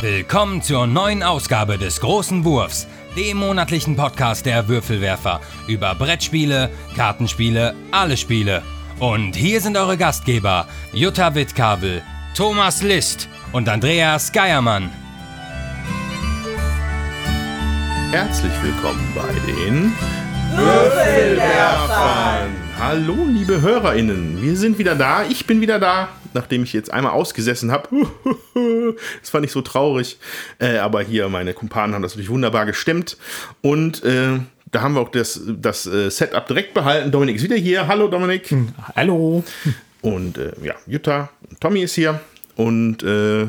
Willkommen zur neuen Ausgabe des Großen Wurfs, dem monatlichen Podcast der Würfelwerfer über Brettspiele, Kartenspiele, alle Spiele. Und hier sind eure Gastgeber Jutta Wittkabel, Thomas List und Andreas Geiermann. Herzlich willkommen bei den Würfelwerfern. Hallo liebe HörerInnen, wir sind wieder da, ich bin wieder da, nachdem ich jetzt einmal ausgesessen habe. Das fand ich so traurig, aber hier meine Kumpanen haben das natürlich wunderbar gestemmt und da haben wir auch das Setup direkt behalten. Dominik ist wieder hier, hallo Dominik. Hallo. Und Jutta und Tommy ist hier. Und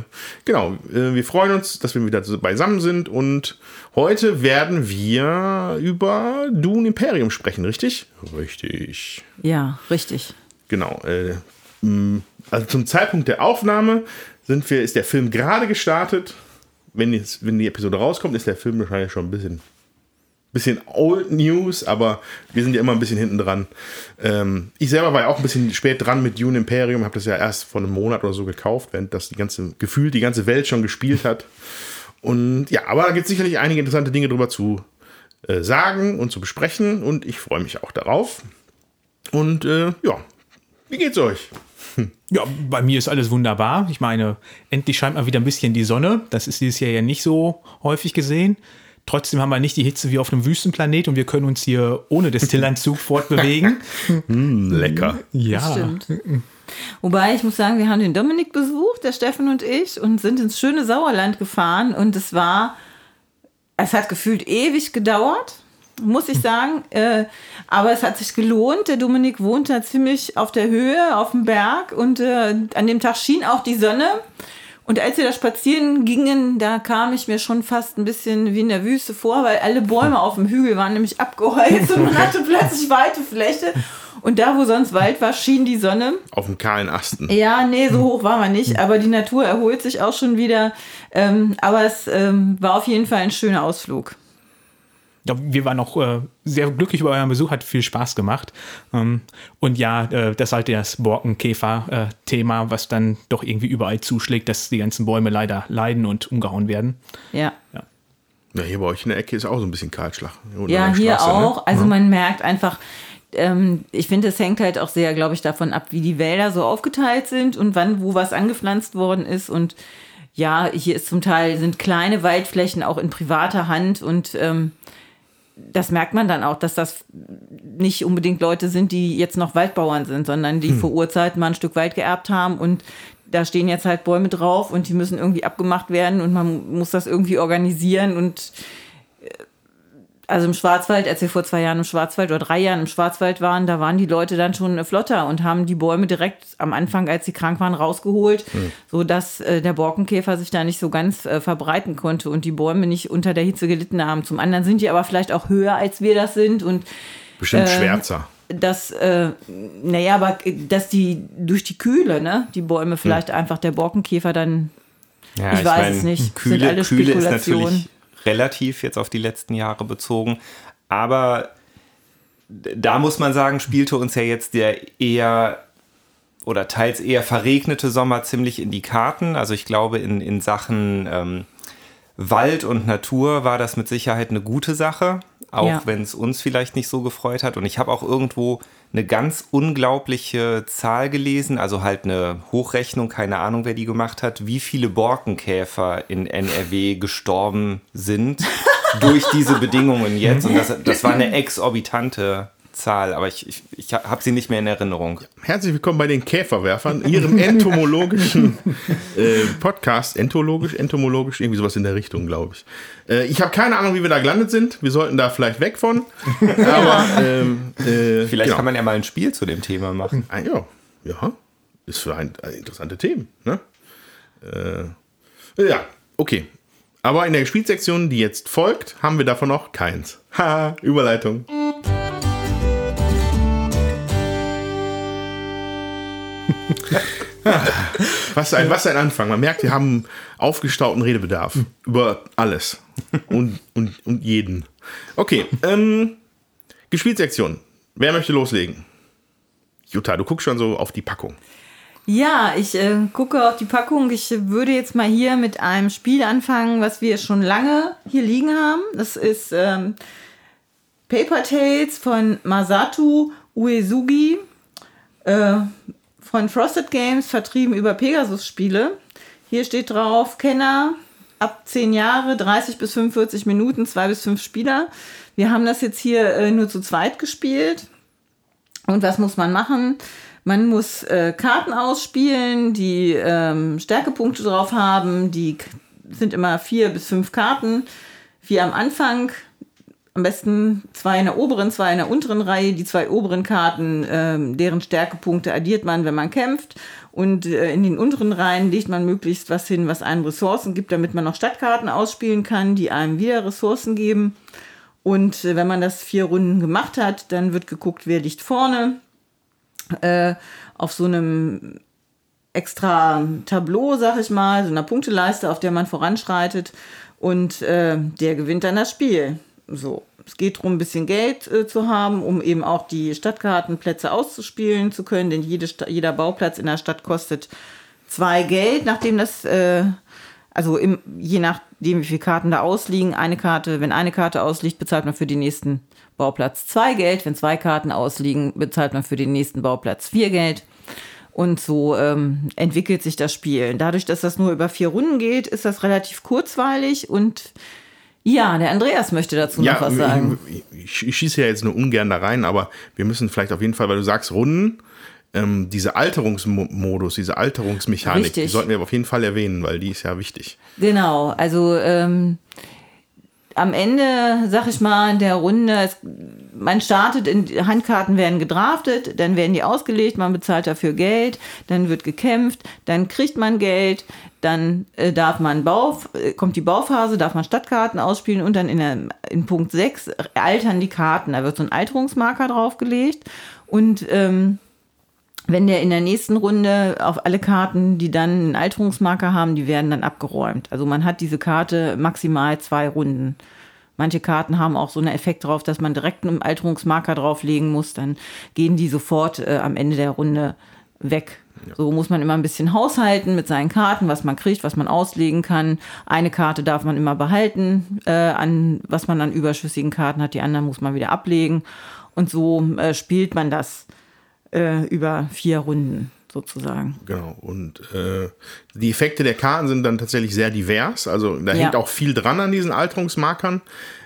wir freuen uns, dass wir wieder beisammen sind. Und heute werden wir über Dune Imperium sprechen, richtig? Richtig. Ja, richtig. Genau. Also zum Zeitpunkt der Aufnahme ist der Film gerade gestartet. Wenn die Episode rauskommt, ist der Film wahrscheinlich schon ein bisschen Old News, aber wir sind ja immer ein bisschen hinten dran. Ich selber war ja auch ein bisschen spät dran mit Dune Imperium, habe das ja erst vor einem Monat oder so gekauft, während das die ganze Welt schon gespielt hat. Und ja, aber da gibt es sicherlich einige interessante Dinge drüber zu sagen und zu besprechen und ich freue mich auch darauf. Und wie geht's euch? Ja, bei mir ist alles wunderbar. Ich meine, endlich scheint mal wieder ein bisschen die Sonne. Das ist dieses Jahr ja nicht so häufig gesehen. Trotzdem haben wir nicht die Hitze wie auf einem Wüstenplanet und wir können uns hier ohne Destillanzug fortbewegen. Lecker. Ja. Stimmt. Wobei, ich muss sagen, wir haben den Dominik besucht, der Steffen und ich, und sind ins schöne Sauerland gefahren. Und es hat gefühlt ewig gedauert, muss ich sagen. Aber es hat sich gelohnt. Der Dominik wohnt da ziemlich auf der Höhe, auf dem Berg. Und an dem Tag schien auch die Sonne. Und als wir da spazieren gingen, da kam ich mir schon fast ein bisschen wie in der Wüste vor, weil alle Bäume auf dem Hügel waren nämlich abgeholzt und man hatte plötzlich weite Fläche. Und da, wo sonst Wald war, schien die Sonne. Auf dem kahlen Asten. Ja, nee, so hoch war man nicht, aber die Natur erholt sich auch schon wieder. Aber es war auf jeden Fall ein schöner Ausflug. Ja, wir waren auch sehr glücklich über euren Besuch, hat viel Spaß gemacht. Und ja, das ist halt das Borkenkäfer-Thema, was dann doch irgendwie überall zuschlägt, dass die ganzen Bäume leider leiden und umgehauen werden. Ja. Ja, hier bei euch in der Ecke ist auch so ein bisschen Kahlschlag. Ja, hier auch. Ne? Also man merkt einfach, ich finde, es hängt halt auch sehr, glaube ich, davon ab, wie die Wälder so aufgeteilt sind und wann, wo was angepflanzt worden ist. Und ja, hier ist zum Teil, sind kleine Waldflächen auch in privater Hand und das merkt man dann auch, dass das nicht unbedingt Leute sind, die jetzt noch Waldbauern sind, sondern die vor Urzeiten mal ein Stück Wald geerbt haben und da stehen jetzt halt Bäume drauf und die müssen irgendwie abgemacht werden und man muss das irgendwie organisieren und also im Schwarzwald, als wir vor 2 Jahren im Schwarzwald oder 3 Jahren im Schwarzwald waren, da waren die Leute dann schon flotter und haben die Bäume direkt am Anfang, als sie krank waren, rausgeholt, sodass der Borkenkäfer sich da nicht so ganz verbreiten konnte und die Bäume nicht unter der Hitze gelitten haben. Zum anderen sind die aber vielleicht auch höher, als wir das sind. Und bestimmt schwärzer. Aber dass die durch die Kühle, ne, die Bäume vielleicht einfach der Borkenkäfer dann, ja, ich weiß es nicht, Kühle, sind alle Kühle ist Spekulationen. natürlich relativ jetzt auf die letzten Jahre bezogen, aber da muss man sagen, spielte uns ja jetzt der eher oder teils eher verregnete Sommer ziemlich in die Karten. Also ich glaube, in Sachen Wald und Natur war das mit Sicherheit eine gute Sache, auch wenn es uns vielleicht nicht so gefreut hat. Und ich habe auch irgendwo eine ganz unglaubliche Zahl gelesen, also halt eine Hochrechnung, keine Ahnung, wer die gemacht hat, wie viele Borkenkäfer in NRW gestorben sind durch diese Bedingungen jetzt. Und das war eine exorbitante Zahl, aber ich habe sie nicht mehr in Erinnerung. Herzlich willkommen bei den Käferwerfern, ihrem entomologischen Podcast. Entomologisch, irgendwie sowas in der Richtung, glaube ich. Ich habe keine Ahnung, wie wir da gelandet sind. Wir sollten da vielleicht weg von. Aber vielleicht kann man ja mal ein Spiel zu dem Thema machen. Ja. Ist für interessante Themen. Ne? Ja, okay. Aber in der Spielsektion, die jetzt folgt, haben wir davon noch keins. Haha, Überleitung. Was ein Anfang. Man merkt, wir haben aufgestauten Redebedarf über alles und jeden. Okay, Gespielsektion. Wer möchte loslegen? Jutta, du guckst schon so auf die Packung. Ja, ich gucke auf die Packung. Ich würde jetzt mal hier mit einem Spiel anfangen, was wir schon lange hier liegen haben. Das ist Paper Tales von Masato Uesugi von Frosted Games, vertrieben über Pegasus Spiele. Hier steht drauf, Kenner ab 10 Jahre, 30 bis 45 Minuten, 2 bis 5 Spieler. Wir haben das jetzt hier nur zu zweit gespielt. Und was muss man machen? Man muss Karten ausspielen, die Stärkepunkte drauf haben. Die sind immer 4 bis 5 Karten. 4 am Anfang. Am besten 2 in der oberen, 2 in der unteren Reihe. Die 2 oberen Karten, deren Stärkepunkte addiert man, wenn man kämpft. Und in den unteren Reihen legt man möglichst was hin, was einem Ressourcen gibt, damit man noch Stadtkarten ausspielen kann, die einem wieder Ressourcen geben. Und wenn man das 4 Runden gemacht hat, dann wird geguckt, wer liegt vorne. Auf so einem extra Tableau, sag ich mal, so einer Punkteleiste, auf der man voranschreitet. Und der gewinnt dann das Spiel. So, es geht darum, ein bisschen Geld zu haben, um eben auch die Stadtkartenplätze auszuspielen zu können, denn jeder Bauplatz in der Stadt kostet 2 Geld, nachdem das, je nachdem, wie viele Karten da ausliegen. Wenn eine Karte ausliegt, bezahlt man für den nächsten Bauplatz 2 Geld. Wenn 2 Karten ausliegen, bezahlt man für den nächsten Bauplatz 4 Geld. Und so entwickelt sich das Spiel. Dadurch, dass das nur über 4 Runden geht, ist das relativ kurzweilig und ja, der Andreas möchte dazu noch was sagen. Ich schieße ja jetzt nur ungern da rein, aber wir müssen vielleicht auf jeden Fall, weil du sagst Runden, diese Alterungsmodus, diese Alterungsmechanik, Richtig. Die sollten wir auf jeden Fall erwähnen, weil die ist ja wichtig. Genau, also am Ende, sag ich mal, der Runde, man startet, Handkarten werden gedraftet, dann werden die ausgelegt, man bezahlt dafür Geld, dann wird gekämpft, dann kriegt man Geld, dann kommt die Bauphase, darf man Stadtkarten ausspielen und dann in Punkt 6 altern die Karten. Da wird so ein Alterungsmarker draufgelegt und wenn der in der nächsten Runde auf alle Karten, die dann einen Alterungsmarker haben, die werden dann abgeräumt. Also man hat diese Karte maximal 2 Runden. Manche Karten haben auch so einen Effekt drauf, dass man direkt einen Alterungsmarker drauflegen muss. Dann gehen die sofort am Ende der Runde weg. Ja. So muss man immer ein bisschen haushalten mit seinen Karten, was man kriegt, was man auslegen kann. Eine Karte darf man immer behalten, was man an überschüssigen Karten hat. Die anderen muss man wieder ablegen. Und so spielt man das über 4 Runden sozusagen. Genau, und die Effekte der Karten sind dann tatsächlich sehr divers, also da hängt auch viel dran an diesen Alterungsmarkern.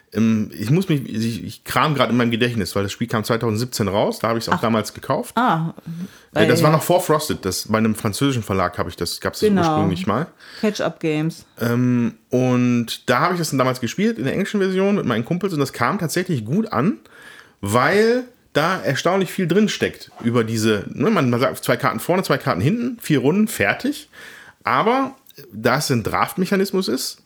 Ich kram gerade in meinem Gedächtnis, weil das Spiel kam 2017 raus, da habe ich es auch damals gekauft. Das war noch vor Frosted, bei einem französischen Verlag gab es das ursprünglich mal. Catch-up Games. Und da habe ich das dann damals gespielt, in der englischen Version mit meinen Kumpels und das kam tatsächlich gut an, weil da erstaunlich viel drin steckt über diese, man sagt 2 Karten vorne, 2 Karten hinten, 4 Runden, fertig. Aber da es ein Draftmechanismus ist,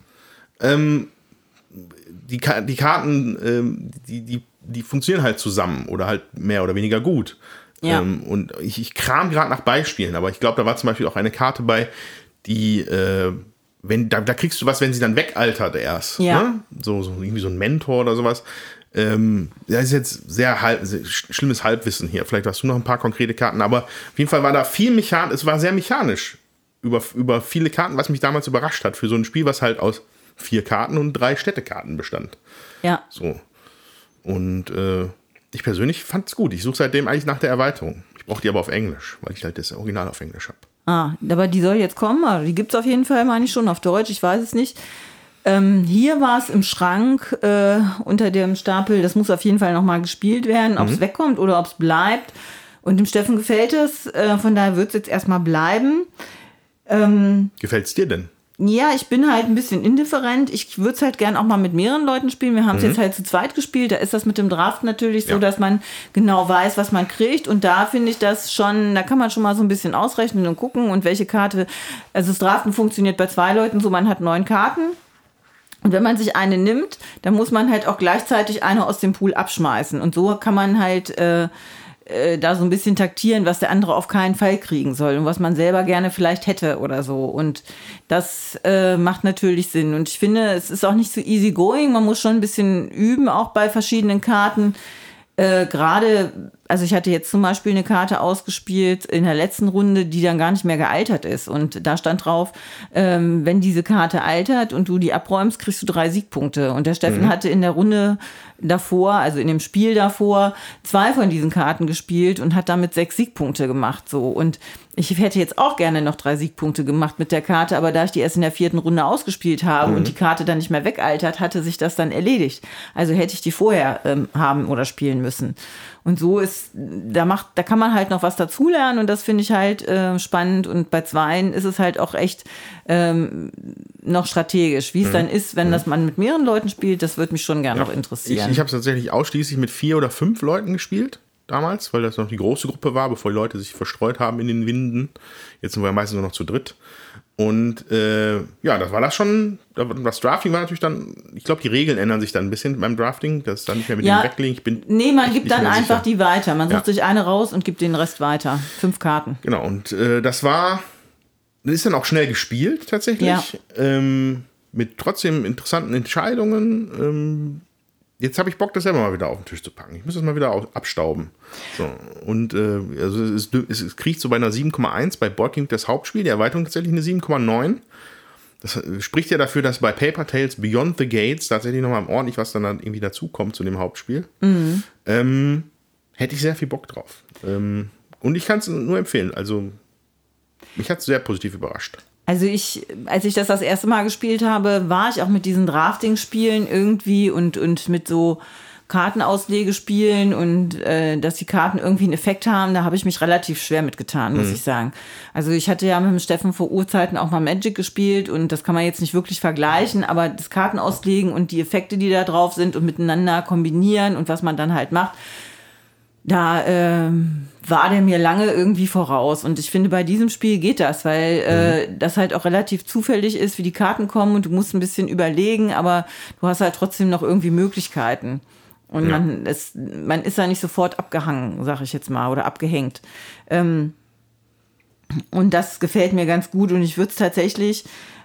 die Karten, die funktionieren halt zusammen oder halt mehr oder weniger gut. Ja. Und ich kram gerade nach Beispielen, aber ich glaube, da war zum Beispiel auch eine Karte bei, die, da kriegst du was, wenn sie dann wegaltert erst. Ja. Ne? So irgendwie so ein Mentor oder sowas. Das ist jetzt sehr schlimmes Halbwissen hier. Vielleicht hast du noch ein paar konkrete Karten, aber auf jeden Fall war da viel mechanisch, es war sehr mechanisch über viele Karten, was mich damals überrascht hat für so ein Spiel, was halt aus 4 Karten und 3 Städtekarten bestand. Ja. So. Und ich persönlich fand es gut. Ich suche seitdem eigentlich nach der Erweiterung. Ich brauche die aber auf Englisch, weil ich halt das Original auf Englisch habe. Aber die soll jetzt kommen. Also die gibt es auf jeden Fall, meine ich schon, auf Deutsch. Ich weiß es nicht. Hier war es im Schrank unter dem Stapel, das muss auf jeden Fall nochmal gespielt werden, ob es wegkommt oder ob es bleibt. Und dem Steffen gefällt es, von daher wird es jetzt erstmal bleiben. Gefällt es dir denn? Ja, ich bin halt ein bisschen indifferent. Ich würde es halt gern auch mal mit mehreren Leuten spielen. Wir haben es jetzt halt zu zweit gespielt. Da ist das mit dem Draft natürlich so, dass man genau weiß, was man kriegt. Und da finde ich das schon, da kann man schon mal so ein bisschen ausrechnen und gucken. Und welche Karte, also das Draften funktioniert bei 2 Leuten so, man hat 9 Karten. Und wenn man sich eine nimmt, dann muss man halt auch gleichzeitig eine aus dem Pool abschmeißen. Und so kann man halt da so ein bisschen taktieren, was der andere auf keinen Fall kriegen soll und was man selber gerne vielleicht hätte oder so. Und das macht natürlich Sinn. Und ich finde, es ist auch nicht so easy going. Man muss schon ein bisschen üben, auch bei verschiedenen Karten. Gerade also ich hatte jetzt zum Beispiel eine Karte ausgespielt in der letzten Runde, die dann gar nicht mehr gealtert ist. Und da stand drauf, wenn diese Karte altert und du die abräumst, kriegst du 3 Siegpunkte. Und der Steffen hatte in der Runde davor, also in dem Spiel davor, 2 von diesen Karten gespielt und hat damit 6 Siegpunkte gemacht. So. Und ich hätte jetzt auch gerne noch 3 Siegpunkte gemacht mit der Karte, aber da ich die erst in der 4. Runde ausgespielt habe und die Karte dann nicht mehr wegaltert, hatte sich das dann erledigt. Also hätte ich die vorher haben oder spielen müssen. Und so ist, da kann man halt noch was dazulernen und das finde ich halt spannend. Und bei 2 ist es halt auch echt noch strategisch. Wie es dann ist, wenn das man mit mehreren Leuten spielt, das würde mich schon gerne noch interessieren. Ich habe es tatsächlich ausschließlich mit 4 oder 5 Leuten gespielt. Damals, weil das noch die große Gruppe war, bevor die Leute sich verstreut haben in den Winden. Jetzt sind wir meistens nur noch zu dritt. Und das war das schon. Das Drafting war natürlich dann, ich glaube, die Regeln ändern sich dann ein bisschen beim Drafting. Das ist dann nicht mehr mit dem Weglegen. Man gibt dann einfach die weiter. Man sucht sich eine raus und gibt den Rest weiter. 5 Karten. Genau, und das ist dann auch schnell gespielt tatsächlich. Ja. Mit trotzdem interessanten Entscheidungen. Jetzt habe ich Bock, das selber mal wieder auf den Tisch zu packen. Ich muss das mal wieder abstauben. So. Und also es kriegt so bei einer 7,1 bei Board Game das Hauptspiel, die Erweiterung tatsächlich eine 7,9. Das spricht ja dafür, dass bei Paper Tales Beyond the Gates tatsächlich nochmal ordentlich was dann irgendwie dazukommt zu dem Hauptspiel. Hätte ich sehr viel Bock drauf. Und ich kann es nur empfehlen. Also mich hat es sehr positiv überrascht. Also als ich das erste Mal gespielt habe, war ich auch mit diesen Drafting-Spielen irgendwie und mit so Kartenauslegespielen und dass die Karten irgendwie einen Effekt haben, da habe ich mich relativ schwer mitgetan, muss ich sagen. Also ich hatte ja mit dem Steffen vor Urzeiten auch mal Magic gespielt und das kann man jetzt nicht wirklich vergleichen, aber das Kartenauslegen und die Effekte, die da drauf sind und miteinander kombinieren und was man dann halt macht, da war der mir lange irgendwie voraus. Und ich finde, bei diesem Spiel geht das, weil das halt auch relativ zufällig ist, wie die Karten kommen und du musst ein bisschen überlegen, aber du hast halt trotzdem noch irgendwie Möglichkeiten. Und man ist da nicht sofort abgehangen, sag ich jetzt mal, oder abgehängt. Und das gefällt mir ganz gut und ich würde es tatsächlich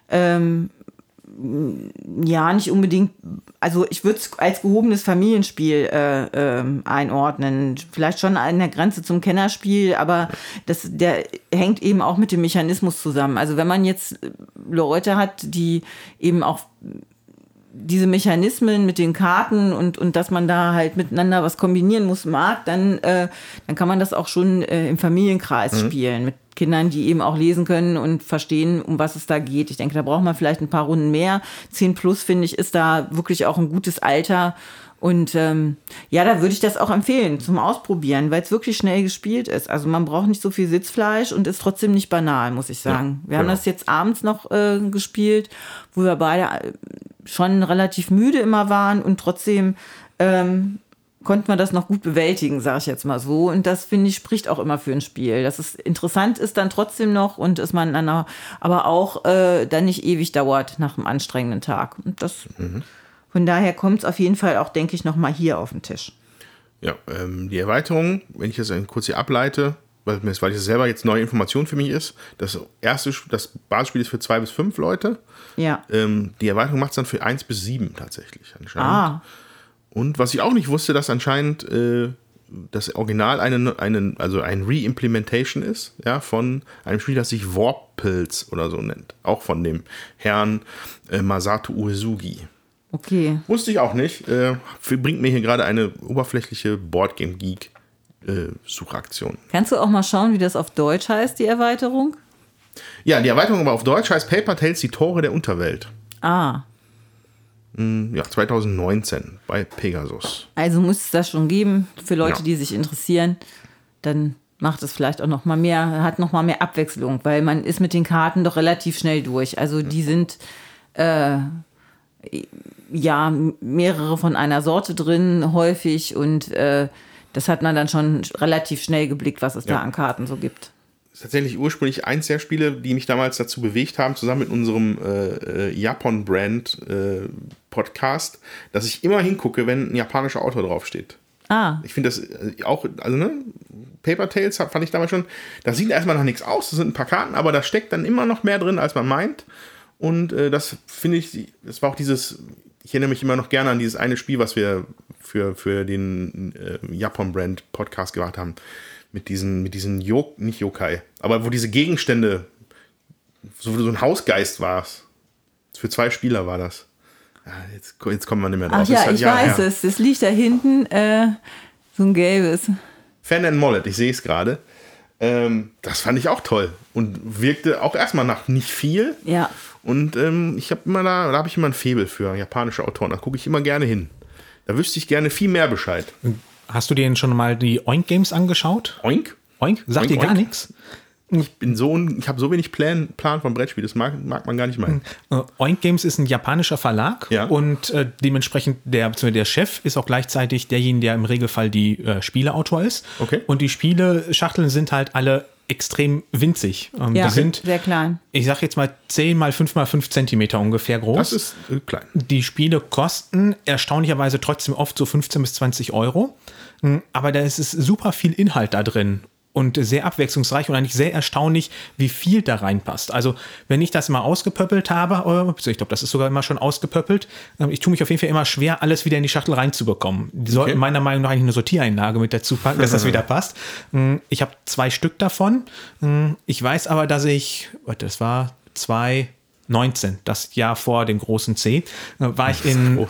nicht unbedingt, also ich würde es als gehobenes Familienspiel einordnen. Vielleicht schon an der Grenze zum Kennerspiel, aber der hängt eben auch mit dem Mechanismus zusammen. Also wenn man jetzt Leute hat, die eben auch diese Mechanismen mit den Karten und dass man da halt miteinander was kombinieren muss, dann kann man das auch schon im Familienkreis spielen, mit Kindern, die eben auch lesen können und verstehen, um was es da geht. Ich denke, da braucht man vielleicht ein paar Runden mehr. 10 plus, finde ich, ist da wirklich auch ein gutes Alter. Und da würde ich das auch empfehlen zum Ausprobieren, weil es wirklich schnell gespielt ist. Also man braucht nicht so viel Sitzfleisch und ist trotzdem nicht banal, muss ich sagen. Wir haben das jetzt abends noch gespielt, wo wir beide schon relativ müde immer waren und trotzdem konnte man das noch gut bewältigen, sage ich jetzt mal so. Und das, finde ich, spricht auch immer für ein Spiel. Dass es interessant ist dann trotzdem noch und dass man aber auch dann nicht ewig dauert nach einem anstrengenden Tag. Und das, von daher kommt es auf jeden Fall auch, denke ich, noch mal hier auf den Tisch. Ja, die Erweiterung, wenn ich das kurz hier ableite, weil das selber jetzt neue Information für mich ist, das Basisspiel ist für 2 bis 5 Leute. Ja. Die Erweiterung macht es dann für 1 bis 7 tatsächlich anscheinend. Und was ich auch nicht wusste, dass anscheinend das Original ein Re-Implementation ist, ja, von einem Spiel, das sich Warpils oder so nennt. Auch von dem Herrn Masato Uesugi. Okay. Wusste ich auch nicht. Bringt mir hier gerade eine oberflächliche Boardgame-Geek-Suchaktion. Kannst du auch mal schauen, wie das auf Deutsch heißt, die Erweiterung? Ja, die Erweiterung aber auf Deutsch heißt Paper Tales, die Tore der Unterwelt. Ja, 2019 bei Pegasus. Also muss es das schon geben für Leute, die sich interessieren. Dann macht es vielleicht auch noch mal mehr, hat noch mal mehr Abwechslung, weil man ist mit den Karten doch relativ schnell durch. Also die sind mehrere von einer Sorte drin häufig und das hat man dann schon relativ schnell geblickt, was es da an Karten so gibt. Das ist tatsächlich ursprünglich eins der Spiele, die mich damals dazu bewegt haben, zusammen mit unserem Japan-Brand-Podcast, dass ich immer hingucke, wenn ein japanischer Autor draufsteht. Ich finde das auch, also Paper Tales fand ich damals schon, das sieht erstmal nach nichts aus, das sind ein paar Karten, aber da steckt dann immer noch mehr drin, als man meint. Und das finde ich, das war auch dieses, ich erinnere mich immer noch gerne an dieses eine Spiel, was wir für den Japan-Brand-Podcast gemacht haben. Mit diesen nicht Yokai, aber wo diese Gegenstände, so ein Hausgeist war es. Für 2 Spieler war das. Ja, jetzt kommt man nicht mehr drauf. Ach ja, ich weiß es. Das liegt da hinten, so ein gelbes. Fan and Mollet, ich sehe es gerade. Das fand ich auch toll und wirkte auch erstmal nach nicht viel. Ja. Und ich habe immer da habe ich immer ein Faible für japanische Autoren. Da gucke ich immer gerne hin. Da wüsste ich gerne viel mehr Bescheid. Hast du dir denn schon mal die Oink Games angeschaut? Oink? Oink? Sagt dir gar nichts? Ich habe so wenig Plan vom Brettspiel, das mag man gar nicht meinen. Oink Games ist ein japanischer Verlag und dementsprechend der Chef ist auch gleichzeitig derjenige, der im Regelfall die Spieleautor ist. Okay. Und die Spieleschachteln sind halt alle extrem winzig. Ja, die sind sehr klein. Ich sag jetzt mal 10 mal 5 mal 5 Zentimeter ungefähr groß. Das ist klein. Die Spiele kosten erstaunlicherweise trotzdem oft so 15 bis 20 Euro. Aber da ist super viel Inhalt da drin. Und sehr abwechslungsreich und eigentlich sehr erstaunlich, wie viel da reinpasst. Also, wenn ich das mal ausgepöppelt habe, ich glaube, das ist sogar immer schon ausgepöppelt, ich tue mich auf jeden Fall immer schwer, alles wieder in die Schachtel reinzubekommen. Die sollten meiner Meinung nach eigentlich eine Sortiereinlage mit dazu packen, dass das wieder passt. Ich habe 2 Stück davon. Ich weiß aber, dass das war 2019, das Jahr vor dem großen C, war ich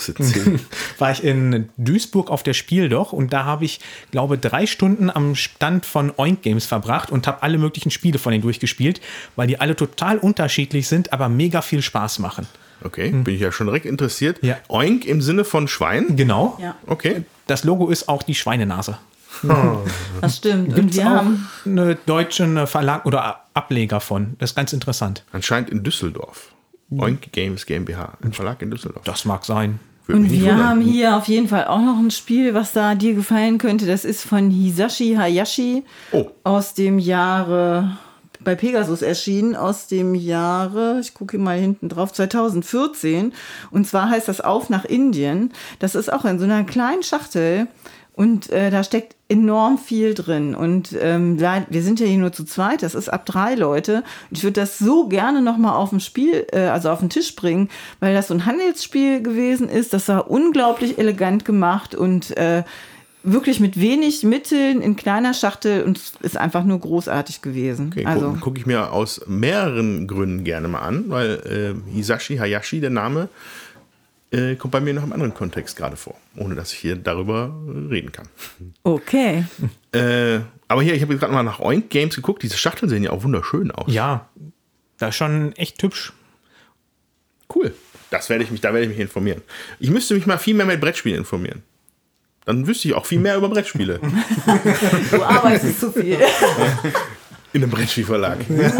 in Duisburg auf der Spieldoch und da habe ich, glaube 3 Stunden am Stand von Oink Games verbracht und habe alle möglichen Spiele von denen durchgespielt, weil die alle total unterschiedlich sind, aber mega viel Spaß machen. Okay, bin ich ja schon direkt interessiert. Ja. Oink im Sinne von Schwein? Genau. Ja. Okay. Das Logo ist auch die Schweinenase. Das stimmt. Gibt's Und wir auch haben einen deutschen Verlag oder Ableger von. Das ist ganz interessant. Anscheinend in Düsseldorf. Oink Games GmbH, ein Verlag in Düsseldorf. Das mag sein. Und wir haben hier auf jeden Fall auch noch ein Spiel, was da dir gefallen könnte. Das ist von Hisashi Hayashi aus dem Jahre, bei Pegasus erschienen, aus dem Jahre, ich gucke mal hinten drauf, 2014. Und zwar heißt das Auf nach Indien. Das ist auch in so einer kleinen Schachtel. Und da steckt enorm viel drin. Und wir sind ja hier nur zu zweit, das ist ab 3 Leute. Und ich würde das so gerne nochmal auf dem Spiel, also auf den Tisch bringen, weil das so ein Handelsspiel gewesen ist. Das war unglaublich elegant gemacht und wirklich mit wenig Mitteln in kleiner Schachtel und ist einfach nur großartig gewesen. Okay, also guck ich mir aus mehreren Gründen gerne mal an, weil Hisashi Hayashi, der Name, kommt bei mir noch im anderen Kontext gerade vor, ohne dass ich hier darüber reden kann. okay. Aber hier, ich habe gerade mal nach Oink Games geguckt, diese Schachteln sehen ja auch wunderschön aus. Ja, das ist schon echt hübsch. Cool. Da werde ich mich informieren. Ich müsste mich mal viel mehr mit Brettspielen informieren. Dann wüsste ich auch viel mehr über Brettspiele. Du arbeitest zu viel. In einem Brettspielverlag.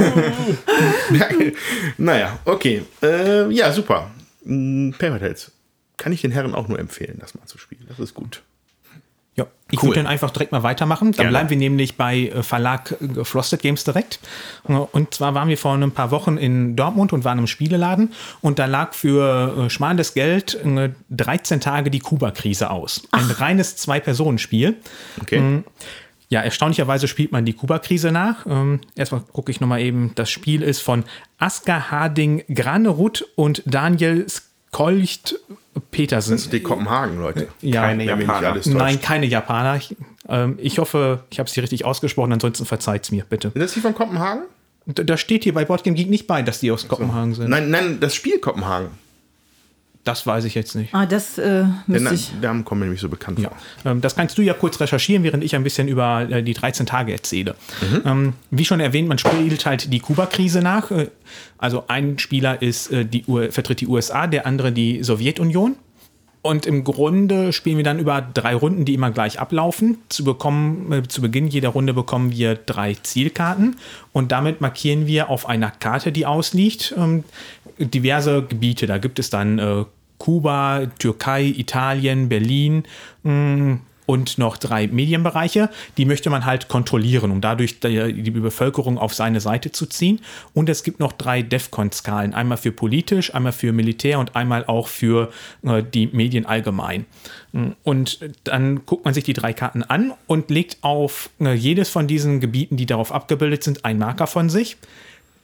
Naja, okay. Ja, super. Paper Tales. Kann ich den Herren auch nur empfehlen, das mal zu spielen. Das ist gut. Ja, ich würde dann einfach direkt mal weitermachen. Dann bleiben wir nämlich bei Verlag Frosted Games direkt. Und zwar waren wir vor ein paar Wochen in Dortmund und waren im Spieleladen. Und da lag für schmales Geld 13 Tage die Kuba-Krise aus. Ein reines 2-Personen-Spiel. Okay. Ja, erstaunlicherweise spielt man die Kuba-Krise nach. Erstmal gucke ich nochmal eben. Das Spiel ist von Asker Harding Granerud und Daniel Skolcht Petersen. Das sind die Kopenhagen, Leute. Ja, Keine Japaner. Nein, keine Japaner. Ich hoffe, ich habe es hier richtig ausgesprochen, ansonsten verzeiht's mir, bitte. Sind das die von Kopenhagen? Da steht hier bei Boardgame Geek nicht bei, dass die aus Kopenhagen sind. Nein, das Spiel Kopenhagen. Das weiß ich jetzt nicht. Das müsste ich. Der Name kommt mir nämlich so bekannt vor. Das kannst du ja kurz recherchieren, während ich ein bisschen über die 13 Tage erzähle. Wie schon erwähnt, man spielt halt die Kuba-Krise nach. Also ein Spieler vertritt die USA, der andere die Sowjetunion. Und im Grunde spielen wir dann über 3 Runden, die immer gleich ablaufen. Zu Beginn jeder Runde bekommen wir 3 Zielkarten und damit markieren wir auf einer Karte, die ausliegt, diverse Gebiete. Da gibt es dann Kuba, Türkei, Italien, Berlin und noch 3 Medienbereiche. Die möchte man halt kontrollieren, um dadurch die Bevölkerung auf seine Seite zu ziehen. Und es gibt noch 3 DEFCON-Skalen. Einmal für politisch, einmal für Militär und einmal auch für die Medien allgemein. Und dann guckt man sich die 3 Karten an und legt auf jedes von diesen Gebieten, die darauf abgebildet sind, einen Marker von sich.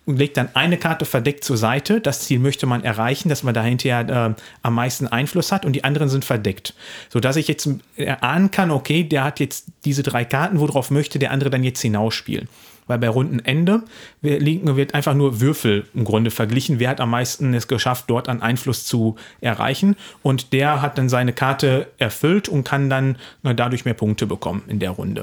legt dann eine Karte verdeckt zur Seite. Das Ziel möchte man erreichen, dass man da hinterher am meisten Einfluss hat und die anderen sind verdeckt. Sodass ich jetzt erahnen kann, okay, der hat jetzt diese 3 Karten, worauf möchte der andere dann jetzt hinausspielen. Weil bei Rundenende wird einfach nur Würfel im Grunde verglichen. Wer hat am meisten es geschafft, dort an Einfluss zu erreichen? Und der hat dann seine Karte erfüllt und kann dann dadurch mehr Punkte bekommen in der Runde.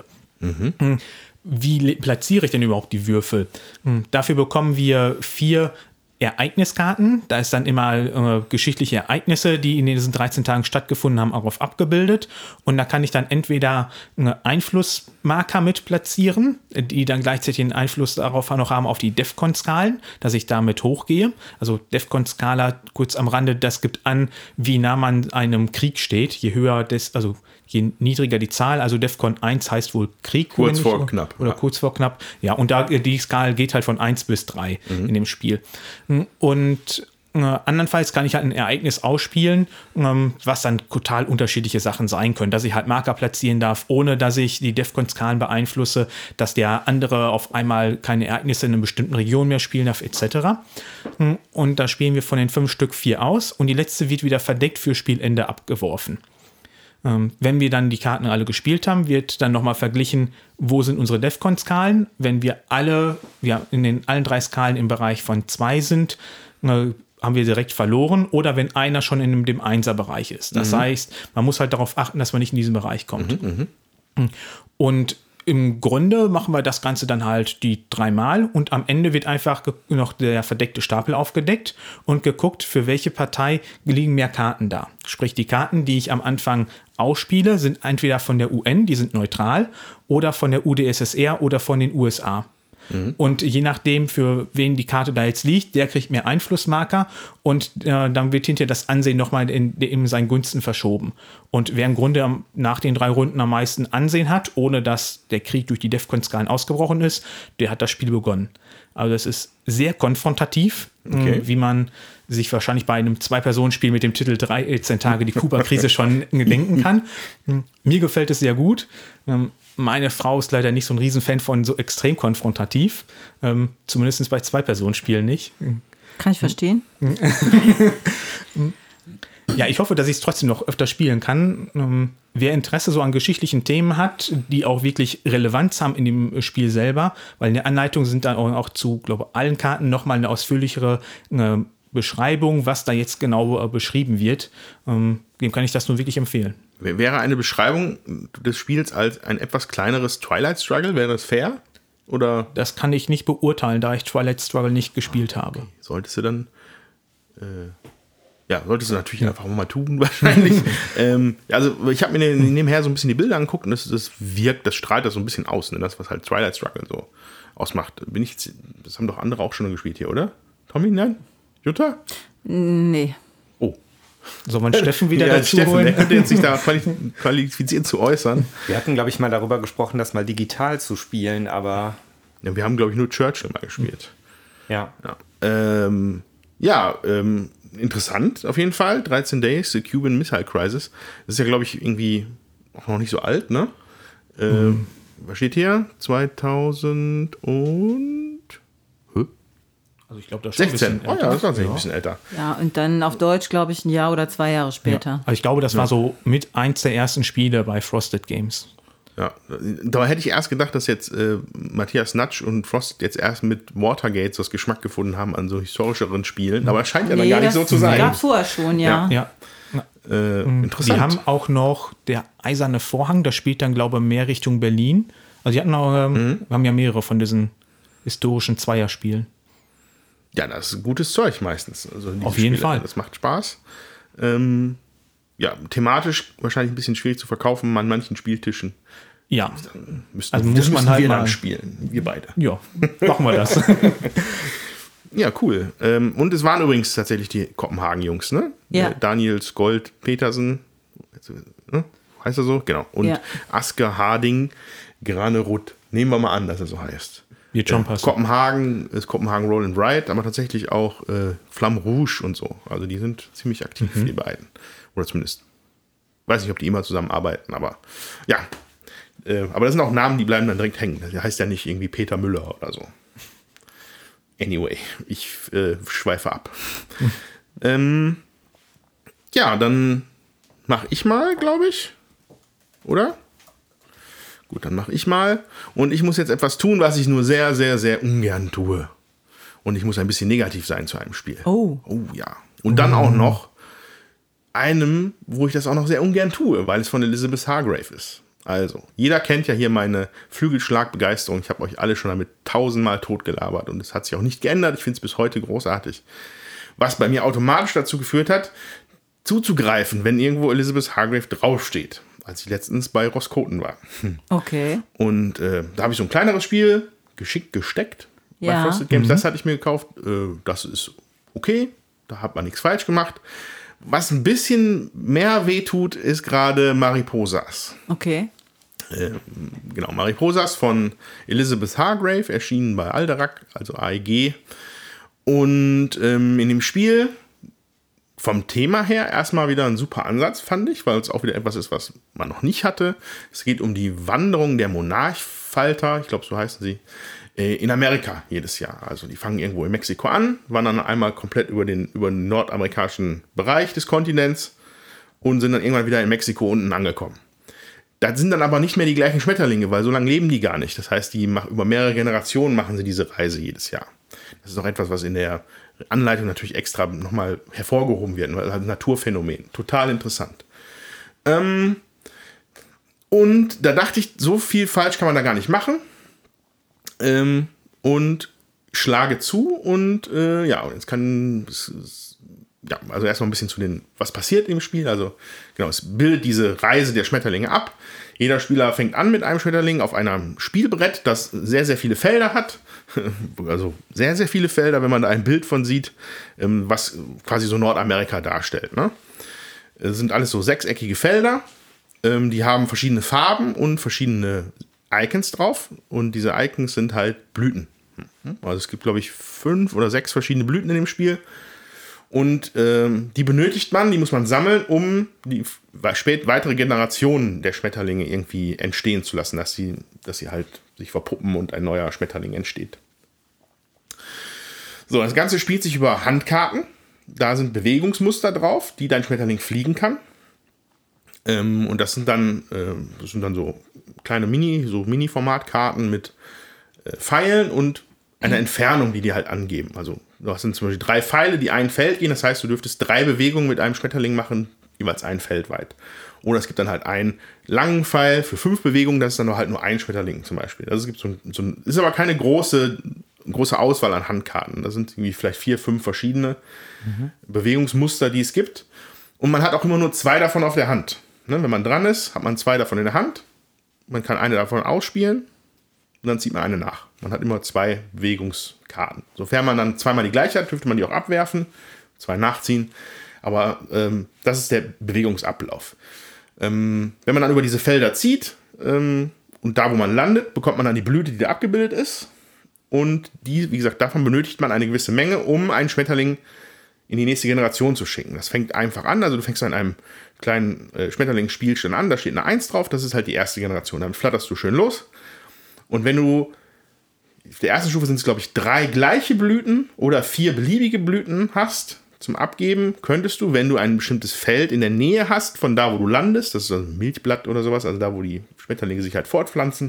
Wie platziere ich denn überhaupt die Würfel? Dafür bekommen wir 4 Ereigniskarten. Da ist dann immer geschichtliche Ereignisse, die in diesen 13 Tagen stattgefunden haben, auch abgebildet. Und da kann ich dann entweder Einflussmarker mit platzieren, die dann gleichzeitig einen Einfluss darauf noch haben auf die Defcon-Skalen, dass ich damit hochgehe. Also Defcon-Skala, kurz am Rande, das gibt an, wie nah man einem Krieg steht. Je höher je niedriger die Zahl, also Defcon 1 heißt wohl Krieg. Kurz vor knapp. Oder kurz vor knapp. Ja, und die Skala geht halt von 1 bis 3 in dem Spiel. Und andernfalls kann ich halt ein Ereignis ausspielen, was dann total unterschiedliche Sachen sein können. Dass ich halt Marker platzieren darf, ohne dass ich die Defcon-Skalen beeinflusse, dass der andere auf einmal keine Ereignisse in einer bestimmten Region mehr spielen darf, etc. Und da spielen wir von den 5 Stück 4 aus und die letzte wird wieder verdeckt für Spielende abgeworfen. Wenn wir dann die Karten alle gespielt haben, wird dann nochmal verglichen, wo sind unsere Defcon-Skalen. Wenn wir in allen 3 Skalen im Bereich von 2 sind, haben wir direkt verloren. Oder wenn einer schon in dem 1er-Bereich ist. Das heißt, man muss halt darauf achten, dass man nicht in diesen Bereich kommt. Und im Grunde machen wir das Ganze dann halt die 3 Mal und am Ende wird einfach noch der verdeckte Stapel aufgedeckt und geguckt, für welche Partei liegen mehr Karten da. Sprich, die Karten, die ich am Anfang ausspiele, sind entweder von der UN, die sind neutral, oder von der UdSSR oder von den USA. Und je nachdem, für wen die Karte da jetzt liegt, der kriegt mehr Einflussmarker und dann wird hinterher das Ansehen nochmal in seinen Gunsten verschoben. Und wer im Grunde nach den 3 Runden am meisten Ansehen hat, ohne dass der Krieg durch die Defcon-Skalen ausgebrochen ist, der hat das Spiel begonnen. Also das ist sehr konfrontativ, wie man sich wahrscheinlich bei einem 2-Personen-Spiel mit dem Titel 13 Tage die Kuba-Krise schon denken kann. Mir gefällt es sehr gut. Meine Frau ist leider nicht so ein Riesenfan von so extrem konfrontativ. Zumindest bei 2-Personen-Spielen nicht. Kann ich verstehen. Ja, ich hoffe, dass ich es trotzdem noch öfter spielen kann. Wer Interesse so an geschichtlichen Themen hat, die auch wirklich Relevanz haben in dem Spiel selber, weil in der Anleitung sind dann auch zu, glaube ich, allen Karten nochmal eine ausführlichere Beschreibung, was da jetzt genau beschrieben wird. Dem kann ich das nur wirklich empfehlen. Wäre eine Beschreibung des Spiels als ein etwas kleineres Twilight Struggle, wäre das fair? Oder? Das kann ich nicht beurteilen, da ich Twilight Struggle nicht gespielt habe. Okay. Solltest du dann solltest du natürlich einfach mal tun, wahrscheinlich. Also ich habe mir nebenher so ein bisschen die Bilder angeguckt und das strahlt das so ein bisschen aus, ne? Das, was halt Twilight Struggle so ausmacht. Das haben doch andere auch schon gespielt hier, oder? Tommy, nein? Jutta? Nee. Oh. Soll man Steffen wieder dazu Steffen, holen? der könnte jetzt sich da qualifizieren zu äußern. Wir hatten, glaube ich, mal darüber gesprochen, das mal digital zu spielen, aber... Ja, wir haben, glaube ich, nur Churchill mal gespielt. Ja. Interessant auf jeden Fall. 13 Days, The Cuban Missile Crisis. Das ist ja, glaube ich, irgendwie auch noch nicht so alt, ne? Was steht hier? 2000 und... Also ich glaube, das ist 16. Oh ja, das ist tatsächlich ein bisschen älter. Ja, und dann auf Deutsch, glaube ich, 1 Jahr oder 2 Jahre später. Ja. Also ich glaube, das war so mit eins der ersten Spiele bei Frosted Games. Ja, da hätte ich erst gedacht, dass jetzt Matthias Natsch und Frost jetzt erst mit Watergate so das Geschmack gefunden haben an so historischeren Spielen. Aber es scheint ja dann gar nicht so zu sein. Gab es vorher schon, ja. Interessant. Die haben auch noch der Eiserne Vorhang, das spielt dann, glaube ich, mehr Richtung Berlin. Also die hatten auch, haben ja mehrere von diesen historischen Zweierspielen. Ja, das ist gutes Zeug meistens. Also auf jeden Fall. Das macht Spaß. Thematisch wahrscheinlich ein bisschen schwierig zu verkaufen an manchen Spieltischen. Ja. Also muss man halt mal spielen. Wir beide. Ja, machen wir das. Ja, cool. Und es waren übrigens tatsächlich die Kopenhagen-Jungs, ne? Ja. Daniel Skold Petersen, heißt er so? Genau. Und Asker Harding Granerud. Nehmen wir mal an, dass er so heißt. Kopenhagen ist Kopenhagen Roll and Ride, aber tatsächlich auch Flamme Rouge und so. Also die sind ziemlich aktiv, die beiden. Oder zumindest. Weiß nicht, ob die immer zusammenarbeiten, aber ja. Aber das sind auch Namen, die bleiben dann direkt hängen. Das heißt ja nicht irgendwie Peter Müller oder so. Anyway, ich schweife ab. Ja, dann mache ich mal, glaube ich. Oder? Gut, dann mache ich mal. Und ich muss jetzt etwas tun, was ich nur sehr, sehr, sehr ungern tue. Und ich muss ein bisschen negativ sein zu einem Spiel. Oh. Oh ja. Und dann auch noch einem, wo ich das auch noch sehr ungern tue, weil es von Elizabeth Hargrave ist. Also, jeder kennt ja hier meine Flügelschlagbegeisterung. Ich habe euch alle schon damit 1000-mal totgelabert und es hat sich auch nicht geändert. Ich finde es bis heute großartig. Was bei mir automatisch dazu geführt hat, zuzugreifen, wenn irgendwo Elizabeth Hargrave draufsteht, als ich letztens bei Roscoten war. Okay. Und da habe ich so ein kleineres Spiel geschickt gesteckt bei Frosted Games. Das hatte ich mir gekauft. Das ist okay, da hat man nichts falsch gemacht. Was ein bisschen mehr wehtut, ist gerade Mariposas. Okay. Genau, Mariposas von Elizabeth Hargrave, erschienen bei Alderac, also AEG. Und in dem Spiel vom Thema her erstmal wieder ein super Ansatz, fand ich, weil es auch wieder etwas ist, was man noch nicht hatte. Es geht um die Wanderung der Monarchfalter, ich glaube, so heißen sie, in Amerika jedes Jahr. Also die fangen irgendwo in Mexiko an, wandern dann einmal komplett über den nordamerikanischen Bereich des Kontinents und sind dann irgendwann wieder in Mexiko unten angekommen. Das sind dann aber nicht mehr die gleichen Schmetterlinge, weil so lange leben die gar nicht. Das heißt, über mehrere Generationen machen sie diese Reise jedes Jahr. Das ist auch etwas, was in der Anleitung natürlich extra nochmal hervorgehoben wird, weil ein Naturphänomen. Total interessant. Und da dachte ich, so viel falsch kann man da gar nicht machen. Und schlage zu und jetzt also erstmal ein bisschen zu was passiert im Spiel. Also genau, es bildet diese Reise der Schmetterlinge ab. Jeder Spieler fängt an mit einem Schmetterling auf einem Spielbrett, das sehr, sehr viele Felder hat. Also sehr, sehr viele Felder, wenn man da ein Bild von sieht, was quasi so Nordamerika darstellt. Ne? Es sind alles so sechseckige Felder. Die haben verschiedene Farben und verschiedene Icons drauf. Und diese Icons sind halt Blüten. Also es gibt, glaube ich, 5 oder 6 verschiedene Blüten in dem Spiel. Und die benötigt man, die muss man sammeln, um die weitere Generationen der Schmetterlinge irgendwie entstehen zu lassen, dass sie halt sich verpuppen und ein neuer Schmetterling entsteht. So, das Ganze spielt sich über Handkarten. Da sind Bewegungsmuster drauf, die dein Schmetterling fliegen kann. Und das sind dann so kleine Mini-Formatkarten mit Pfeilen und einer Entfernung, die halt angeben. Also das sind zum Beispiel 3 Pfeile, die ein Feld gehen. Das heißt, du dürftest 3 Bewegungen mit einem Schmetterling machen, jeweils ein Feld weit. Oder es gibt dann halt einen langen Pfeil für 5 Bewegungen, das ist dann halt nur ein Schmetterling zum Beispiel. Also es gibt ist aber keine große Auswahl an Handkarten. Das sind irgendwie vielleicht 4, 5 verschiedene Bewegungsmuster, die es gibt. Und man hat auch immer nur 2 davon auf der Hand. Ne? Wenn man dran ist, hat man 2 davon in der Hand. Man kann eine davon ausspielen und dann zieht man eine nach. Man hat immer 2 Bewegungskarten. Sofern man dann zweimal die gleiche hat, dürfte man die auch abwerfen, 2 nachziehen. Aber das ist der Bewegungsablauf. Wenn man dann über diese Felder zieht und da, wo man landet, bekommt man dann die Blüte, die da abgebildet ist. Und die, wie gesagt, davon benötigt man eine gewisse Menge, um einen Schmetterling in die nächste Generation zu schicken. Das fängt einfach an. Also du fängst an einem kleinen Schmetterlingsspielchen an, da steht eine 1 drauf, das ist halt die erste Generation. Dann flatterst du schön los. Und wenn du, auf der ersten Stufe sind es, glaube ich, 3 gleiche Blüten oder 4 beliebige Blüten hast zum Abgeben, könntest du, wenn du ein bestimmtes Feld in der Nähe hast, von da, wo du landest, das ist ein Milchblatt oder sowas, also da, wo die Schmetterlinge sich halt fortpflanzen,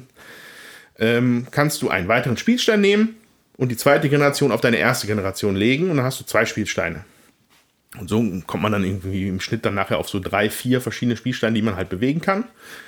kannst du einen weiteren Spielstein nehmen und die zweite Generation auf deine erste Generation legen und dann hast du 2 Spielsteine. Und so kommt man dann irgendwie im Schnitt dann nachher auf so 3, 4 verschiedene Spielsteine, die man halt bewegen kann.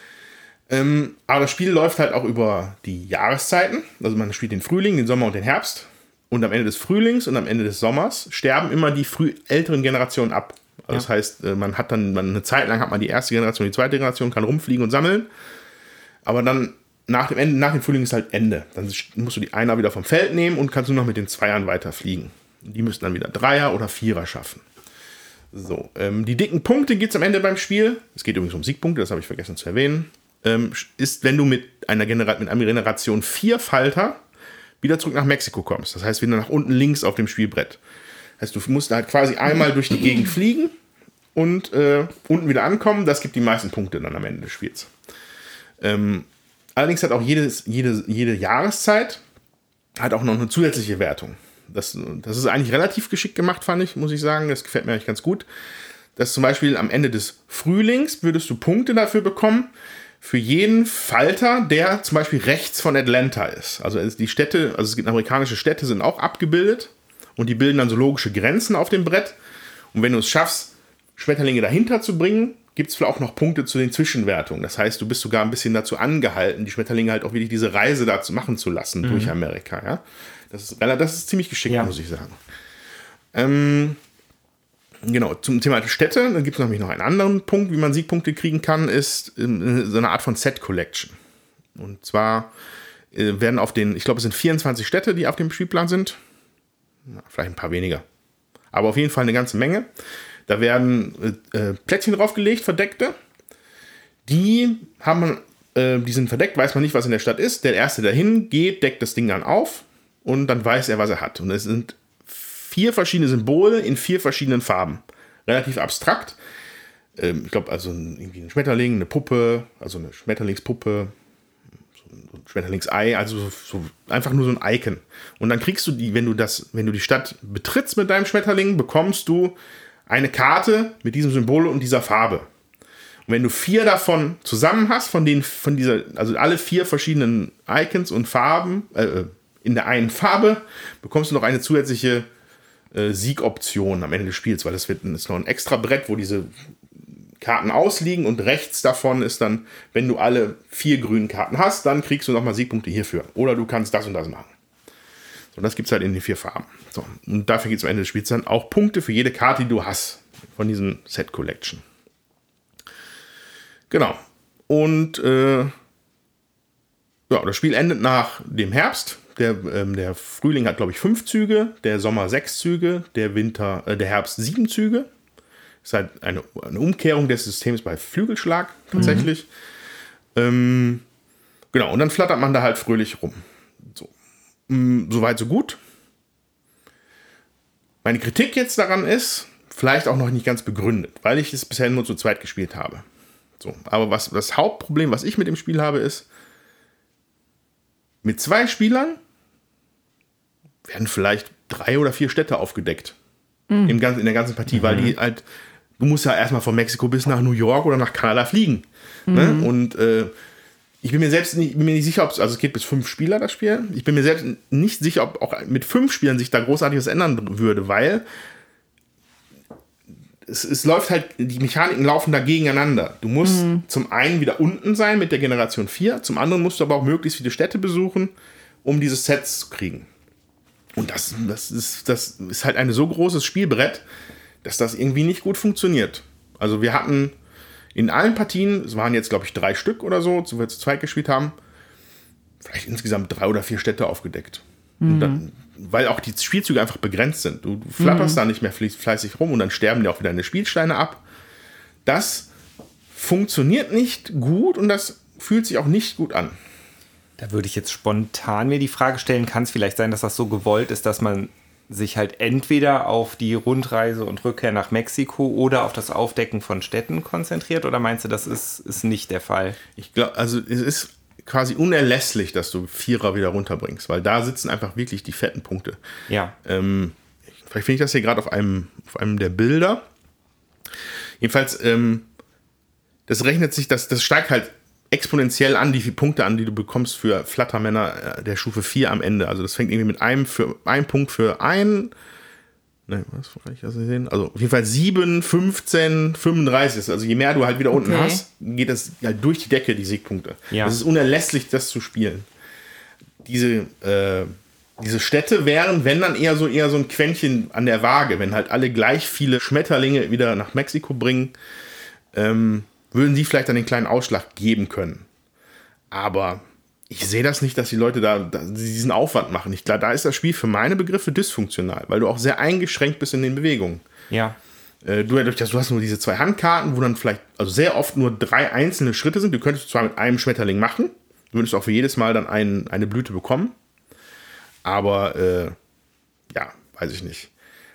Aber das Spiel läuft halt auch über die Jahreszeiten. Also man spielt den Frühling, den Sommer und den Herbst. Und am Ende des Frühlings und am Ende des Sommers sterben immer die älteren Generationen ab. Also das heißt, man hat dann eine Zeit lang hat man die erste Generation, die zweite Generation kann rumfliegen und sammeln. Aber dann nach dem Frühling ist halt Ende. Dann musst du die Einer wieder vom Feld nehmen und kannst nur noch mit den Zweiern weiterfliegen. Die müssen dann wieder Dreier oder Vierer schaffen. So, die dicken Punkte gibt es am Ende beim Spiel. Es geht übrigens um Siegpunkte, das habe ich vergessen zu erwähnen. Ist, wenn du mit einer Generation 4 Falter wieder zurück nach Mexiko kommst. Das heißt, wieder nach unten links auf dem Spielbrett. Das heißt, du musst halt quasi einmal durch die Gegend fliegen und unten wieder ankommen. Das gibt die meisten Punkte dann am Ende des Spiels. Allerdings hat auch jede Jahreszeit hat auch noch eine zusätzliche Wertung. Das ist eigentlich relativ geschickt gemacht, fand ich, muss ich sagen. Das gefällt mir eigentlich ganz gut. Dass zum Beispiel am Ende des Frühlings würdest du Punkte dafür bekommen, für jeden Falter, der zum Beispiel rechts von Atlanta ist. Also die Städte, also es gibt amerikanische Städte, sind auch abgebildet und die bilden dann so logische Grenzen auf dem Brett. Und wenn du es schaffst, Schmetterlinge dahinter zu bringen, gibt es auch noch Punkte zu den Zwischenwertungen. Das heißt, du bist sogar ein bisschen dazu angehalten, die Schmetterlinge halt auch wirklich diese Reise dazu machen zu lassen durch Amerika. Ja? Das ist ziemlich geschickt, muss ich sagen. Genau, zum Thema Städte, dann gibt es nämlich noch einen anderen Punkt, wie man Siegpunkte kriegen kann, ist so eine Art von Set-Collection. Und zwar werden ich glaube, es sind 24 Städte, die auf dem Spielplan sind. Vielleicht ein paar weniger. Aber auf jeden Fall eine ganze Menge. Da werden Plättchen draufgelegt, verdeckte. Die sind verdeckt, weiß man nicht, was in der Stadt ist. Der Erste, der hingeht, deckt das Ding dann auf und dann weiß er, was er hat. Und es sind 4 verschiedene Symbole in 4 verschiedenen Farben. Relativ abstrakt. Ich glaube, also irgendwie ein Schmetterling, eine Puppe, also eine Schmetterlingspuppe, so ein Schmetterlingsei, also so einfach nur so ein Icon. Und dann kriegst du wenn du die Stadt betrittst mit deinem Schmetterling, bekommst du eine Karte mit diesem Symbol und dieser Farbe. Und wenn du 4 davon zusammen hast, also alle 4 verschiedenen Icons und Farben, in der einen Farbe, bekommst du noch eine zusätzliche Siegoption am Ende des Spiels, weil das ist noch ein extra Brett, wo diese Karten ausliegen und rechts davon ist dann, wenn du alle 4 grünen Karten hast, dann kriegst du nochmal Siegpunkte hierfür. Oder du kannst das und das machen. So, das gibt es halt in den 4 Farben. So, und dafür gibt es am Ende des Spiels dann auch Punkte für jede Karte, die du hast von diesem Set Collection. Genau. Und das Spiel endet nach dem Herbst. Der Frühling hat, glaube ich, 5 Züge, der Sommer 6 Züge, der Herbst 7 Züge. Das ist halt eine Umkehrung des Systems bei Flügelschlag tatsächlich. Genau, und dann flattert man da halt fröhlich rum. So. Soweit, so gut. Meine Kritik jetzt daran ist, vielleicht auch noch nicht ganz begründet, weil ich es bisher nur zu zweit gespielt habe. So, aber das Hauptproblem, was ich mit dem Spiel habe, ist, mit 2 Spielern werden vielleicht 3 oder 4 Städte aufgedeckt. In der ganzen Partie, weil die halt, du musst ja erstmal von Mexiko bis nach New York oder nach Kanada fliegen. Ne? Und ich bin mir nicht sicher, also es geht bis 5 Spieler, das Spiel. Ich bin mir selbst nicht sicher, ob auch mit 5 Spielern sich da großartig was ändern würde, weil es läuft halt, die Mechaniken laufen da gegeneinander. Du musst zum einen wieder unten sein mit der Generation 4, zum anderen musst du aber auch möglichst viele Städte besuchen, um diese Sets zu kriegen. Und das ist halt ein so großes Spielbrett, dass das irgendwie nicht gut funktioniert. Also wir hatten in allen Partien, es waren jetzt glaube ich 3 Stück oder so, wo wir zu zweit gespielt haben, vielleicht insgesamt 3 oder 4 Städte aufgedeckt. Und dann, weil auch die Spielzüge einfach begrenzt sind. Du flatterst da nicht mehr fleißig rum und dann sterben dir auch wieder deine Spielsteine ab. Das funktioniert nicht gut und das fühlt sich auch nicht gut an. Da würde ich jetzt spontan mir die Frage stellen, kann es vielleicht sein, dass das so gewollt ist, dass man sich halt entweder auf die Rundreise und Rückkehr nach Mexiko oder auf das Aufdecken von Städten konzentriert? Oder meinst du, das ist nicht der Fall? Ich glaube, also es ist quasi unerlässlich, dass du 4er wieder runterbringst, weil da sitzen einfach wirklich die fetten Punkte. Ja. Vielleicht finde ich das hier gerade auf einem der Bilder. Jedenfalls, das rechnet sich, das steigt halt exponentiell an, wie viele Punkte an, die du bekommst für Flattermänner der Stufe 4 am Ende. Also das fängt irgendwie mit einem Punkt für einen. Ne, was kann ich das sehen? Also auf jeden Fall 7, 15, 35. Also je mehr du halt wieder unten hast, geht das halt durch die Decke, die Siegpunkte. Ja. Das ist unerlässlich, das zu spielen. Diese Städte wären, wenn dann eher so ein Quäntchen an der Waage, wenn halt alle gleich viele Schmetterlinge wieder nach Mexiko bringen, würden sie vielleicht dann den kleinen Ausschlag geben können. Aber ich sehe das nicht, dass die Leute da diesen Aufwand machen. Da ist das Spiel für meine Begriffe dysfunktional, weil du auch sehr eingeschränkt bist in den Bewegungen. Ja. Du hast nur diese 2 Handkarten, wo dann vielleicht, also sehr oft nur 3 einzelne Schritte sind. Du könntest zwar mit einem Schmetterling machen, du würdest auch für jedes Mal dann eine Blüte bekommen. Aber, weiß ich nicht.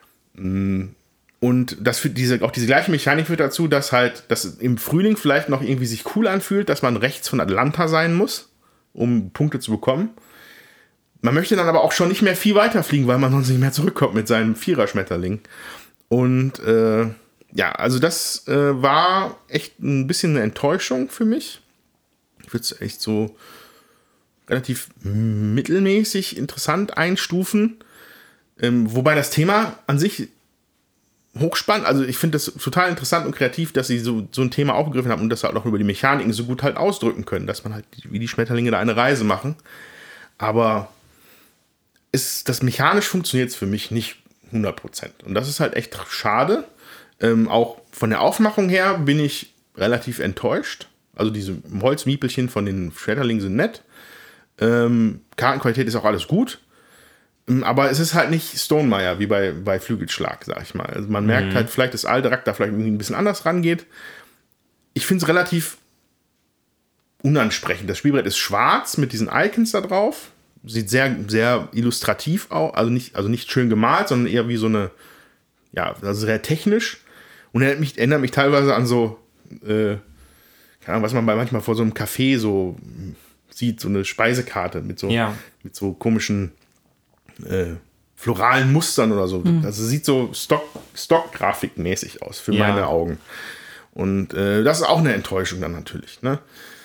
Und auch diese gleiche Mechanik führt dazu, dass im Frühling vielleicht noch irgendwie sich cool anfühlt, dass man rechts von Atlanta sein muss, um Punkte zu bekommen. man möchte dann aber auch schon nicht mehr viel weiter fliegen, weil man sonst nicht mehr zurückkommt mit seinem Vierer-Schmetterling. Und also das war echt ein bisschen eine Enttäuschung für mich. Ich würde es echt so relativ mittelmäßig interessant einstufen. Wobei das Thema an sich hochspannend, also ich finde das total interessant und kreativ, dass sie so ein Thema aufgegriffen haben und das halt auch über die Mechaniken so gut halt ausdrücken können, dass man halt wie die Schmetterlinge da eine Reise machen. Aber das mechanisch funktioniert es für mich nicht 100%. Und das ist halt echt schade. Auch von der Aufmachung her bin ich relativ enttäuscht. Also diese Holzmiepelchen von den Schmetterlingen sind nett. Kartenqualität ist auch alles gut. Aber es ist halt nicht Stonemaier wie bei Flügelschlag, sag ich mal. Also man merkt halt vielleicht, dass Alderac da vielleicht irgendwie ein bisschen anders rangeht. Ich finde es relativ unansprechend. Das Spielbrett ist schwarz mit diesen Icons da drauf. Sieht sehr, sehr illustrativ aus. Also nicht schön gemalt, sondern eher wie so eine, also sehr technisch. Und erinnert mich teilweise an so, keine Ahnung, was man manchmal vor so einem Café so sieht, so eine Speisekarte mit so komischen floralen Mustern oder so. Also sieht so Stock-Grafik-mäßig aus für meine Augen. Und das ist auch eine Enttäuschung dann natürlich. Ne?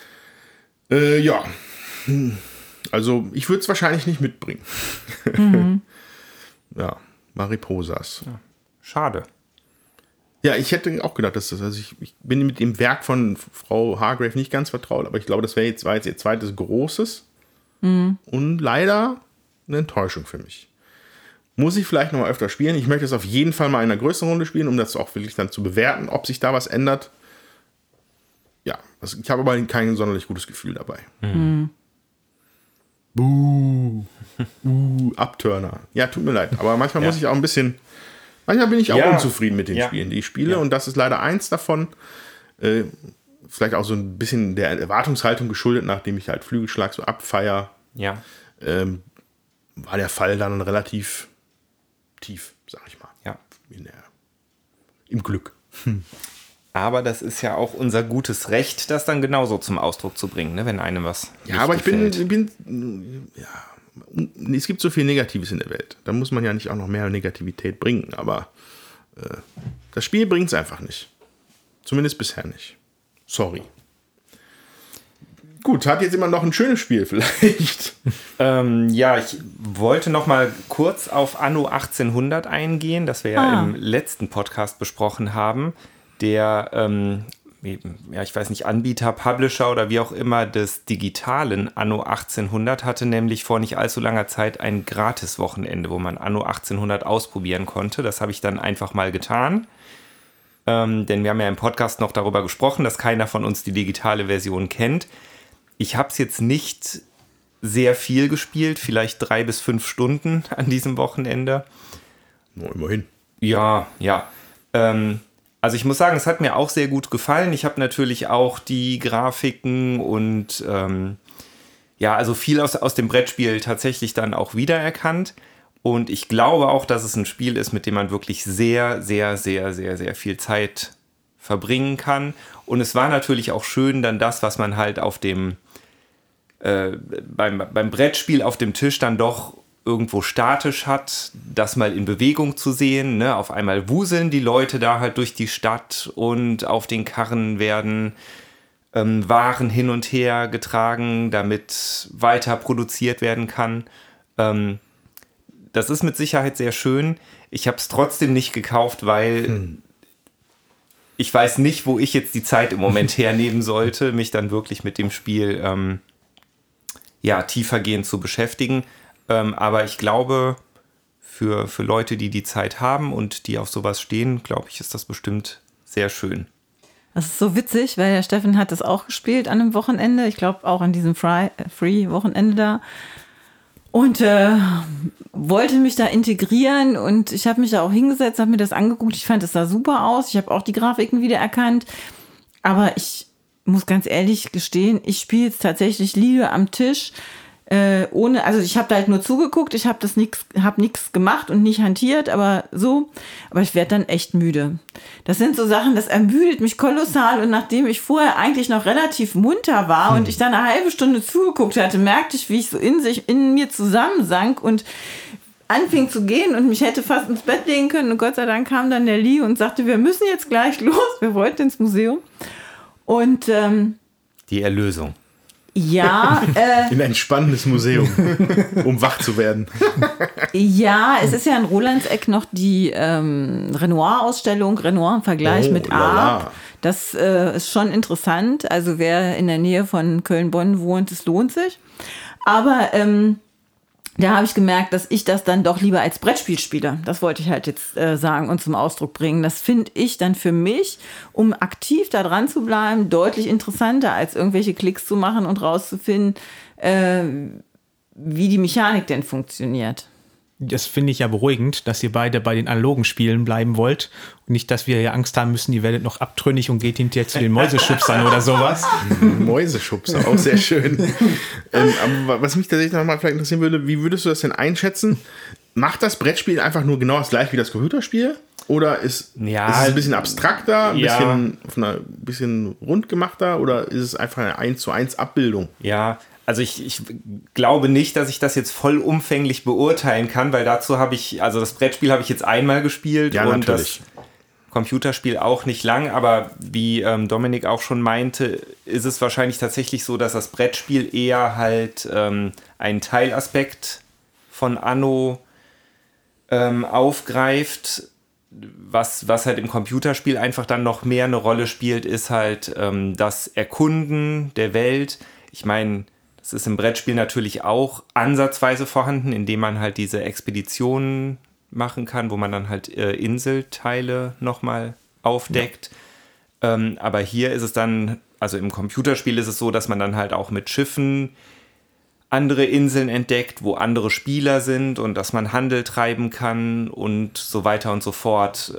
Also ich würde es wahrscheinlich nicht mitbringen. Ja, Mariposas. Ja, schade. Ja, ich hätte auch gedacht, dass also ich bin mit dem Werk von Frau Hargrave nicht ganz vertraut, aber ich glaube, war jetzt ihr zweites großes. Und leider eine Enttäuschung für mich. Muss ich vielleicht noch mal öfter spielen. Ich möchte es auf jeden Fall mal in einer größeren Runde spielen, um das auch wirklich dann zu bewerten, ob sich da was ändert. Ja, also ich habe aber kein sonderlich gutes Gefühl dabei. Abturner. Ja, tut mir leid. Aber manchmal muss ich auch manchmal bin ich auch unzufrieden mit den Spielen, die ich spiele. Und das ist leider eins davon. Vielleicht auch so ein bisschen der Erwartungshaltung geschuldet, nachdem ich halt Flügelschlag so abfeier. Ja. War der Fall dann relativ tief, sag ich mal. Ja. Im Glück. Aber das ist ja auch unser gutes Recht, das dann genauso zum Ausdruck zu bringen, ne? Wenn einem was nicht aber gefällt. Es gibt so viel Negatives in der Welt. Da muss man ja nicht auch noch mehr Negativität bringen, aber das Spiel bringt es einfach nicht. Zumindest bisher nicht. Sorry. Gut, hat jetzt immer noch ein schönes Spiel vielleicht. Ich wollte noch mal kurz auf Anno 1800 eingehen, das wir ja im letzten Podcast besprochen haben. Der, ich weiß nicht, Anbieter, Publisher oder wie auch immer des digitalen Anno 1800 hatte nämlich vor nicht allzu langer Zeit ein Gratis-Wochenende, wo man Anno 1800 ausprobieren konnte. Das habe ich dann einfach mal getan. Denn wir haben ja im Podcast noch darüber gesprochen, dass keiner von uns die digitale Version kennt. Ich habe es jetzt nicht sehr viel gespielt, vielleicht 3 bis 5 Stunden an diesem Wochenende. Immerhin. Ja. Also ich muss sagen, es hat mir auch sehr gut gefallen. Ich habe natürlich auch die Grafiken und also viel aus dem Brettspiel tatsächlich dann auch wiedererkannt. Und ich glaube auch, dass es ein Spiel ist, mit dem man wirklich sehr, sehr, sehr, sehr, sehr viel Zeit verbringen kann. Und es war natürlich auch schön, dann das, was man halt auf dem beim Brettspiel auf dem Tisch dann doch irgendwo statisch hat, das mal in Bewegung zu sehen. Ne? Auf einmal wuseln die Leute da halt durch die Stadt und auf den Karren werden Waren hin und her getragen, damit weiter produziert werden kann. Das ist mit Sicherheit sehr schön. Ich habe es trotzdem nicht gekauft, weil ich weiß nicht, wo ich jetzt die Zeit im Moment hernehmen sollte, mich dann wirklich mit dem Spiel tiefergehend zu beschäftigen. Aber ich glaube, für Leute, die Zeit haben und die auf sowas stehen, glaube ich, ist das bestimmt sehr schön. Das ist so witzig, weil der Steffen hat das auch gespielt an einem Wochenende. Ich glaube auch an diesem Free-Wochenende da. Und wollte mich da integrieren und ich habe mich da auch hingesetzt, habe mir das angeguckt. Ich fand, es sah super aus. Ich habe auch die Grafiken wiedererkannt. Aber ich muss ganz ehrlich gestehen, ich spiele jetzt tatsächlich lieber am Tisch Also ich habe da halt nur zugeguckt, ich habe nichts gemacht und nicht hantiert, aber ich werde dann echt müde. Das sind so Sachen, das ermüdet mich kolossal, und nachdem ich vorher eigentlich noch relativ munter war und ich dann eine halbe Stunde zugeguckt hatte, merkte ich, wie ich so in mir zusammensank und anfing zu gehen und mich hätte fast ins Bett legen können, und Gott sei Dank kam dann der Lee und sagte, wir müssen jetzt gleich los, wir wollten ins Museum. Und die Erlösung. Ja. In ein spannendes Museum, um wach zu werden. Ja, es ist ja in Rolandseck noch die Renoir-Ausstellung, Renoir im Vergleich mit Arp. Das ist schon interessant. Also wer in der Nähe von Köln-Bonn wohnt, es lohnt sich. Aber da habe ich gemerkt, dass ich das dann doch lieber als Brettspiel spiele. Das wollte ich halt jetzt sagen und zum Ausdruck bringen. Das finde ich dann für mich, um aktiv da dran zu bleiben, deutlich interessanter, als irgendwelche Klicks zu machen und rauszufinden, wie die Mechanik denn funktioniert. Das finde ich ja beruhigend, dass ihr beide bei den analogen Spielen bleiben wollt und nicht, dass wir ja Angst haben müssen, ihr werdet noch abtrünnig und geht hinterher zu den Mäuseschubsern oder sowas. Mäuseschubser, auch sehr schön. Aber was mich tatsächlich noch mal vielleicht interessieren würde, wie würdest du das denn einschätzen? Macht das Brettspiel einfach nur genau das gleiche wie das Computerspiel? Oder ist es ein bisschen abstrakter, ein bisschen rund gemachter, oder ist es einfach eine 1:1 Abbildung? Ja, also ich glaube nicht, dass ich das jetzt vollumfänglich beurteilen kann, weil dazu das Brettspiel habe ich jetzt einmal gespielt, und natürlich. Das Computerspiel auch nicht lang, aber wie Dominik auch schon meinte, ist es wahrscheinlich tatsächlich so, dass das Brettspiel eher halt einen Teilaspekt von Anno aufgreift. Was halt im Computerspiel einfach dann noch mehr eine Rolle spielt, ist halt das Erkunden der Welt. Ich meine, das ist im Brettspiel natürlich auch ansatzweise vorhanden, indem man halt diese Expeditionen machen kann, wo man dann halt Inselteile nochmal aufdeckt. Ja. Aber hier ist es dann, also im Computerspiel ist es so, dass man dann halt auch mit Schiffen andere Inseln entdeckt, wo andere Spieler sind, und dass man Handel treiben kann und so weiter und so fort.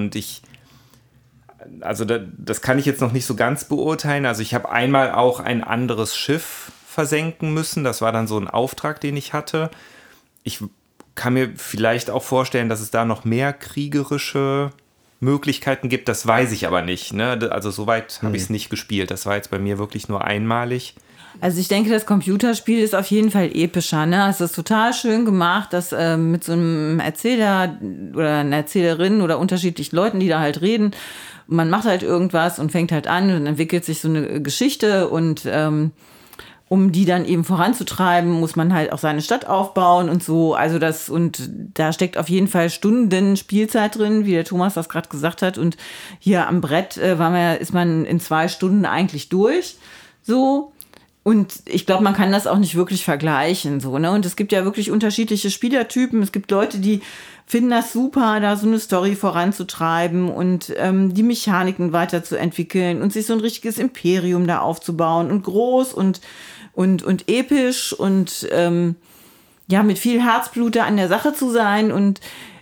Das kann ich jetzt noch nicht so ganz beurteilen. Also ich habe einmal auch ein anderes Schiff versenken müssen. Das war dann so ein Auftrag, den ich hatte. Ich kann mir vielleicht auch vorstellen, dass es da noch mehr kriegerische Möglichkeiten gibt. Das weiß ich aber nicht. Ne? Also soweit habe ich es nicht gespielt. Das war jetzt bei mir wirklich nur einmalig. Also ich denke, das Computerspiel ist auf jeden Fall epischer. Ne? Es ist total schön gemacht, dass mit so einem Erzähler oder einer Erzählerin oder unterschiedlichen Leuten, die da halt reden, man macht halt irgendwas und fängt halt an und entwickelt sich so eine Geschichte, und um die dann eben voranzutreiben, muss man halt auch seine Stadt aufbauen und so. Also da steckt auf jeden Fall Stunden Spielzeit drin, wie der Thomas das gerade gesagt hat. Und hier am Brett ist man in 2 Stunden eigentlich durch. So. Und ich glaube, man kann das auch nicht wirklich vergleichen. So, ne? Und es gibt ja wirklich unterschiedliche Spielertypen. Es gibt Leute, die finden das super, da so eine Story voranzutreiben und die Mechaniken weiterzuentwickeln und sich so ein richtiges Imperium da aufzubauen und groß und episch und mit viel Herzblut da an der Sache zu sein. Und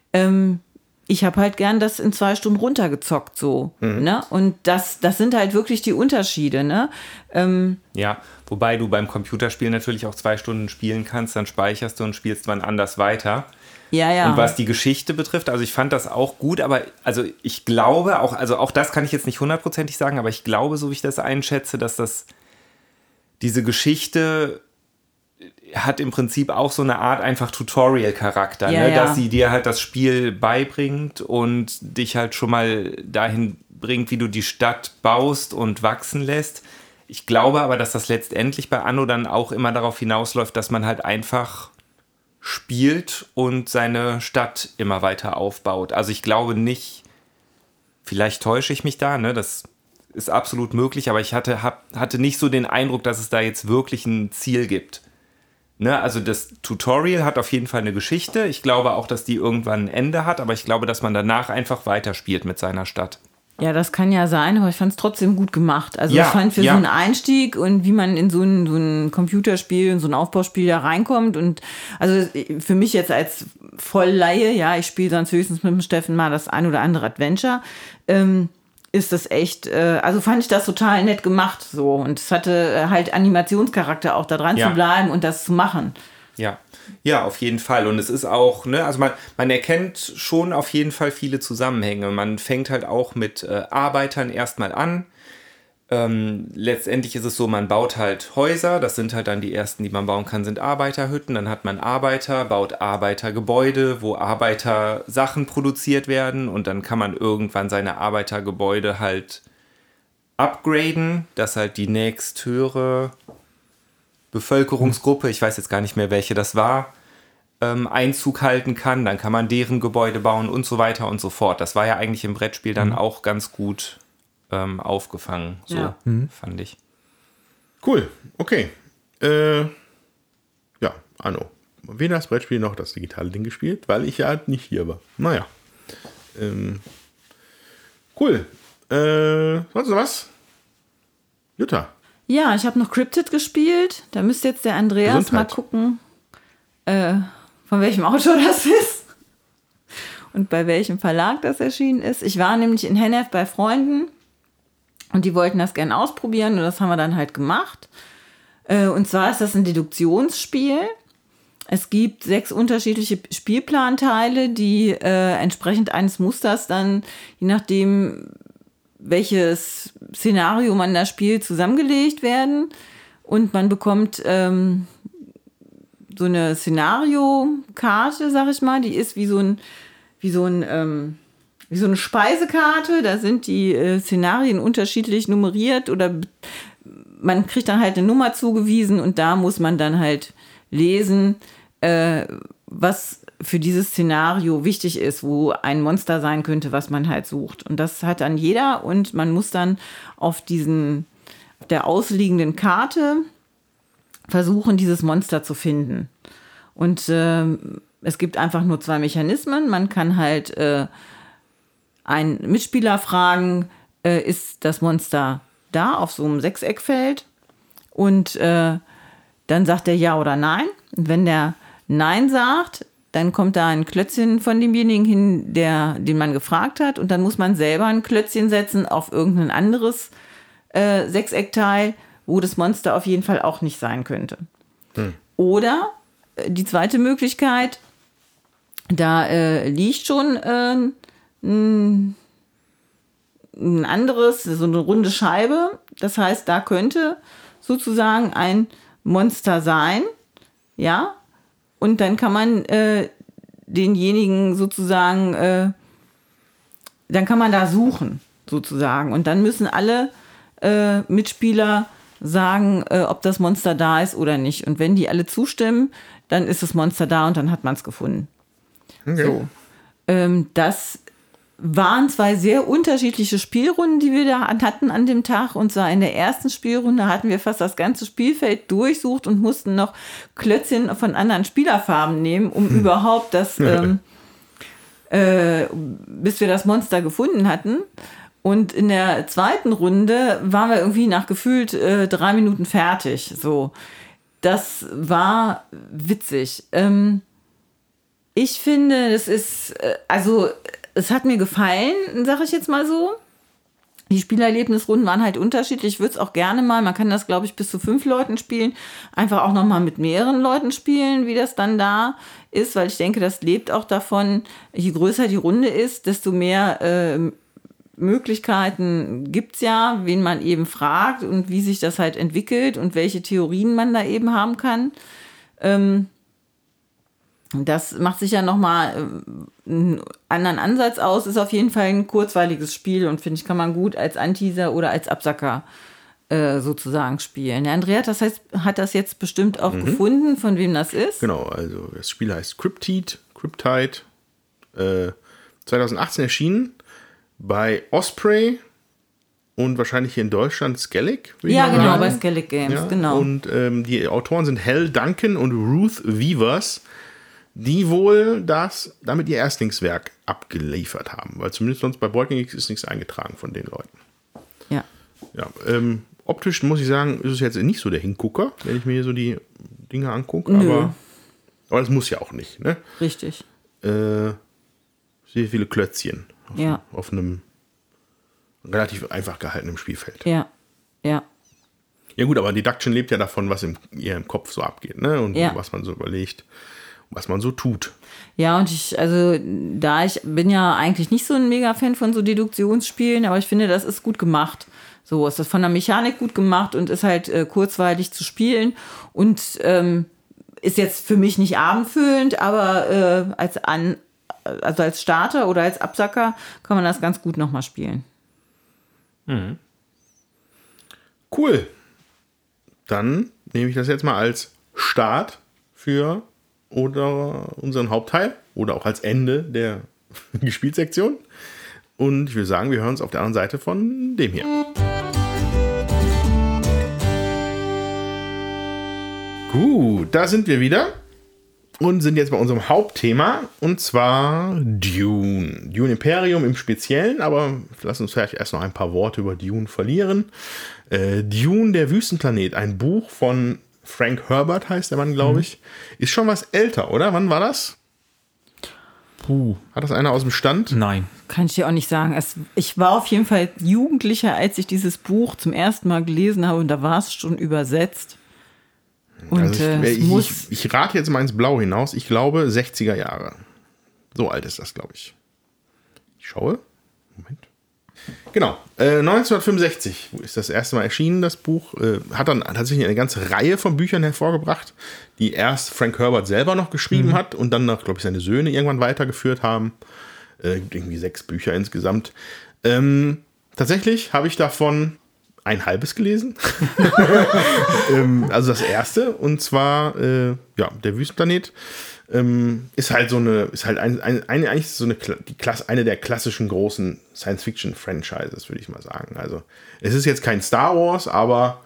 ich habe halt gern das in 2 Stunden runtergezockt so. Ne? Und das sind halt wirklich die Unterschiede. Ne? Ja, wobei du beim Computerspiel natürlich auch 2 Stunden spielen kannst, dann speicherst du und spielst wann anders weiter. Ja. Und was die Geschichte betrifft, also ich fand das auch gut, aber also ich glaube, auch das kann ich jetzt nicht 100%ig sagen, aber ich glaube, so wie ich das einschätze, dass diese Geschichte hat im Prinzip auch so eine Art einfach Tutorial-Charakter, ja, ne? Ja. Dass sie dir halt das Spiel beibringt und dich halt schon mal dahin bringt, wie du die Stadt baust und wachsen lässt. Ich glaube aber, dass das letztendlich bei Anno dann auch immer darauf hinausläuft, dass man halt einfach spielt und seine Stadt immer weiter aufbaut. Also ich glaube nicht, vielleicht täusche ich mich da, ne? Das ist absolut möglich, aber ich hatte nicht so den Eindruck, dass es da jetzt wirklich ein Ziel gibt. Ne? Also das Tutorial hat auf jeden Fall eine Geschichte. Ich glaube auch, dass die irgendwann ein Ende hat, aber ich glaube, dass man danach einfach weiterspielt mit seiner Stadt. Ja, das kann ja sein, aber ich fand es trotzdem gut gemacht. Also Ja, ich fand für ja. so einen Einstieg und wie man in so ein Computerspiel, in so ein Aufbauspiel da reinkommt, und also für mich jetzt als Vollleihe, ja, ich spiele sonst höchstens mit dem Steffen mal das ein oder andere Adventure, ist das echt, also fand ich das total nett gemacht so. Und es hatte halt Animationscharakter auch da dran zu bleiben und das zu machen. Ja, auf jeden Fall. Und es ist auch, ne, also man erkennt schon auf jeden Fall viele Zusammenhänge. Man fängt halt auch mit Arbeitern erstmal an. Letztendlich ist es so, man baut halt Häuser. Das sind halt dann die ersten, die man bauen kann, sind Arbeiterhütten. Dann hat man Arbeiter, baut Arbeitergebäude, wo Arbeitersachen produziert werden. Und dann kann man irgendwann seine Arbeitergebäude halt upgraden, dass halt die nächsthöhere Bevölkerungsgruppe, ich weiß jetzt gar nicht mehr, welche das war, Einzug halten kann. Dann kann man deren Gebäude bauen und so weiter und so fort. Das war ja eigentlich im Brettspiel dann auch ganz gut aufgefangen. So fand ich. Cool, okay. Ja, Anno. Wen hat das Brettspiel noch das digitale Ding gespielt? Weil ich ja nicht hier war. Naja. Cool. Sonst noch was? Jutta. Ja, ich habe noch Cryptid gespielt. Da müsste jetzt der Andreas mal gucken, von welchem Autor das ist und bei welchem Verlag das erschienen ist. Ich war nämlich in Hennef bei Freunden und die wollten das gerne ausprobieren und das haben wir dann halt gemacht. Und zwar ist das ein Deduktionsspiel. Es gibt 6 unterschiedliche Spielplanteile, die entsprechend eines Musters dann, je nachdem, welches Szenario man da spielt, zusammengelegt werden. Und man bekommt so eine Szenariokarte, sag ich mal, die ist wie so eine Speisekarte. Da sind die Szenarien unterschiedlich nummeriert oder man kriegt dann halt eine Nummer zugewiesen und da muss man dann halt lesen, was für dieses Szenario wichtig ist, wo ein Monster sein könnte, was man halt sucht. Und das hat dann jeder und man muss dann auf der ausliegenden Karte versuchen, dieses Monster zu finden. Und es gibt einfach nur 2 Mechanismen. Man kann halt einen Mitspieler fragen, ist das Monster da auf so einem Sechseckfeld? Und dann sagt er ja oder nein. Und wenn der Nein sagt, dann kommt da ein Klötzchen von demjenigen hin, den man gefragt hat. Und dann muss man selber ein Klötzchen setzen auf irgendein anderes Sechseckteil, wo das Monster auf jeden Fall auch nicht sein könnte. Oder die zweite Möglichkeit, da liegt schon ein anderes, so eine runde Scheibe. Das heißt, da könnte sozusagen ein Monster sein. Ja. Und dann kann man denjenigen sozusagen, dann kann man da suchen, sozusagen. Und dann müssen alle Mitspieler sagen, ob das Monster da ist oder nicht. Und wenn die alle zustimmen, dann ist das Monster da und dann hat man es gefunden. Okay. So. Das waren 2 sehr unterschiedliche Spielrunden, die wir da hatten an dem Tag. Und zwar in der ersten Spielrunde hatten wir fast das ganze Spielfeld durchsucht und mussten noch Klötzchen von anderen Spielerfarben nehmen, um überhaupt das, bis wir das Monster gefunden hatten. Und in der zweiten Runde waren wir irgendwie nach gefühlt 3 Minuten fertig. So, das war witzig. Ich finde, das ist, es hat mir gefallen, sage ich jetzt mal so. Die Spielerlebnisrunden waren halt unterschiedlich. Ich würde es auch gerne mal, man kann das, glaube ich, bis zu 5 Leuten spielen, einfach auch nochmal mit mehreren Leuten spielen, wie das dann da ist, weil ich denke, das lebt auch davon, je größer die Runde ist, desto mehr Möglichkeiten gibt es ja, wen man eben fragt und wie sich das halt entwickelt und welche Theorien man da eben haben kann. Das macht sicher nochmal einen anderen Ansatz aus, ist auf jeden Fall ein kurzweiliges Spiel und finde ich, kann man gut als Anteaser oder als Absacker sozusagen spielen. Der Andrea hat das jetzt bestimmt auch gefunden, von wem das ist. Genau, also das Spiel heißt Cryptid, 2018 erschienen bei Osprey und wahrscheinlich hier in Deutschland Skellig. Ja, genau, bei Skellig Games, ja, genau. Und die Autoren sind Hal Duncan und Ruth Weavers, die wohl damit ihr Erstlingswerk abgeliefert haben, weil zumindest sonst bei Board Game Geeks ist nichts eingetragen von den Leuten. Ja. Ja, optisch muss ich sagen, ist es jetzt nicht so der Hingucker, wenn ich mir hier so die Dinge angucke, aber das muss ja auch nicht, ne? Richtig. Sehr viele Klötzchen auf einem relativ einfach gehaltenem Spielfeld. Ja. Ja gut, aber Deduction lebt ja davon, was in ihrem Kopf so abgeht, ne? Und was man so überlegt, was man so tut. Ja, und ich bin ja eigentlich nicht so ein Mega-Fan von so Deduktionsspielen, aber ich finde, das ist gut gemacht. So ist das von der Mechanik gut gemacht und ist halt kurzweilig zu spielen und ist jetzt für mich nicht abendfüllend, aber als Starter oder als Absacker kann man das ganz gut nochmal spielen. Mhm. Cool. Dann nehme ich das jetzt mal als Start für unseren Hauptteil oder auch als Ende der Gespielsektion. Und ich würde sagen, wir hören uns auf der anderen Seite von dem hier. Gut, da sind wir wieder und sind jetzt bei unserem Hauptthema und zwar Dune. Dune Imperium im Speziellen, aber lass uns vielleicht erst noch ein paar Worte über Dune verlieren. Dune, der Wüstenplanet, ein Buch von Frank Herbert heißt der Mann, glaube ich. Ist schon was älter, oder? Wann war das? Hat das einer aus dem Stand? Nein. Kann ich dir auch nicht sagen. Ich war auf jeden Fall Jugendlicher, als ich dieses Buch zum ersten Mal gelesen habe und da war es schon übersetzt. Und also ich rate jetzt mal ins Blau hinaus. Ich glaube 60er Jahre. So alt ist das, glaube ich. Ich schaue. Moment. Genau. 1965 ist das erste Mal erschienen, das Buch. Hat dann tatsächlich eine ganze Reihe von Büchern hervorgebracht, die erst Frank Herbert selber noch geschrieben hat und dann noch, glaube ich, seine Söhne irgendwann weitergeführt haben. Irgendwie 6 Bücher insgesamt. Tatsächlich habe ich davon ein halbes gelesen. Also das erste, und zwar der Wüstenplanet. Ist halt eigentlich so eine der klassischen großen Science-Fiction-Franchises, würde ich mal sagen. Also es ist jetzt kein Star Wars, aber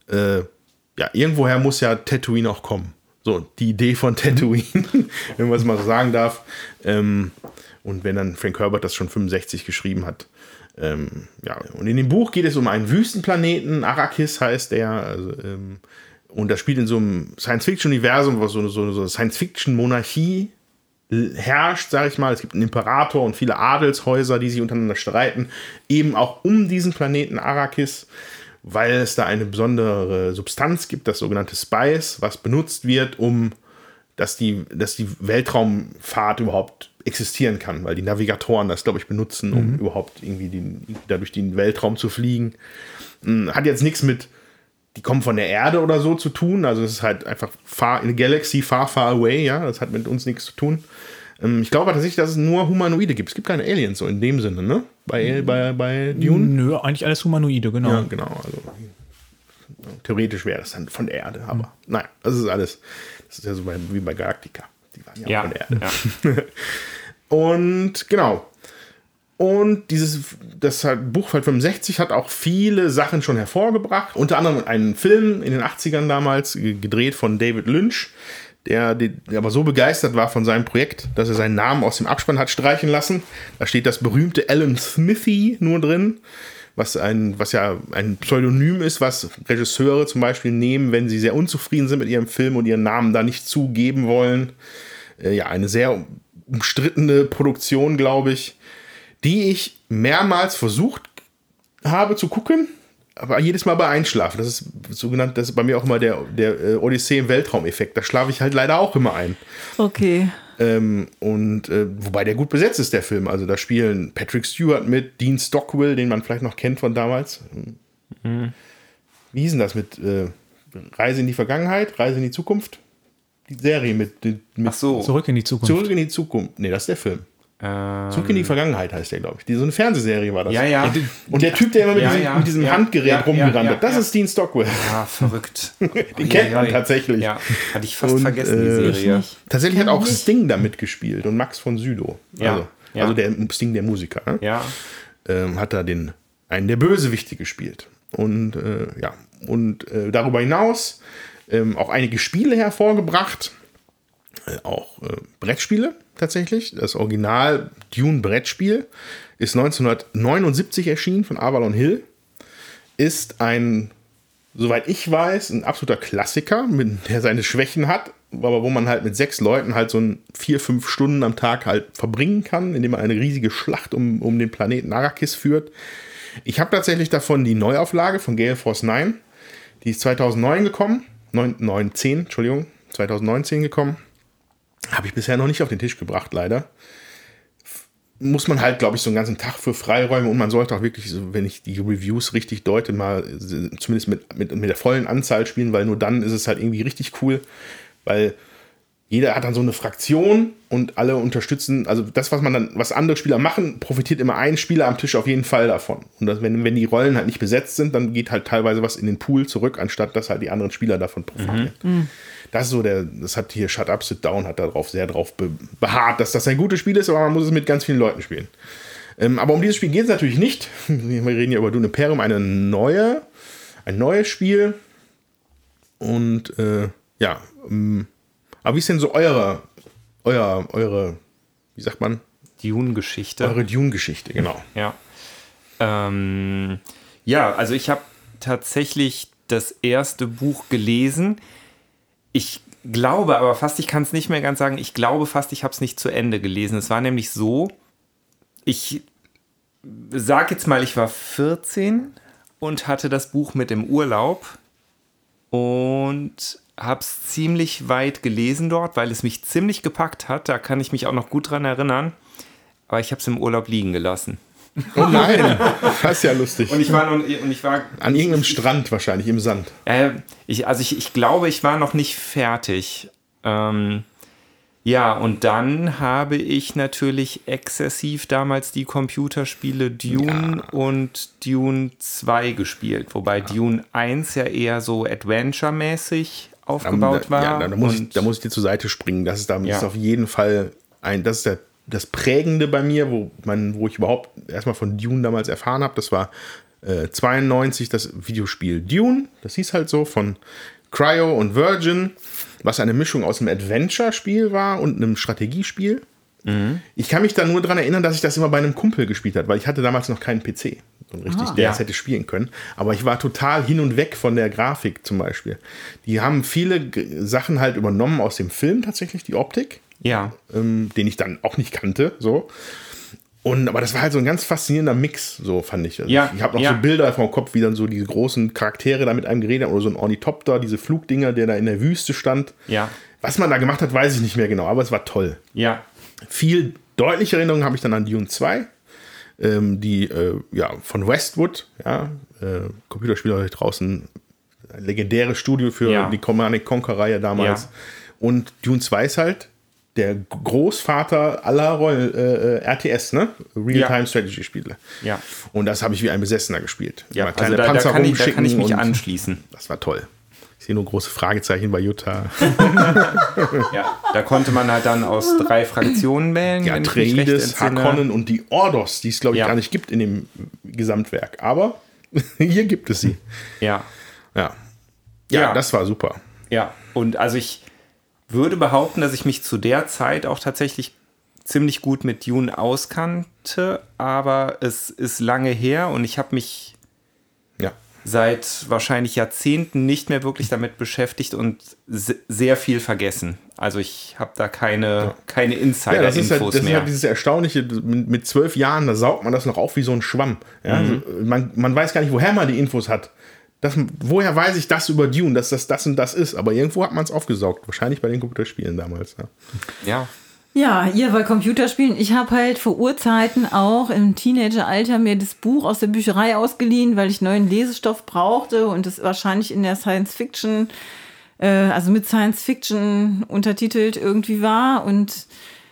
irgendwoher muss ja Tatooine auch kommen. So, die Idee von Tatooine, wenn man es mal so sagen darf. Und wenn dann Frank Herbert das schon 65 geschrieben hat. Und in dem Buch geht es um einen Wüstenplaneten, Arrakis heißt der, also, und das spielt in so einem Science-Fiction-Universum, wo so eine Science-Fiction-Monarchie herrscht, sag ich mal. Es gibt einen Imperator und viele Adelshäuser, die sich untereinander streiten, eben auch um diesen Planeten Arrakis, weil es da eine besondere Substanz gibt, das sogenannte Spice, was benutzt wird, dass die Weltraumfahrt überhaupt existieren kann, weil die Navigatoren das, glaube ich, benutzen, um überhaupt irgendwie da durch den Weltraum zu fliegen. Hat jetzt nichts mit, die kommen von der Erde oder so zu tun, also es ist halt einfach in a galaxy far, far away, ja, das hat mit uns nichts zu tun. Ich glaube tatsächlich, dass es nur Humanoide gibt. Es gibt keine Aliens so in dem Sinne, ne? Bei Dune? Nö, eigentlich alles Humanoide, genau. Ja, genau, also theoretisch wäre das dann von der Erde, aber nein, das ist alles. Das ist ja so wie bei Galactica. Die waren ja von der Erde. Ja. Und genau. Und das Buch von 65 hat auch viele Sachen schon hervorgebracht. Unter anderem einen Film in den 80ern damals, gedreht von David Lynch, der aber so begeistert war von seinem Projekt, dass er seinen Namen aus dem Abspann hat streichen lassen. Da steht das berühmte Alan Smithy nur drin, was ja ein Pseudonym ist, was Regisseure zum Beispiel nehmen, wenn sie sehr unzufrieden sind mit ihrem Film und ihren Namen da nicht zugeben wollen. Eine sehr umstrittene Produktion, glaube ich, die ich mehrmals versucht habe zu gucken, aber jedes Mal bei Einschlafen. Das ist bei mir auch immer der Odyssee im Weltraum-Effekt. Da schlafe ich halt leider auch immer ein. Okay. Wobei der gut besetzt ist, der Film. Also da spielen Patrick Stewart mit, Dean Stockwell, den man vielleicht noch kennt von damals. Wie hieß denn das mit Reise in die Vergangenheit, Reise in die Zukunft? Die Serie mit Ach so. Zurück in die Zukunft. Zurück in die Zukunft. Nee, das ist der Film. Zurück in die Vergangenheit heißt der, glaube ich. So eine Fernsehserie war das. Ja. Und der Typ, der immer mit diesem Handgerät rumgerannt hat, das ist Dean Stockwell. Ja, verrückt. Den kennt man tatsächlich. Ja, hatte ich fast vergessen, die Serie. Tatsächlich hat auch Sting da mitgespielt und Max von Sydow. Also der Sting, der Musiker. Ne? Ja. Hat da einen der Bösewichte gespielt. Und darüber hinaus auch einige Spiele hervorgebracht. Auch Brettspiele tatsächlich. Das Original Dune-Brettspiel ist 1979 erschienen von Avalon Hill. Ist soweit ich weiß, ein absoluter Klassiker, der seine Schwächen hat, aber wo man halt mit 6 Leuten halt so 4-5 Stunden am Tag halt verbringen kann, indem man eine riesige Schlacht um den Planeten Arrakis führt. Ich habe tatsächlich davon die Neuauflage von Gale Force 9. Die ist 2009 gekommen. 2019 gekommen. Habe ich bisher noch nicht auf den Tisch gebracht, leider. Muss man halt, glaube ich, so einen ganzen Tag für freiräumen und man sollte auch wirklich, so, wenn ich die Reviews richtig deute, mal zumindest mit der vollen Anzahl spielen, weil nur dann ist es halt irgendwie richtig cool, weil jeder hat dann so eine Fraktion und alle unterstützen, also das, was andere Spieler machen, profitiert immer ein Spieler am Tisch auf jeden Fall davon. Und das, wenn die Rollen halt nicht besetzt sind, dann geht halt teilweise was in den Pool zurück, anstatt dass halt die anderen Spieler davon profitieren. Das ist so das hat hier Shut Up, Sit Down, hat sehr darauf beharrt, dass das ein gutes Spiel ist, aber man muss es mit ganz vielen Leuten spielen. Aber um dieses Spiel geht es natürlich nicht. Wir reden ja über Dune Imperium, ein neues Spiel. Und aber wie ist denn so eure, wie sagt man? Dune-Geschichte. Eure Dune-Geschichte, genau. Ja. Also ich habe tatsächlich das erste Buch gelesen. Ich glaube aber fast, ich kann es nicht mehr ganz sagen, ich glaube fast, ich habe es nicht zu Ende gelesen. Es war nämlich so, ich sag jetzt mal, ich war 14 und hatte das Buch mit im Urlaub und habe es ziemlich weit gelesen dort, weil es mich ziemlich gepackt hat. Da kann ich mich auch noch gut dran erinnern. Aber ich habe es im Urlaub liegen gelassen. Oh nein, das ist ja lustig. Und ich war an irgendeinem Strand wahrscheinlich, im Sand. Ich glaube, ich war noch nicht fertig. Und dann habe ich natürlich exzessiv damals die Computerspiele Dune und Dune 2 gespielt. Wobei Dune 1 ja eher so Adventure-mäßig aufgebaut war. Ja, da muss ich dir zur Seite springen. Das ist auf jeden Fall das Prägende bei mir, wo ich überhaupt erstmal von Dune damals erfahren habe. Das war 92 das Videospiel Dune. Das hieß halt so, von Cryo und Virgin, was eine Mischung aus einem Adventure-Spiel war und einem Strategiespiel. Ich kann mich da nur daran erinnern, dass ich das immer bei einem Kumpel gespielt habe, weil ich hatte damals noch keinen PC. Der es hätte spielen können. Aber ich war total hin und weg von der Grafik zum Beispiel. Die haben viele Sachen halt übernommen aus dem Film tatsächlich, die Optik. Ja. Den ich dann auch nicht kannte. So. Aber das war halt so ein ganz faszinierender Mix, so fand ich. Also ich habe noch so Bilder vom Kopf, wie dann so diese großen Charaktere da mit einem geredet haben oder so ein Ornithopter, diese Flugdinger, der da in der Wüste stand. Ja. Was man da gemacht hat, weiß ich nicht mehr genau, aber es war toll. Ja. Viel deutliche Erinnerungen habe ich dann an Dune 2. Die von Westwood, Computerspieler draußen, ein legendäres Studio für die Command & Conquer-Reihe damals. Ja. Und Dune 2 ist halt der Großvater aller RTS, ne? Real-Time-Strategy-Spiele. Ja. Und das habe ich wie ein Besessener gespielt. Ja, also da kann ich mich anschließen. Das war toll. Ich sehe nur große Fragezeichen bei Jutta. Ja, da konnte man halt dann aus 3 Fraktionen wählen. Die Atreides, Harkonnen und die Ordos, die es, glaube ich, gar nicht gibt in dem Gesamtwerk. Aber hier gibt es sie. Ja, das war super. Ja, und also ich würde behaupten, dass ich mich zu der Zeit auch tatsächlich ziemlich gut mit Dune auskannte, aber es ist lange her und ich habe mich seit wahrscheinlich Jahrzehnten nicht mehr wirklich damit beschäftigt und sehr viel vergessen. Also ich habe da keine Insider-Infos mehr. Das ist halt dieses Erstaunliche, mit 12 Jahren, da saugt man das noch auf wie so ein Schwamm. Ja? Also man weiß gar nicht, woher man die Infos hat. Woher weiß ich das über Dune, dass das und das ist? Aber irgendwo hat man es aufgesaugt. Wahrscheinlich bei den Computerspielen damals. Ja. Ja, ihr bei Computerspielen. Ich habe halt vor Urzeiten auch im Teenageralter mir das Buch aus der Bücherei ausgeliehen, weil ich neuen Lesestoff brauchte und es wahrscheinlich in der Science-Fiction, also mit Science-Fiction untertitelt irgendwie war. Und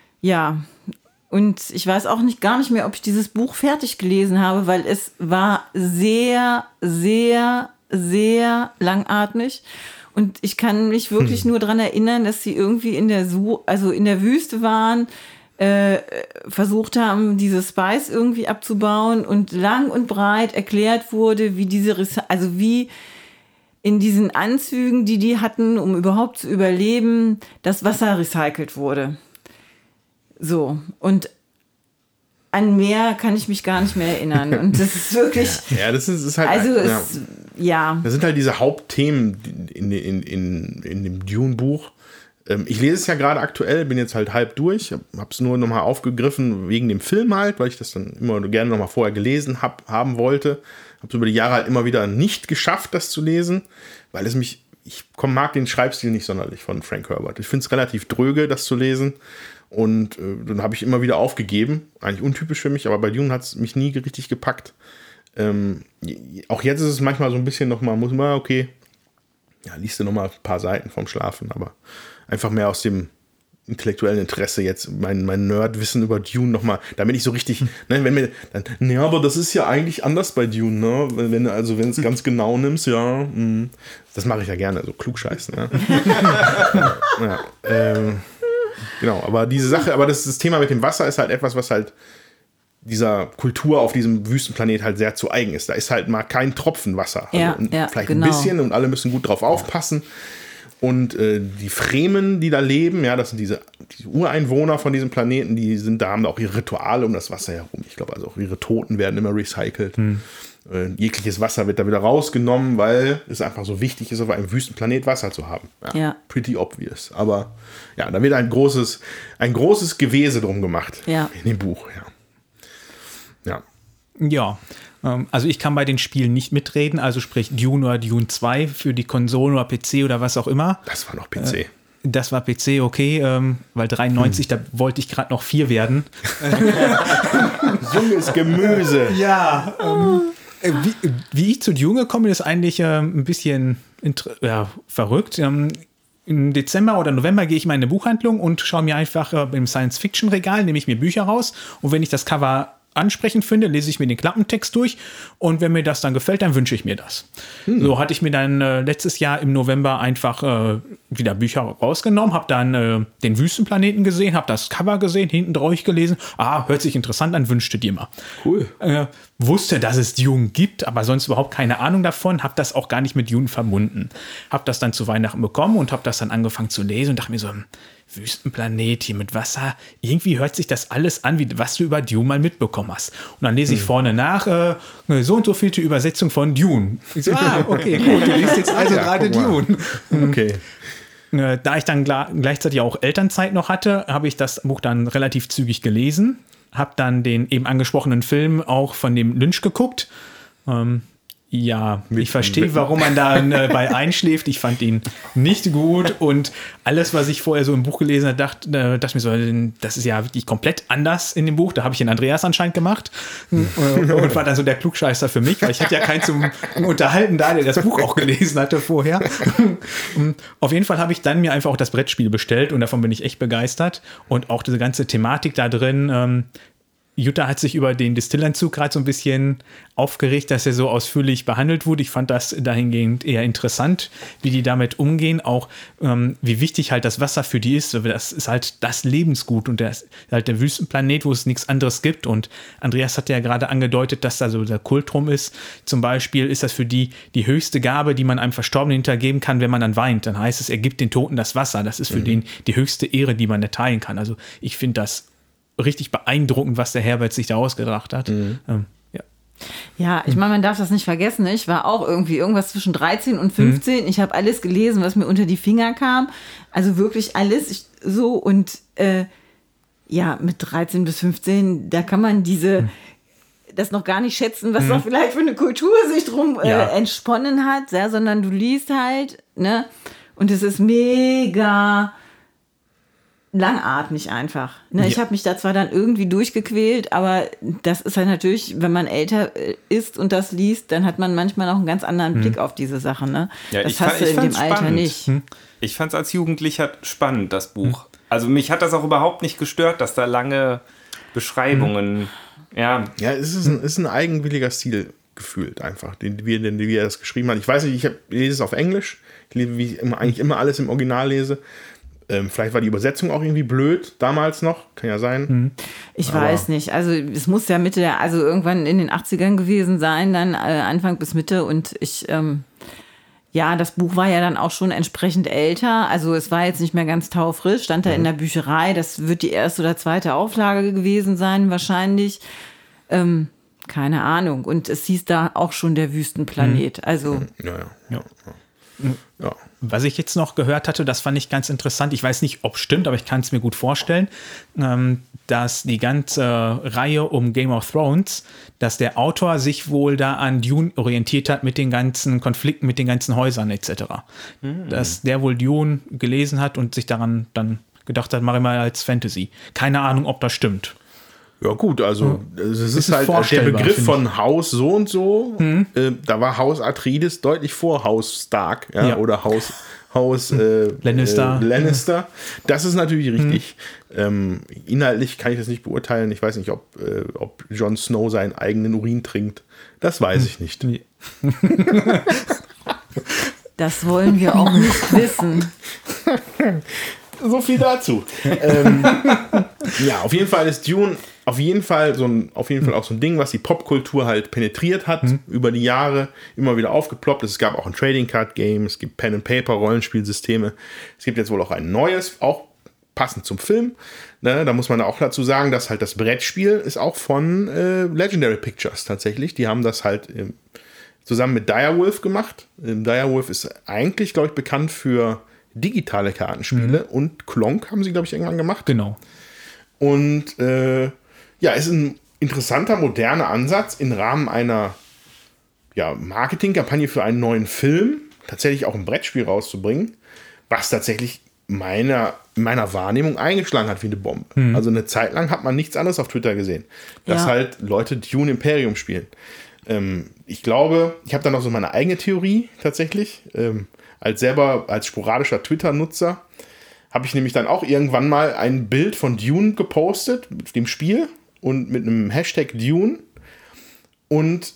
ich weiß auch gar nicht mehr, ob ich dieses Buch fertig gelesen habe, weil es war sehr, sehr, sehr langatmig. Und ich kann mich wirklich nur daran erinnern, dass sie irgendwie in der Wüste waren, versucht haben, diese Spice irgendwie abzubauen und lang und breit erklärt wurde, wie in diesen Anzügen, die hatten, um überhaupt zu überleben, das Wasser recycelt wurde. So, und an mehr kann ich mich gar nicht mehr erinnern. Und das ist wirklich... Ja, das ist halt... Also das sind halt diese Hauptthemen in dem Dune-Buch. Ich lese es ja gerade aktuell, bin jetzt halt halb durch, habe es nur nochmal aufgegriffen wegen dem Film halt, weil ich das dann immer gerne nochmal vorher gelesen haben wollte. Habe es über die Jahre halt immer wieder nicht geschafft, das zu lesen, weil ich mag den Schreibstil nicht sonderlich von Frank Herbert. Ich finde es relativ dröge, das zu lesen. Und dann habe ich immer wieder aufgegeben. Eigentlich untypisch für mich, aber bei Dune hat es mich nie richtig gepackt. Auch jetzt ist es manchmal so ein bisschen nochmal, liest du nochmal ein paar Seiten vorm Schlafen, aber einfach mehr aus dem intellektuellen Interesse jetzt mein Nerdwissen über Dune nochmal, damit ich so richtig, aber das ist ja eigentlich anders bei Dune, ne? Wenn du es ganz genau nimmst, das mache ich ja gerne, so klugscheißen. Ja. Genau, aber diese Sache, das Thema mit dem Wasser ist halt etwas, was halt dieser Kultur auf diesem Wüstenplanet halt sehr zu eigen ist. Da ist halt mal kein Tropfen Wasser. Vielleicht ein bisschen und alle müssen gut drauf aufpassen. Und die Fremen, die da leben, das sind diese Ureinwohner von diesem Planeten, da haben auch ihre Rituale um das Wasser herum. Ich glaube, also auch ihre Toten werden immer recycelt. Jegliches Wasser wird da wieder rausgenommen, weil es einfach so wichtig ist, auf einem Wüstenplanet Wasser zu haben. Pretty obvious. Aber da wird ein großes Gewese drum gemacht in dem Buch. Ja, also ich kann bei den Spielen nicht mitreden, also sprich Dune oder Dune 2 für die Konsole oder PC oder was auch immer. Das war noch PC. Das war PC, okay, weil 93, da wollte ich gerade noch 4 werden. Junges Gemüse. Ja, wie ich zu Dune gekommen bin, ist eigentlich ein bisschen verrückt. Im Dezember oder November gehe ich mal in eine Buchhandlung und schaue mir einfach im Science-Fiction-Regal, nehme ich mir Bücher raus und wenn ich das Cover ansprechend finde, lese ich mir den Klappentext durch und wenn mir das dann gefällt, dann wünsche ich mir das. So hatte ich mir dann letztes Jahr im November einfach wieder Bücher rausgenommen, habe dann den Wüstenplaneten gesehen, habe das Cover gesehen, hinten drauf gelesen, hört sich interessant an, wünschte dir mal. Cool. Wusste, dass es Dune gibt, aber sonst überhaupt keine Ahnung davon, habe das auch gar nicht mit Dune verbunden. Habe das dann zu Weihnachten bekommen und habe das dann angefangen zu lesen und dachte mir so, Wüstenplanet hier mit Wasser, irgendwie hört sich das alles an, wie was du über Dune mal mitbekommen hast. Und dann lese ich vorne nach, so und so vielte Übersetzung von Dune. Ich so, okay, gut, du liest jetzt also gerade Dune. Okay. Da ich dann gleichzeitig auch Elternzeit noch hatte, habe ich das Buch dann relativ zügig gelesen, habe dann den eben angesprochenen Film auch von dem Lynch geguckt. Ich verstehe, warum man da bei einschläft. Ich fand ihn nicht gut und alles, was ich vorher so im Buch gelesen habe, dachte mir so, das ist ja wirklich komplett anders in dem Buch. Da habe ich den Andreas anscheinend gemacht und war dann so der Klugscheißer für mich, weil ich hatte ja keinen zum Unterhalten da, der das Buch auch gelesen hatte vorher. Auf jeden Fall habe ich dann mir einfach auch das Brettspiel bestellt und davon bin ich echt begeistert und auch diese ganze Thematik da drin. Jutta hat sich über den Distillanzug gerade so ein bisschen aufgeregt, dass er so ausführlich behandelt wurde. Ich fand das dahingehend eher interessant, wie die damit umgehen, auch wie wichtig halt das Wasser für die ist. Das ist halt das Lebensgut und das ist halt der Wüstenplanet, wo es nichts anderes gibt. Und Andreas hat ja gerade angedeutet, dass da so der Kult drum ist. Zum Beispiel ist das für die höchste Gabe, die man einem Verstorbenen hintergeben kann, wenn man dann weint. Dann heißt es, er gibt den Toten das Wasser. Das ist für den die höchste Ehre, die man erteilen kann. Also ich finde das richtig beeindruckend, was der Herbert sich da ausgedacht hat. Ja, ich meine, man darf das nicht vergessen. Ne? Ich war auch irgendwas zwischen 13 und 15. Ich habe alles gelesen, was mir unter die Finger kam. Also wirklich alles. Mit 13 bis 15, da kann man das noch gar nicht schätzen, was doch vielleicht für eine Kultur sich drum entsponnen hat, sondern du liest halt, ne? Und es ist mega langatmig einfach. Ne? Ich habe mich da zwar dann irgendwie durchgequält, aber das ist halt natürlich, wenn man älter ist und das liest, dann hat man manchmal noch einen ganz anderen Blick auf diese Sachen. Ne? Ja, das hast du in dem Alter nicht. Ich fand es als Jugendlicher spannend, das Buch. Also mich hat das auch überhaupt nicht gestört, dass da lange Beschreibungen... Ja, es ist ein eigenwilliger Stil gefühlt einfach, wie er das geschrieben hat. Ich weiß nicht, ich lese es auf Englisch. Ich lese, wie ich eigentlich immer alles im Original lese. Vielleicht war die Übersetzung auch irgendwie blöd, damals noch, kann ja sein. Ich weiß nicht, also es muss ja irgendwann in den 80ern gewesen sein, dann Anfang bis Mitte und das Buch war ja dann auch schon entsprechend älter, also es war jetzt nicht mehr ganz taufrisch, stand da in der Bücherei, das wird die erste oder zweite Auflage gewesen sein wahrscheinlich, keine Ahnung und es hieß da auch schon der Wüstenplanet, also... Ja. Was ich jetzt noch gehört hatte, das fand ich ganz interessant. Ich weiß nicht, ob es stimmt, aber ich kann es mir gut vorstellen, dass die ganze Reihe um Game of Thrones, dass der Autor sich wohl da an Dune orientiert hat mit den ganzen Konflikten, mit den ganzen Häusern etc. Dass der wohl Dune gelesen hat und sich daran dann gedacht hat, mache ich mal als Fantasy. Keine Ahnung, ob das stimmt. Ja gut, also es ist halt der Begriff von Haus so und so. Da war Haus Atreides deutlich vor Haus Stark, oder Haus Lannister. Das ist natürlich richtig. Inhaltlich kann ich das nicht beurteilen. Ich weiß nicht, ob Jon Snow seinen eigenen Urin trinkt. Das weiß ich nicht. Das wollen wir auch nicht wissen. So viel dazu. Ja, auf jeden Fall ist Dune auf jeden Fall auch so ein Ding, was die Popkultur halt penetriert hat, über die Jahre immer wieder aufgeploppt. Es gab auch ein Trading Card Game, es gibt Pen and Paper Rollenspielsysteme. Es gibt jetzt wohl auch ein neues, auch passend zum Film. Ne, da muss man auch dazu sagen, dass halt das Brettspiel ist auch von Legendary Pictures tatsächlich. Die haben das halt zusammen mit Direwolf gemacht. Direwolf ist eigentlich, glaube ich, bekannt für digitale Kartenspiele und Klonk haben sie, glaube ich, irgendwann gemacht. Genau. Und ist ein interessanter, moderner Ansatz im Rahmen einer Marketingkampagne für einen neuen Film, tatsächlich auch ein Brettspiel rauszubringen, was tatsächlich in meiner Wahrnehmung eingeschlagen hat wie eine Bombe. Also eine Zeit lang hat man nichts anderes auf Twitter gesehen, dass halt Leute Dune Imperium spielen. Ich glaube, ich habe da noch so meine eigene Theorie tatsächlich. Als sporadischer Twitter-Nutzer habe ich nämlich dann auch irgendwann mal ein Bild von Dune gepostet, mit dem Spiel und mit einem Hashtag Dune. Und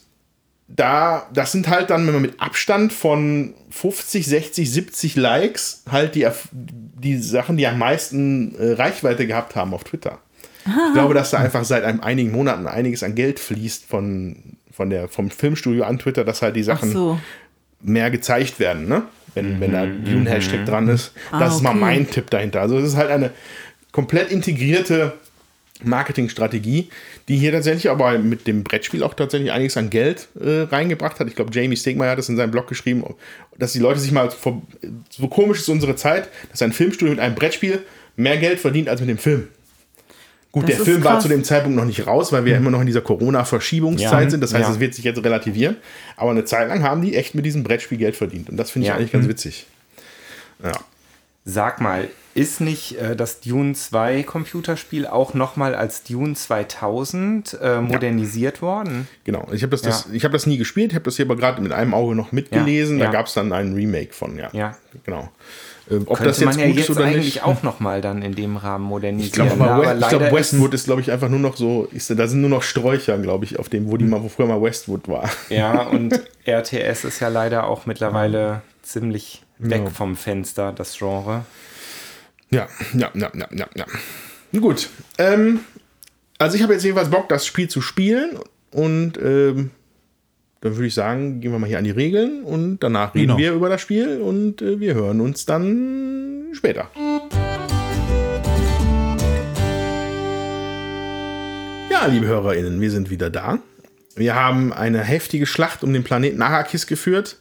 das sind halt dann, wenn man mit Abstand von 50, 60, 70 Likes halt die Sachen, die am meisten Reichweite gehabt haben auf Twitter. Aha. Ich glaube, dass da einfach seit einigen Monaten einiges an Geld fließt vom Filmstudio an Twitter, dass halt die Sachen mehr gezeigt werden, ne? Wenn da Dune-Hashtag dran ist. Das ist mal mein Tipp dahinter. Also es ist halt eine komplett integrierte Marketingstrategie, die hier tatsächlich aber mit dem Brettspiel auch tatsächlich einiges an Geld reingebracht hat. Ich glaube, Jamie Stegmaier hat das in seinem Blog geschrieben, dass die Leute sich mal, so komisch ist unsere Zeit, dass ein Filmstudio mit einem Brettspiel mehr Geld verdient als mit dem Film. Gut, der Film war zu dem Zeitpunkt noch nicht raus, weil wir immer noch in dieser Corona-Verschiebungszeit sind. Das heißt, es wird sich jetzt relativieren. Aber eine Zeit lang haben die echt mit diesem Brettspiel Geld verdient. Und das finde ich eigentlich ganz witzig. Ja. Sag mal, ist nicht das Dune 2 Computerspiel auch nochmal als Dune 2000 modernisiert worden? Genau. Ich habe das nie gespielt. Ich habe das hier aber gerade mit einem Auge noch mitgelesen. Da gab es dann einen Remake von. Ja. Genau. Ob könnte das jetzt man gut ist oder eigentlich nicht, auch nochmal dann in dem Rahmen modernisieren. Ich glaube, Westwood ist, glaube ich, einfach nur noch so, da sind nur noch Sträucher, glaube ich, auf dem, wo früher mal Westwood war. Ja, und RTS ist ja leider auch mittlerweile ziemlich weg vom Fenster, das Genre. Ja. Gut. Also ich habe jetzt jedenfalls Bock, das Spiel zu spielen und dann würde ich sagen, gehen wir mal hier an die Regeln und danach reden wir über das Spiel und wir hören uns dann später. Ja, liebe HörerInnen, wir sind wieder da. Wir haben eine heftige Schlacht um den Planeten Arrakis geführt.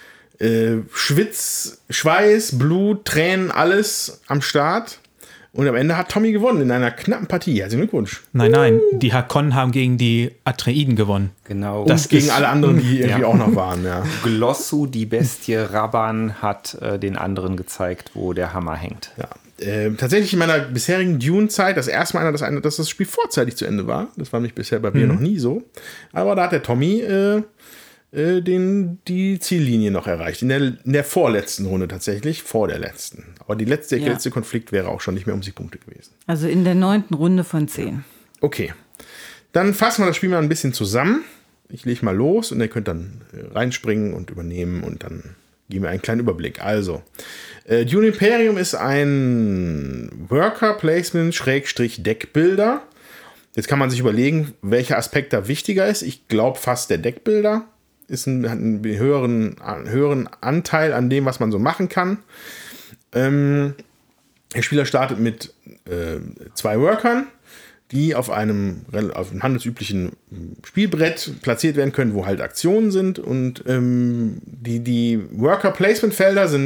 Schweiß, Blut, Tränen, alles am Start. Und am Ende hat Tommy gewonnen in einer knappen Partie. Herzlichen Glückwunsch. Nein, die Hakonnen haben gegen die Atreiden gewonnen. Genau. Das gegen alle anderen, die irgendwie auch noch waren. Ja. Glossu, die Bestie Rabban, hat den anderen gezeigt, wo der Hammer hängt. Ja. Tatsächlich in meiner bisherigen Dune-Zeit das erste Mal, dass das Spiel vorzeitig zu Ende war. Das war nämlich bisher bei mir noch nie so. Aber da hat der Tommy die Ziellinie noch erreicht. In der vorletzten Runde tatsächlich, vor der letzten. Aber der letzte Konflikt wäre auch schon nicht mehr um Siegpunkte gewesen. Also in der 9. Runde von 10. Okay. Dann fassen wir das Spiel mal ein bisschen zusammen. Ich lege mal los und ihr könnt dann reinspringen und übernehmen und dann geben wir einen kleinen Überblick. Also, Dune Imperium ist ein Worker-Placement-Deckbuilder. Jetzt kann man sich überlegen, welcher Aspekt da wichtiger ist. Ich glaube fast der Deckbuilder hat einen höheren Anteil an dem, was man so machen kann. Der Spieler startet mit 2 Workern, die auf einem handelsüblichen Spielbrett platziert werden können, wo halt Aktionen sind. Und die Worker-Placement-Felder sind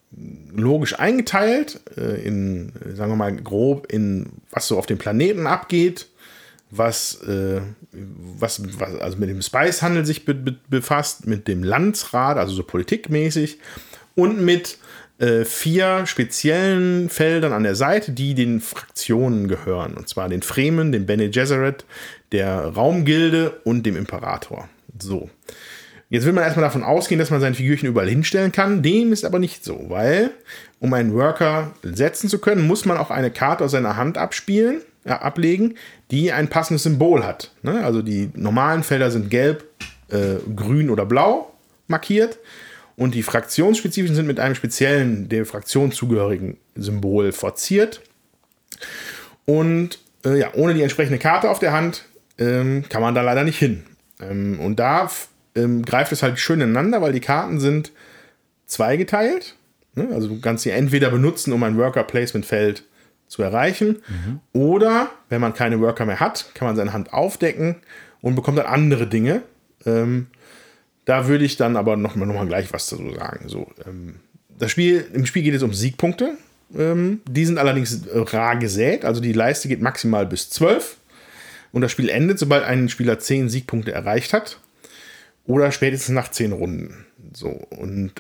logisch eingeteilt, sagen wir mal grob in was so auf dem Planeten abgeht, was also mit dem Spicehandel sich befasst, mit dem Landsrat, also so politikmäßig, und mit 4 speziellen Feldern an der Seite, die den Fraktionen gehören. Und zwar den Fremen, dem Bene Gesserit, der Raumgilde und dem Imperator. So. Jetzt will man erstmal davon ausgehen, dass man seine Figürchen überall hinstellen kann. Dem ist aber nicht so, weil, um einen Worker setzen zu können, muss man auch eine Karte aus seiner Hand ablegen, die ein passendes Symbol hat. Ne? Also die normalen Felder sind gelb, grün oder blau markiert. Und die fraktionsspezifischen sind mit einem speziellen, der Fraktion zugehörigen Symbol verziert. Und ohne die entsprechende Karte auf der Hand kann man da leider nicht hin. Und da greift es halt schön ineinander, weil die Karten sind zweigeteilt. Ne? Also du kannst sie entweder benutzen, um ein Worker-Placement-Feld zu erreichen. Oder, wenn man keine Worker mehr hat, kann man seine Hand aufdecken und bekommt dann andere Dinge. Da würde ich dann aber noch mal gleich was dazu sagen. So, im Spiel geht es um Siegpunkte. Die sind allerdings rar gesät. Also die Leiste geht maximal bis 12. Und das Spiel endet, sobald ein Spieler 10 Siegpunkte erreicht hat. Oder spätestens nach 10 Runden. So, und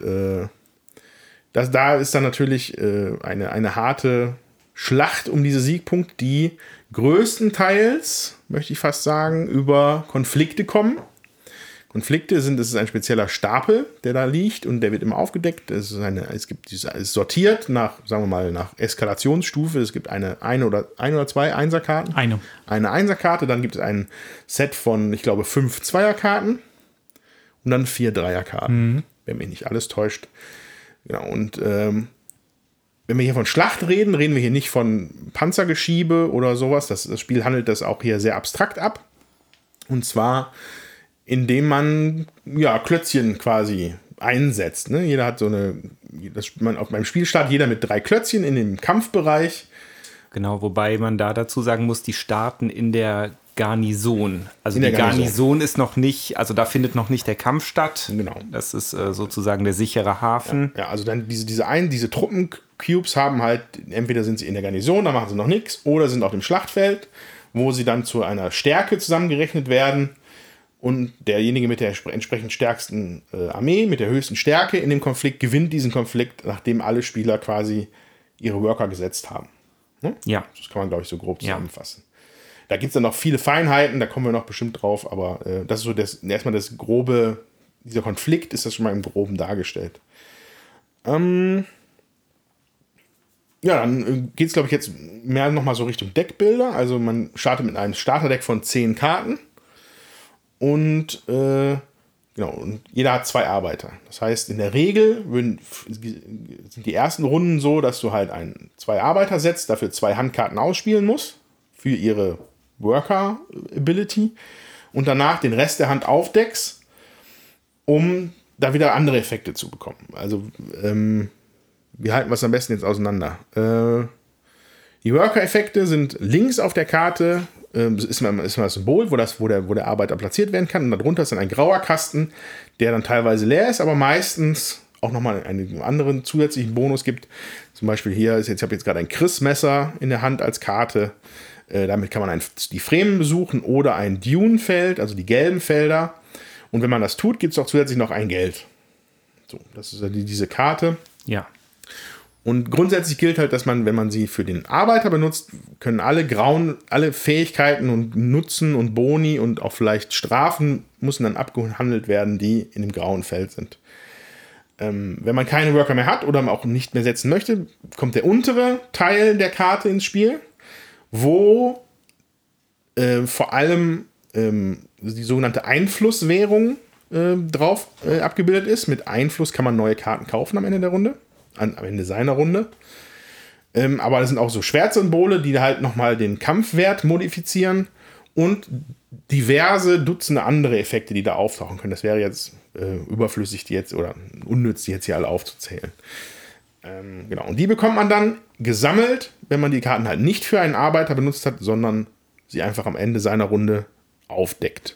da ist dann natürlich eine harte Schlacht um diese Siegpunkte, die größtenteils, möchte ich fast sagen, über Konflikte kommen. Konflikte es ist ein spezieller Stapel, der da liegt und der wird immer aufgedeckt. Es ist sortiert nach, sagen wir mal, nach Eskalationsstufe. Es gibt eine oder 2 Einserkarten. Eine Einserkarte, dann gibt es ein Set von, ich glaube, 5 Zweierkarten und dann 4 Dreierkarten, wenn mich nicht alles täuscht. Genau, und wenn wir hier von Schlacht reden wir hier nicht von Panzergeschiebe oder sowas. Das Spiel handelt das auch hier sehr abstrakt ab. Und zwar indem man Klötzchen quasi einsetzt. Ne? Jeder hat beim Spielstart jeder mit 3 Klötzchen in dem Kampfbereich. Genau, wobei man dazu sagen muss, die starten in der Garnison. Also die Garnison ist noch nicht, also da findet noch nicht der Kampf statt. Genau. Das ist sozusagen der sichere Hafen. Ja, also dann diese Truppencubes haben halt, entweder sind sie in der Garnison, da machen sie noch nichts, oder sind auf dem Schlachtfeld, wo sie dann zu einer Stärke zusammengerechnet werden. Und derjenige mit der entsprechend stärksten Armee, mit der höchsten Stärke in dem Konflikt, gewinnt diesen Konflikt, nachdem alle Spieler quasi ihre Worker gesetzt haben. Ne? Ja. Das kann man, glaube ich, so grob zusammenfassen. Ja. Da gibt es dann noch viele Feinheiten, da kommen wir noch bestimmt drauf, aber das ist so erstmal das Grobe, dieser Konflikt ist das schon mal im Groben dargestellt. Dann geht es, glaube ich, jetzt mehr nochmal so Richtung Deckbilder. Also man startet mit einem Starterdeck von 10 Karten. Und und jeder hat 2 Arbeiter. Das heißt, in der Regel sind die ersten Runden so, dass du halt 2 Arbeiter setzt, dafür 2 Handkarten ausspielen musst für ihre Worker-Ability und danach den Rest der Hand aufdeckst, um da wieder andere Effekte zu bekommen. Also wir halten was am besten jetzt auseinander. Die Worker-Effekte sind links auf der Karte. Ist mal das Symbol, wo der Arbeiter platziert werden kann. Und darunter ist dann ein grauer Kasten, der dann teilweise leer ist, aber meistens auch nochmal einen anderen zusätzlichen Bonus gibt. Zum Beispiel ich habe jetzt gerade ein Chris-Messer in der Hand als Karte. Damit kann man die Fremen besuchen oder ein Dune-Feld, also die gelben Felder. Und wenn man das tut, gibt es auch zusätzlich noch ein Geld. So, das ist diese Karte. Ja. Und grundsätzlich gilt halt, dass man, wenn man sie für den Arbeiter benutzt, können alle Fähigkeiten und Nutzen und Boni und auch vielleicht Strafen müssen dann abgehandelt werden, die in dem grauen Feld sind. Wenn man keine Worker mehr hat oder auch nicht mehr setzen möchte, kommt der untere Teil der Karte ins Spiel, wo vor allem die sogenannte Einflusswährung drauf abgebildet ist. Mit Einfluss kann man neue Karten kaufen am Ende der Runde. Am Ende seiner Runde. Aber das sind auch so Schwertsymbole, die halt nochmal den Kampfwert modifizieren und diverse Dutzende andere Effekte, die da auftauchen können. Das wäre jetzt überflüssig, die jetzt oder unnütz, die jetzt hier alle aufzuzählen. Genau. Und die bekommt man dann gesammelt, wenn man die Karten halt nicht für einen Arbeiter benutzt hat, sondern sie einfach am Ende seiner Runde aufdeckt.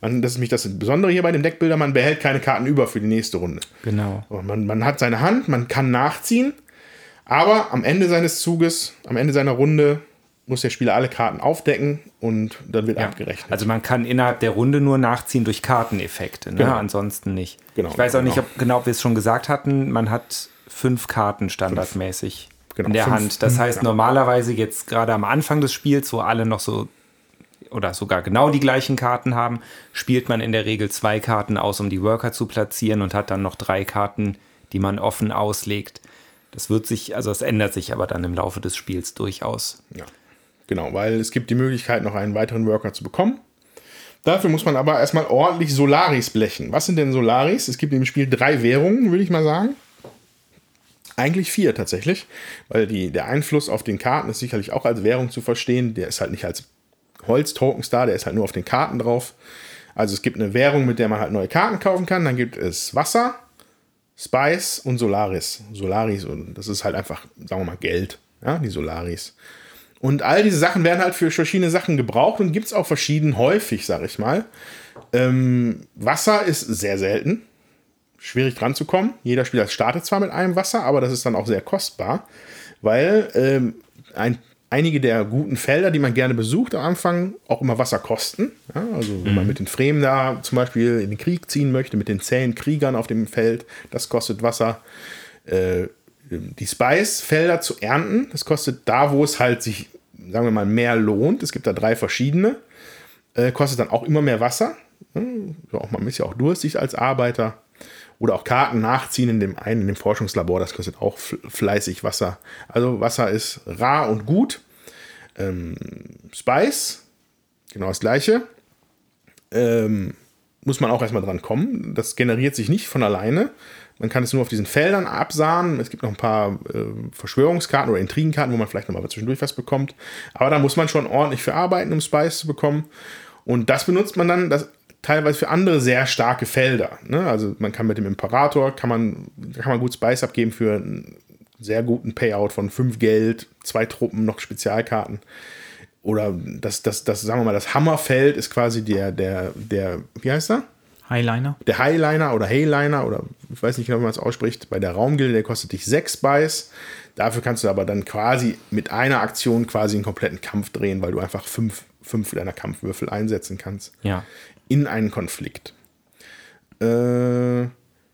Das ist nämlich das Besondere hier bei dem Deckbilder, man behält keine Karten über für die nächste Runde. Genau. Man hat seine Hand, man kann nachziehen, aber am Ende seines Zuges, am Ende seiner Runde, muss der Spieler alle Karten aufdecken und dann wird abgerechnet. Also man kann innerhalb der Runde nur nachziehen durch Karteneffekte, ne? Genau. Ansonsten nicht. Genau, ich weiß auch nicht, ob wir es schon gesagt hatten, man hat 5 Karten standardmäßig in der Hand. Das heißt, normalerweise jetzt gerade am Anfang des Spiels, wo alle noch so oder sogar genau die gleichen Karten haben, spielt man in der Regel 2 Karten aus, um die Worker zu platzieren und hat dann noch 3 Karten, die man offen auslegt. Das ändert sich aber dann im Laufe des Spiels durchaus. Ja, genau, weil es gibt die Möglichkeit, noch einen weiteren Worker zu bekommen. Dafür muss man aber erstmal ordentlich Solaris blechen. Was sind denn Solaris? Es gibt im Spiel 3 Währungen, würde ich mal sagen. Eigentlich 4 tatsächlich, weil der Einfluss auf den Karten ist sicherlich auch als Währung zu verstehen. Der ist halt nicht als Holztokens da, der ist halt nur auf den Karten drauf. Also es gibt eine Währung, mit der man halt neue Karten kaufen kann. Dann gibt es Wasser, Spice und Solaris. Solaris, und das ist halt einfach, sagen wir mal, Geld. Ja, die Solaris. Und all diese Sachen werden halt für verschiedene Sachen gebraucht und gibt es auch verschieden häufig, sag ich mal. Wasser ist sehr selten. Schwierig dran zu kommen. Jeder Spieler startet zwar mit einem Wasser, aber das ist dann auch sehr kostbar, weil einige der guten Felder, die man gerne besucht am Anfang, auch immer Wasser kosten. Ja, also wenn man mit den Fremen da zum Beispiel in den Krieg ziehen möchte, mit den zähen Kriegern auf dem Feld, das kostet Wasser. Die Spice-Felder zu ernten, das kostet da, wo es halt sich, sagen wir mal, mehr lohnt. Es gibt da 3 verschiedene. Kostet dann auch immer mehr Wasser. Man ist ja auch durstig als Arbeiter. Oder auch Karten nachziehen in dem Forschungslabor, das kostet auch fleißig Wasser. Also Wasser ist rar und gut. Spice, genau das gleiche. Muss man auch erstmal dran kommen. Das generiert sich nicht von alleine. Man kann es nur auf diesen Feldern absahnen. Es gibt noch ein paar Verschwörungskarten oder Intrigenkarten, wo man vielleicht nochmal zwischendurch was bekommt. Aber da muss man schon ordentlich für arbeiten, um Spice zu bekommen. Und das benutzt man dann teilweise für andere sehr starke Felder. Ne? Also man kann mit dem Imperator, kann man gut Spice abgeben für einen sehr guten Payout von 5 Geld, 2 Truppen, noch Spezialkarten. Oder das sagen wir mal, das Hammerfeld ist quasi der wie heißt er? Highliner. Der Highliner oder Hayliner oder ich weiß nicht genau, wie man es ausspricht. Bei der Raumgilde, der kostet dich 6 Spice. Dafür kannst du aber dann quasi mit einer Aktion quasi einen kompletten Kampf drehen, weil du einfach 5 deiner Kampfwürfel einsetzen kannst. Ja. In einen Konflikt. Genau.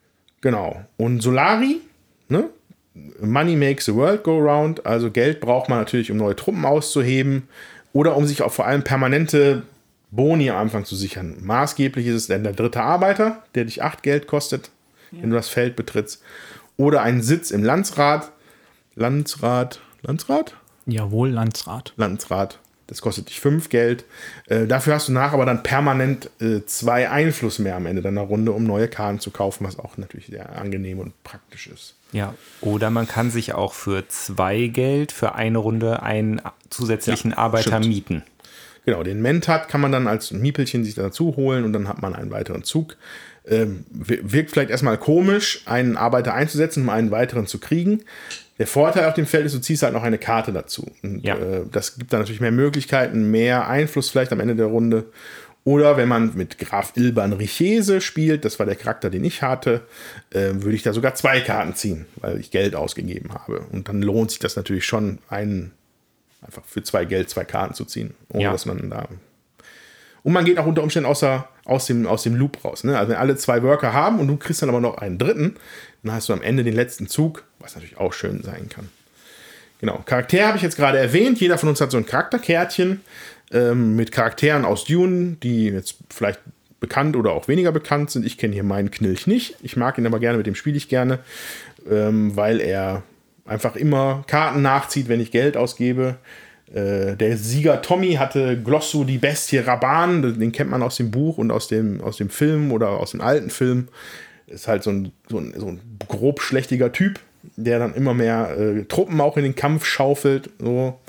Und Solari, ne? Money makes the world go round. Also Geld braucht man natürlich, um neue Truppen auszuheben oder um sich auch vor allem permanente Boni am Anfang zu sichern. Maßgeblich ist es dann der 3. Arbeiter, der dich 8 Geld kostet, wenn du das Feld betrittst. Oder einen Sitz im Landsrat. Landsrat? Jawohl, Landsrat. Das kostet dich 5 Geld. Dafür hast du aber dann permanent 2 Einfluss mehr am Ende deiner Runde, um neue Karten zu kaufen, was auch natürlich sehr angenehm und praktisch ist. Ja, oder man kann sich auch für 2 Geld für eine Runde einen zusätzlichen Arbeiter mieten. Genau, den Mentat kann man dann als Miepelchen sich dazu holen und dann hat man einen weiteren Zug. Wirkt vielleicht erstmal komisch, einen Arbeiter einzusetzen, um einen weiteren zu kriegen. Der Vorteil auf dem Feld ist, du ziehst halt noch eine Karte dazu. Und, das gibt dann natürlich mehr Möglichkeiten, mehr Einfluss vielleicht am Ende der Runde. Oder wenn man mit Graf Ilban Richese spielt, das war der Charakter, den ich hatte, würde ich da sogar 2 Karten ziehen, weil ich Geld ausgegeben habe. Und dann lohnt sich das natürlich schon, einfach für 2 Geld 2 Karten zu ziehen. Ohne dass man da. Und man geht auch unter Umständen aus dem Loop raus. Ne? Also wenn alle 2 Worker haben und du kriegst dann aber noch einen dritten, dann hast du am Ende den letzten Zug, was natürlich auch schön sein kann. Genau, Charakter habe ich jetzt gerade erwähnt. Jeder von uns hat so ein Charakterkärtchen mit Charakteren aus Dune, die jetzt vielleicht bekannt oder auch weniger bekannt sind. Ich kenne hier meinen Knilch nicht. Ich mag ihn aber gerne, mit dem spiele ich gerne, weil er einfach immer Karten nachzieht, wenn ich Geld ausgebe. Der Sieger Tommy hatte Glossu, die Bestie Raban, den kennt man aus dem Buch und aus dem Film oder aus dem alten Film. Ist halt so ein grob schlechtiger Typ, der dann immer mehr Truppen auch in den Kampf schaufelt. So.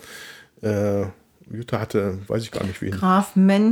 Jutta hatte, weiß ich gar nicht wen. Graf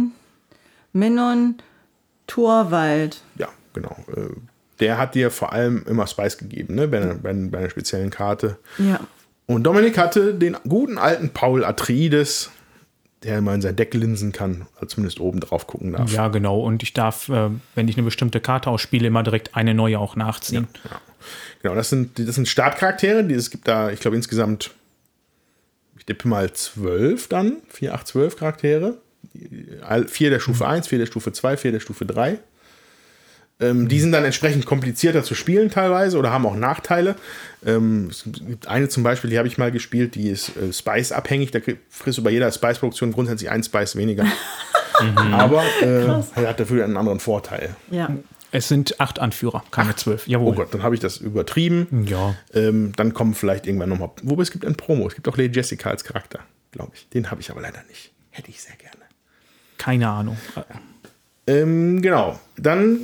Menon Torwald. Ja, genau. Der hat dir vor allem immer Spice gegeben, ne? bei einer speziellen Karte. Ja. Und Dominik hatte den guten alten Paul Atreides, der mal in sein Deck linsen kann, also zumindest oben drauf gucken darf. Ja, genau. Und ich darf, wenn ich eine bestimmte Karte ausspiele, immer direkt eine neue auch nachziehen. Ja. Genau, das sind Startcharaktere. Es gibt da, ich glaube, insgesamt, ich tippe mal 12 dann. 4, 8, 12 Charaktere. 4 der Stufe 1, 4 der Stufe 2, 4 der Stufe 3. Die sind dann entsprechend komplizierter zu spielen teilweise oder haben auch Nachteile. Es gibt eine zum Beispiel, die habe ich mal gespielt, die ist Spice-abhängig. Da frisst du bei jeder Spice-Produktion grundsätzlich einen Spice weniger. Aber hat dafür einen anderen Vorteil. Ja. Es sind 8 Anführer, keine 12. Jawohl. Oh Gott, dann habe ich das übertrieben. Ja. Dann kommen vielleicht irgendwann nochmal. Wobei es gibt ein Promo. Es gibt auch Lady Jessica als Charakter, glaube ich. Den habe ich aber leider nicht. Hätte ich sehr gerne. Keine Ahnung. Genau. Dann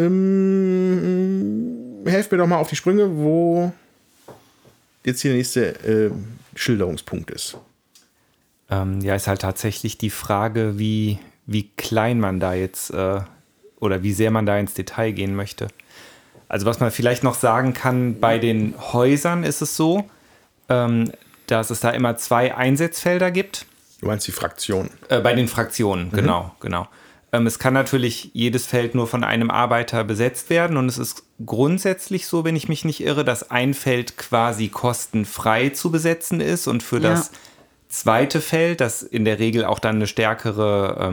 helft mir doch mal auf die Sprünge, wo jetzt hier der nächste Schilderungspunkt ist. Ja, ist halt tatsächlich die Frage, wie klein man da jetzt oder wie sehr man da ins Detail gehen möchte. Also was man vielleicht noch sagen kann, bei den Häusern ist es so, dass es da immer 2 Einsetzfelder gibt. Du meinst die Fraktionen? Bei den Fraktionen, genau. Es kann natürlich jedes Feld nur von einem Arbeiter besetzt werden und es ist grundsätzlich so, wenn ich mich nicht irre, dass ein Feld quasi kostenfrei zu besetzen ist und für das zweite Feld, das in der Regel auch dann eine stärkere,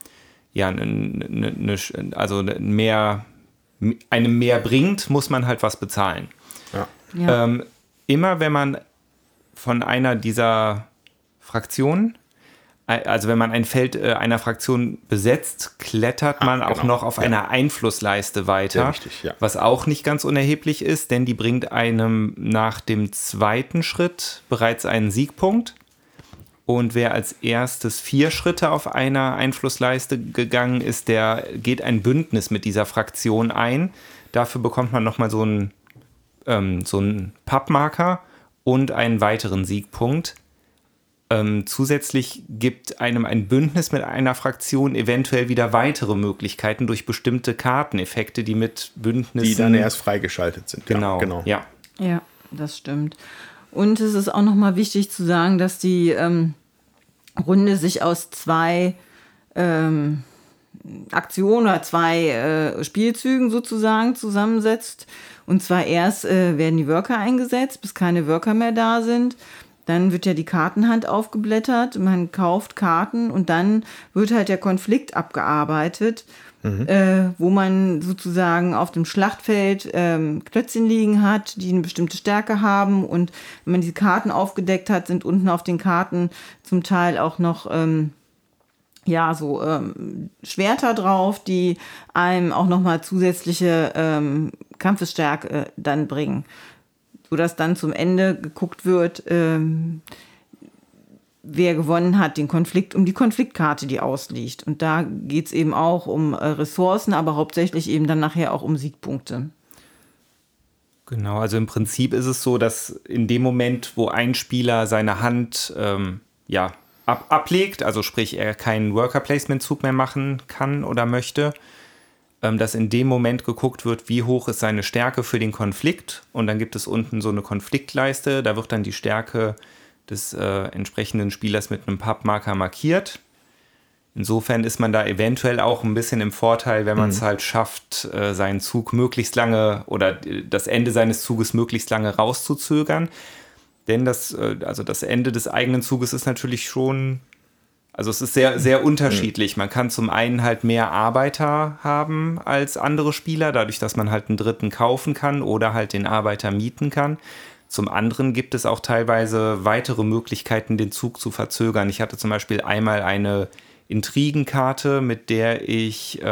einem mehr bringt, muss man halt was bezahlen. Ja. Immer wenn man von einer dieser Fraktionen, also wenn man ein Feld einer Fraktion besetzt, klettert man auch noch auf einer Einflussleiste weiter, richtig, ja. Was auch nicht ganz unerheblich ist, denn die bringt einem nach dem zweiten Schritt bereits einen Siegpunkt. Und wer als erstes 4 Schritte auf einer Einflussleiste gegangen ist, der geht ein Bündnis mit dieser Fraktion ein. Dafür bekommt man nochmal so einen Pappmarker und einen weiteren Siegpunkt. Zusätzlich gibt einem ein Bündnis mit einer Fraktion eventuell wieder weitere Möglichkeiten durch bestimmte Karteneffekte, die mit Bündnissen... Die dann erst freigeschaltet sind. Genau. Ja, das stimmt. Und es ist auch nochmal wichtig zu sagen, dass die Runde sich aus 2 Aktionen oder 2 Spielzügen sozusagen zusammensetzt. Und zwar erst werden die Worker eingesetzt, bis keine Worker mehr da sind. Dann wird ja die Kartenhand aufgeblättert, man kauft Karten und dann wird halt der Konflikt abgearbeitet, wo man sozusagen auf dem Schlachtfeld Klötzchen liegen hat, die eine bestimmte Stärke haben. Und wenn man die Karten aufgedeckt hat, sind unten auf den Karten zum Teil auch noch Schwerter drauf, die einem auch nochmal zusätzliche Kampfesstärke dann bringen. Sodass dann zum Ende geguckt wird, wer gewonnen hat, den Konflikt, um die Konfliktkarte, die ausliegt. Und da geht es eben auch um Ressourcen, aber hauptsächlich eben dann nachher auch um Siegpunkte. Genau, also im Prinzip ist es so, dass in dem Moment, wo ein Spieler seine Hand ablegt, also sprich er keinen Worker-Placement-Zug mehr machen kann oder möchte, dass in dem Moment geguckt wird, wie hoch ist seine Stärke für den Konflikt. Und dann gibt es unten so eine Konfliktleiste. Da wird dann die Stärke des entsprechenden Spielers mit einem Pappmarker markiert. Insofern ist man da eventuell auch ein bisschen im Vorteil, wenn man es halt schafft, seinen Zug möglichst lange oder das Ende seines Zuges möglichst lange rauszuzögern. Denn das Ende des eigenen Zuges ist natürlich schon... Also es ist sehr, sehr unterschiedlich. Man kann zum einen halt mehr Arbeiter haben als andere Spieler, dadurch, dass man halt einen dritten kaufen kann oder halt den Arbeiter mieten kann. Zum anderen gibt es auch teilweise weitere Möglichkeiten, den Zug zu verzögern. Ich hatte zum Beispiel einmal eine Intrigenkarte, mit der ich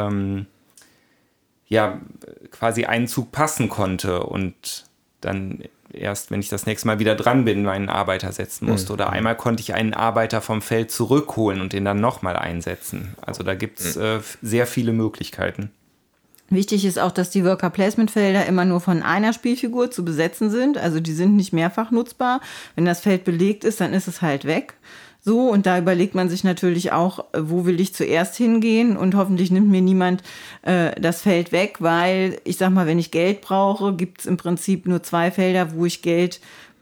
quasi einen Zug passen konnte und dann erst, wenn ich das nächste Mal wieder dran bin, meinen Arbeiter setzen musste. Oder einmal konnte ich einen Arbeiter vom Feld zurückholen und den dann nochmal einsetzen. Also da gibt es sehr viele Möglichkeiten. Wichtig ist auch, dass die Worker-Placement-Felder immer nur von einer Spielfigur zu besetzen sind. Also die sind nicht mehrfach nutzbar. Wenn das Feld belegt ist, dann ist es halt weg. So, und da überlegt man sich natürlich auch, wo will ich zuerst hingehen, und hoffentlich nimmt mir niemand das Feld weg, weil ich sag mal, wenn ich Geld brauche, gibt es im Prinzip nur 2 Felder, wo ich Geld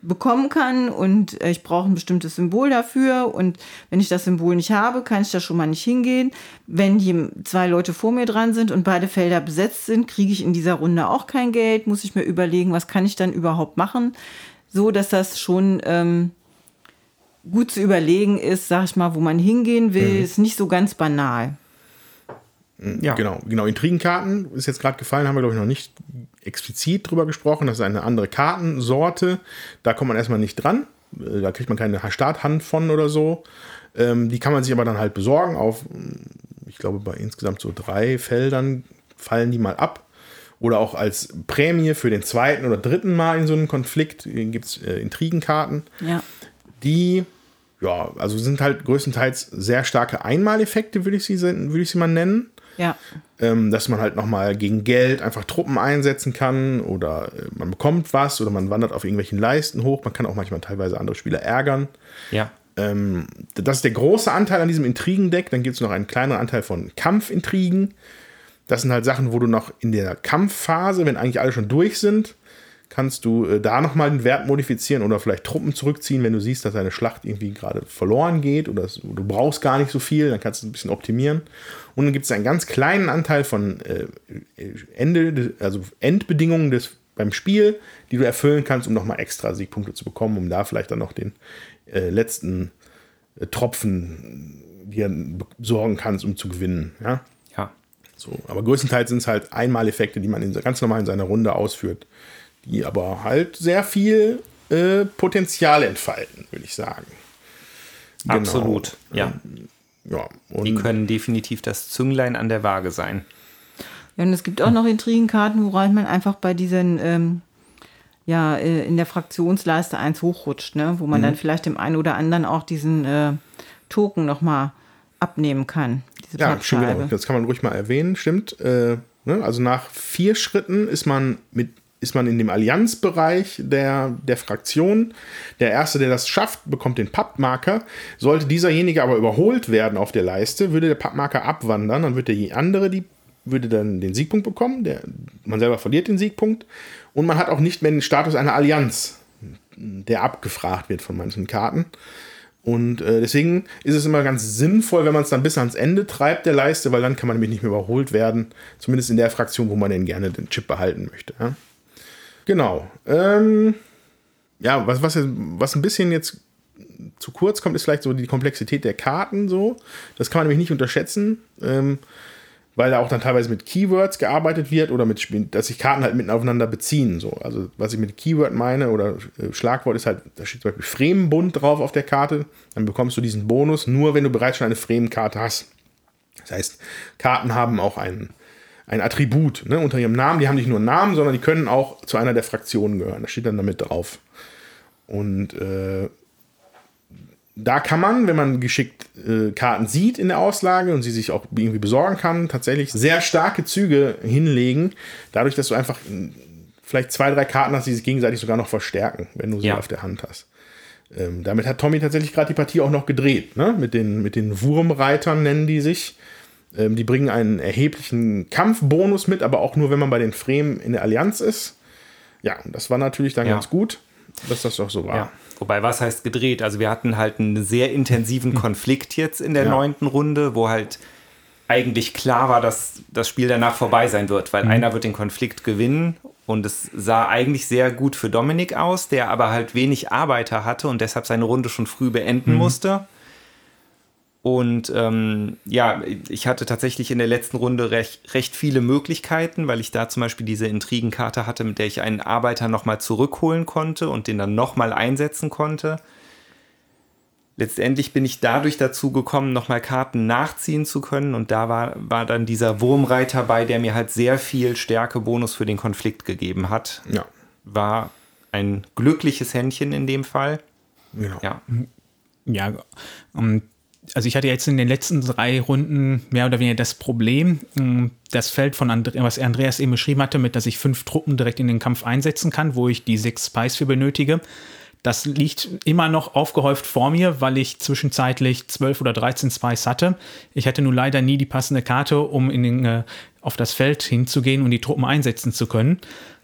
bekommen kann und ich brauche ein bestimmtes Symbol dafür und wenn ich das Symbol nicht habe, kann ich da schon mal nicht hingehen. Wenn 2 Leute vor mir dran sind und beide Felder besetzt sind, kriege ich in dieser Runde auch kein Geld, muss ich mir überlegen, was kann ich dann überhaupt machen, so dass das schon gut zu überlegen ist, sag ich mal, wo man hingehen will, ist nicht so ganz banal. Ja. Genau. Intrigenkarten ist jetzt gerade gefallen, haben wir, glaube ich, noch nicht explizit drüber gesprochen. Das ist eine andere Kartensorte. Da kommt man erstmal nicht dran. Da kriegt man keine Starthand von oder so. Die kann man sich aber dann halt besorgen. Ich glaube, bei insgesamt so 3 Feldern fallen die mal ab. Oder auch als Prämie für den 2. oder 3. Mal in so einem Konflikt gibt es Intrigenkarten. Ja. Die also sind halt größtenteils sehr starke Einmaleffekte, würde ich sie mal nennen. Ja. Dass man halt nochmal gegen Geld einfach Truppen einsetzen kann oder man bekommt was oder man wandert auf irgendwelchen Leisten hoch. Man kann auch manchmal teilweise andere Spieler ärgern. Ja. Das ist der große Anteil an diesem Intrigendeck. Dann gibt es noch einen kleineren Anteil von Kampfintrigen. Das sind halt Sachen, wo du noch in der Kampfphase, wenn eigentlich alle schon durch sind, kannst du da nochmal den Wert modifizieren oder vielleicht Truppen zurückziehen, wenn du siehst, dass eine Schlacht irgendwie gerade verloren geht oder du brauchst gar nicht so viel, dann kannst du es ein bisschen optimieren. Und dann gibt es einen ganz kleinen Anteil von Endbedingungen beim Spiel, die du erfüllen kannst, um nochmal extra Siegpunkte zu bekommen, um da vielleicht dann noch den letzten Tropfen dir besorgen kannst, um zu gewinnen. Ja. So, aber größtenteils sind es halt Einmaleffekte, die man ganz normal in seiner Runde ausführt, die aber halt sehr viel Potenzial entfalten, würde ich sagen. Genau. Absolut, ja. Und die können definitiv das Zünglein an der Waage sein. Ja, und es gibt auch noch Intrigenkarten, woran man einfach bei diesen, in der Fraktionsleiste 1 hochrutscht, ne? Wo man dann vielleicht dem einen oder anderen auch diesen Token nochmal abnehmen kann. Ja, stimmt, genau. Das kann man ruhig mal erwähnen, stimmt. Also nach 4 Schritten ist man in dem Allianzbereich der Fraktion. Der Erste, der das schafft, bekommt den Pappmarker. Sollte dieserjenige aber überholt werden auf der Leiste, würde der Pappmarker abwandern, dann wird der andere würde dann den Siegpunkt bekommen. Man selber verliert den Siegpunkt. Und man hat auch nicht mehr den Status einer Allianz, der abgefragt wird von manchen Karten. Und deswegen ist es immer ganz sinnvoll, wenn man es dann bis ans Ende treibt, der Leiste, weil dann kann man nämlich nicht mehr überholt werden. Zumindest in der Fraktion, wo man denn gerne den Chip behalten möchte. Ja? Genau. Was ein bisschen jetzt zu kurz kommt, ist vielleicht so die Komplexität der Karten. So. Das kann man nämlich nicht unterschätzen, weil da auch dann teilweise mit Keywords gearbeitet wird oder dass sich Karten halt miteinander beziehen. So. Also was ich mit Keyword meine oder Schlagwort ist halt, da steht zum Beispiel Fremenbund drauf auf der Karte, dann bekommst du diesen Bonus nur, wenn du bereits schon eine Fremenkarte hast. Das heißt, Karten haben auch ein Attribut, ne, unter ihrem Namen. Die haben nicht nur einen Namen, sondern die können auch zu einer der Fraktionen gehören. Das steht dann damit drauf. Und da kann man, wenn man geschickt Karten sieht in der Auslage und sie sich auch irgendwie besorgen kann, tatsächlich sehr starke Züge hinlegen, dadurch, dass du einfach vielleicht 2, 3 Karten hast, die sich gegenseitig sogar noch verstärken, wenn du sie auf der Hand hast. Damit hat Tommy tatsächlich gerade die Partie auch noch gedreht, ne? Mit den Wurmreitern nennen die sich. Die bringen einen erheblichen Kampfbonus mit, aber auch nur, wenn man bei den Fremen in der Allianz ist. Ja, und das war natürlich dann ganz gut, dass das doch so war. Ja. Wobei, was heißt gedreht? Also wir hatten halt einen sehr intensiven Konflikt jetzt in der 9. Runde, wo halt eigentlich klar war, dass das Spiel danach vorbei sein wird, weil einer wird den Konflikt gewinnen und es sah eigentlich sehr gut für Dominik aus, der aber halt wenig Arbeiter hatte und deshalb seine Runde schon früh beenden musste. Und ich hatte tatsächlich in der letzten Runde recht viele Möglichkeiten, weil ich da zum Beispiel diese Intrigenkarte hatte, mit der ich einen Arbeiter nochmal zurückholen konnte und den dann nochmal einsetzen konnte. Letztendlich bin ich dadurch dazu gekommen, nochmal Karten nachziehen zu können. Und da war dann dieser Wurmreiter bei, der mir halt sehr viel Stärkebonus für den Konflikt gegeben hat. Ja. War ein glückliches Händchen in dem Fall. Genau. Ja, also ich hatte jetzt in den letzten 3 Runden mehr oder weniger das Problem, das Feld von was Andreas eben beschrieben hatte, mit dass ich 5 Truppen direkt in den Kampf einsetzen kann, wo ich die 6 Spies für benötige. Das liegt immer noch aufgehäuft vor mir, weil ich zwischenzeitlich 12 oder 13 Spies hatte. Ich hatte nun leider nie die passende Karte, um auf das Feld hinzugehen und die Truppen einsetzen zu können.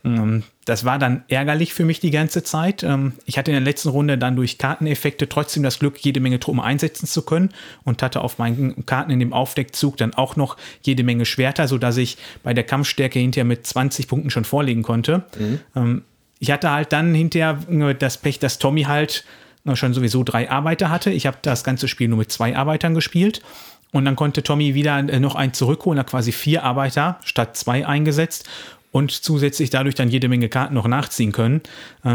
Das war dann ärgerlich für mich die ganze Zeit. Ich hatte in der letzten Runde dann durch Karteneffekte trotzdem das Glück, jede Menge Truppen einsetzen zu können und hatte auf meinen Karten in dem Aufdeckzug dann auch noch jede Menge Schwerter, sodass ich bei der Kampfstärke hinterher mit 20 Punkten schon vorlegen konnte. Ich hatte halt dann hinterher das Pech, dass Tommy halt schon sowieso 3 Arbeiter hatte. Ich habe das ganze Spiel nur mit 2 Arbeitern gespielt. Und dann konnte Tommy wieder noch einen zurückholen, hat quasi 4 Arbeiter statt 2 eingesetzt und zusätzlich dadurch dann jede Menge Karten noch nachziehen können.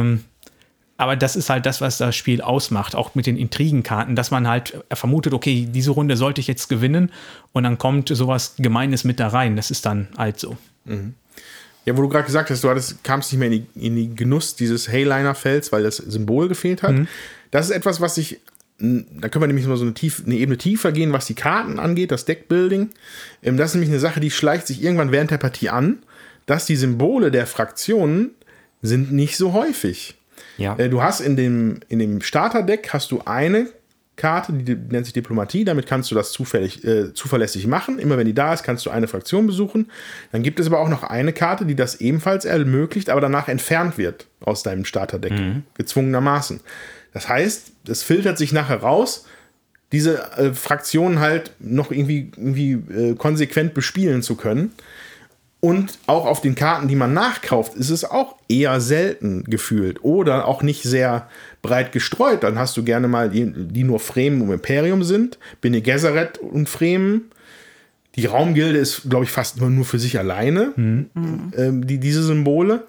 Aber das ist halt das, was das Spiel ausmacht, auch mit den Intrigenkarten, dass man halt vermutet, okay, diese Runde sollte ich jetzt gewinnen und dann kommt sowas Gemeines mit da rein. Das ist dann halt so. Ja, wo du gerade gesagt hast, kamst nicht mehr in die Genuss dieses Hayliner-Felds, weil das Symbol gefehlt hat. Das ist etwas, was da können wir nämlich mal so eine Ebene tiefer gehen, was die Karten angeht, das Deckbuilding. Das ist nämlich eine Sache, die schleicht sich irgendwann während der Partie an, dass die Symbole der Fraktionen sind nicht so häufig. Ja. Du hast in dem Starterdeck hast du eine Karte, die nennt sich Diplomatie, damit kannst du das zuverlässig machen. Immer wenn die da ist, kannst du eine Fraktion besuchen. Dann gibt es aber auch noch eine Karte, die das ebenfalls ermöglicht, aber danach entfernt wird aus deinem Starterdeck, gezwungenermaßen. Das heißt, es filtert sich nachher raus, diese Fraktionen halt noch irgendwie konsequent bespielen zu können. Und auch auf den Karten, die man nachkauft, ist es auch eher selten gefühlt oder auch nicht sehr breit gestreut. Dann hast du gerne mal die nur Fremen und Imperium sind, Bene Gesserit und Fremen. Die Raumgilde ist, glaube ich, fast nur für sich alleine, diese Symbole.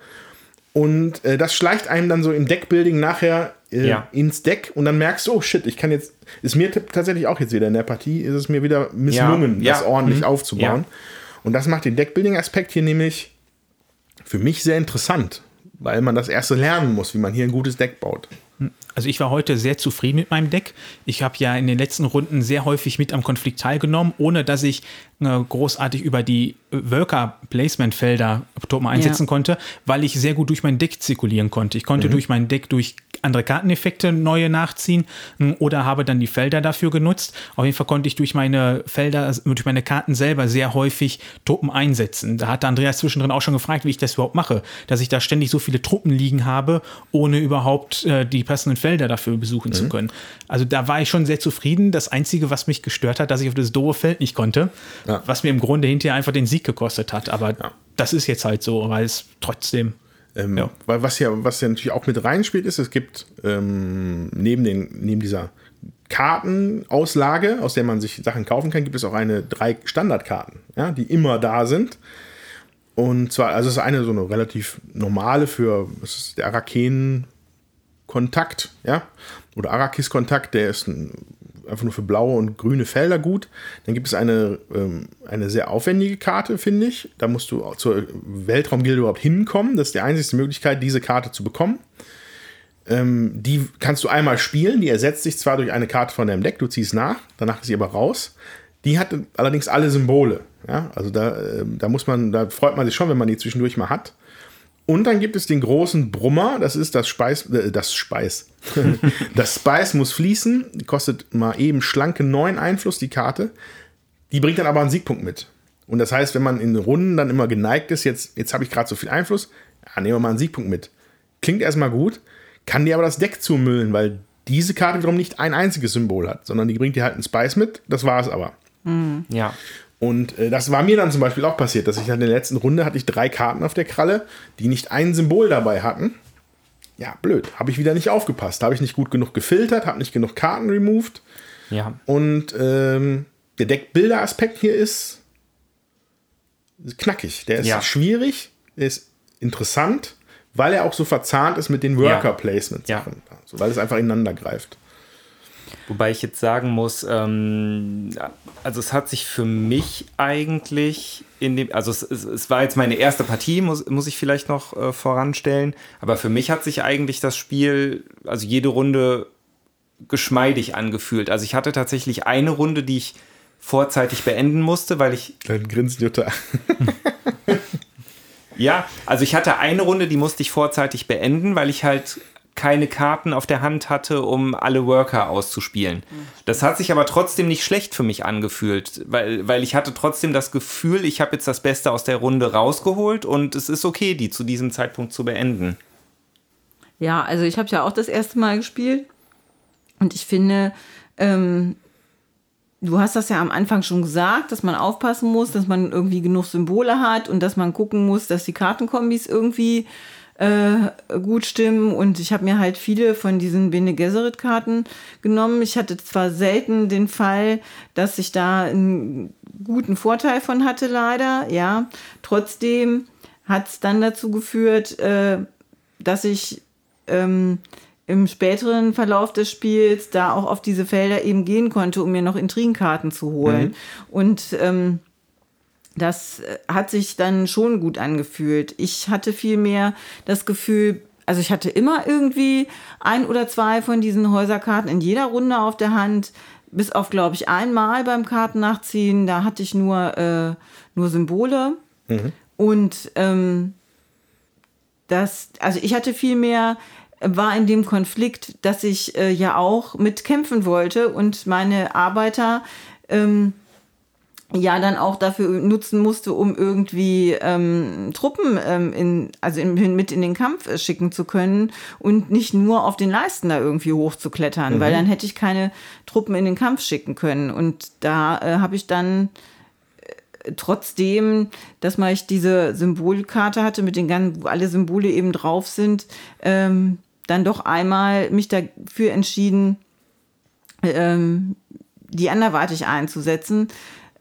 Und das schleicht einem dann so im Deckbuilding nachher ins Deck und dann merkst du, oh shit, ist mir tatsächlich auch jetzt wieder in der Partie, ist es mir wieder misslungen, das ordentlich aufzubauen. Ja. Und das macht den Deckbuilding-Aspekt hier nämlich für mich sehr interessant, weil man das erste lernen muss, wie man hier ein gutes Deck baut. Also ich war heute sehr zufrieden mit meinem Deck. Ich habe ja in den letzten Runden sehr häufig mit am Konflikt teilgenommen, ohne dass ich großartig über die Worker-Placement-Felder Truppen einsetzen konnte, weil ich sehr gut durch mein Deck zirkulieren konnte. Ich konnte durch mein Deck durch andere Karteneffekte neue nachziehen oder habe dann die Felder dafür genutzt. Auf jeden Fall konnte ich durch meine Felder, durch meine Karten selber sehr häufig Truppen einsetzen. Da hatte Andreas zwischendrin auch schon gefragt, wie ich das überhaupt mache, dass ich da ständig so viele Truppen liegen habe, ohne überhaupt die passenden Felder dafür besuchen zu können. Also da war ich schon sehr zufrieden. Das Einzige, was mich gestört hat, dass ich auf das doofe Feld nicht konnte, was mir im Grunde hinterher einfach den Sieg gekostet hat. Aber das ist jetzt halt so, weil es trotzdem... Weil was ja natürlich auch mit reinspielt, ist, es gibt neben dieser Kartenauslage, aus der man sich Sachen kaufen kann, gibt es auch 3 Standardkarten, die immer da sind. Und zwar, also es ist eine so eine relativ normale das ist der Araken-Kontakt, oder Arrakis-Kontakt, der ist einfach nur für blaue und grüne Felder gut. Dann gibt es eine sehr aufwendige Karte, finde ich. Da musst du zur Weltraumgilde überhaupt hinkommen. Das ist die einzige Möglichkeit, diese Karte zu bekommen. Die kannst du einmal spielen. Die ersetzt sich zwar durch eine Karte von deinem Deck, du ziehst nach, danach ist sie aber raus. Die hat allerdings alle Symbole. Ja? Also da freut man sich schon, wenn man die zwischendurch mal hat. Und dann gibt es den großen Brummer, das ist das Speis. Das Spice muss fließen, die kostet mal eben schlanke 9 Einfluss, die Karte. Die bringt dann aber einen Siegpunkt mit. Und das heißt, wenn man in Runden dann immer geneigt ist, jetzt habe ich gerade so viel Einfluss, nehmen wir mal einen Siegpunkt mit. Klingt erstmal gut, kann dir aber das Deck zumüllen, weil diese Karte wiederum nicht ein einziges Symbol hat, sondern die bringt dir halt einen Spice mit, das war es aber. Ja. Und das war mir dann zum Beispiel auch passiert, dass ich in der letzten Runde hatte ich 3 Karten auf der Kralle, die nicht ein Symbol dabei hatten. Ja, blöd. Habe ich wieder nicht aufgepasst. Habe ich nicht gut genug gefiltert, habe nicht genug Karten removed. Ja. Und der Deckbilder-Aspekt hier ist knackig. Der ist schwierig, der ist interessant, weil er auch so verzahnt ist mit den Worker-Placement-Sachen. Ja. Also, weil es einfach ineinander greift. Wobei ich jetzt sagen muss, also es hat sich für mich eigentlich es war jetzt meine erste Partie, muss ich vielleicht noch voranstellen, aber für mich hat sich eigentlich das Spiel, also jede Runde geschmeidig angefühlt. Also ich hatte tatsächlich eine Runde, die ich vorzeitig beenden musste, weil ich... Dann grinst Jutta. Ja, also ich hatte eine Runde, die musste ich vorzeitig beenden, weil ich halt keine Karten auf der Hand hatte, um alle Worker auszuspielen. Das hat sich aber trotzdem nicht schlecht für mich angefühlt, weil ich hatte trotzdem das Gefühl, ich habe jetzt das Beste aus der Runde rausgeholt und es ist okay, die zu diesem Zeitpunkt zu beenden. Ja, also ich habe ja auch das erste Mal gespielt und ich finde, du hast das ja am Anfang schon gesagt, dass man aufpassen muss, dass man irgendwie genug Symbole hat und dass man gucken muss, dass die Kartenkombis irgendwie gut stimmen. Und ich habe mir halt viele von diesen Bene Gesserit-Karten genommen. Ich hatte zwar selten den Fall, dass ich da einen guten Vorteil von hatte, leider. Ja, trotzdem hat es dann dazu geführt, dass ich im späteren Verlauf des Spiels da auch auf diese Felder eben gehen konnte, um mir noch Intrigenkarten zu holen. Und das hat sich dann schon gut angefühlt. Ich hatte vielmehr das Gefühl, also ich hatte immer irgendwie 1 oder 2 von diesen Häuserkarten in jeder Runde auf der Hand, bis auf, glaube ich, einmal beim Kartennachziehen, da hatte ich nur Symbole. Und also ich hatte vielmehr, war in dem Konflikt, dass ich ja auch mitkämpfen wollte und meine Arbeiter ja dann auch dafür nutzen musste, um irgendwie Truppen mit in den Kampf schicken zu können und nicht nur auf den Leisten da irgendwie hochzuklettern, weil dann hätte ich keine Truppen in den Kampf schicken können. Und da habe ich dann trotzdem, dass ich diese Symbolkarte hatte, mit wo alle Symbole eben drauf sind, dann doch einmal mich dafür entschieden, die anderweitig einzusetzen,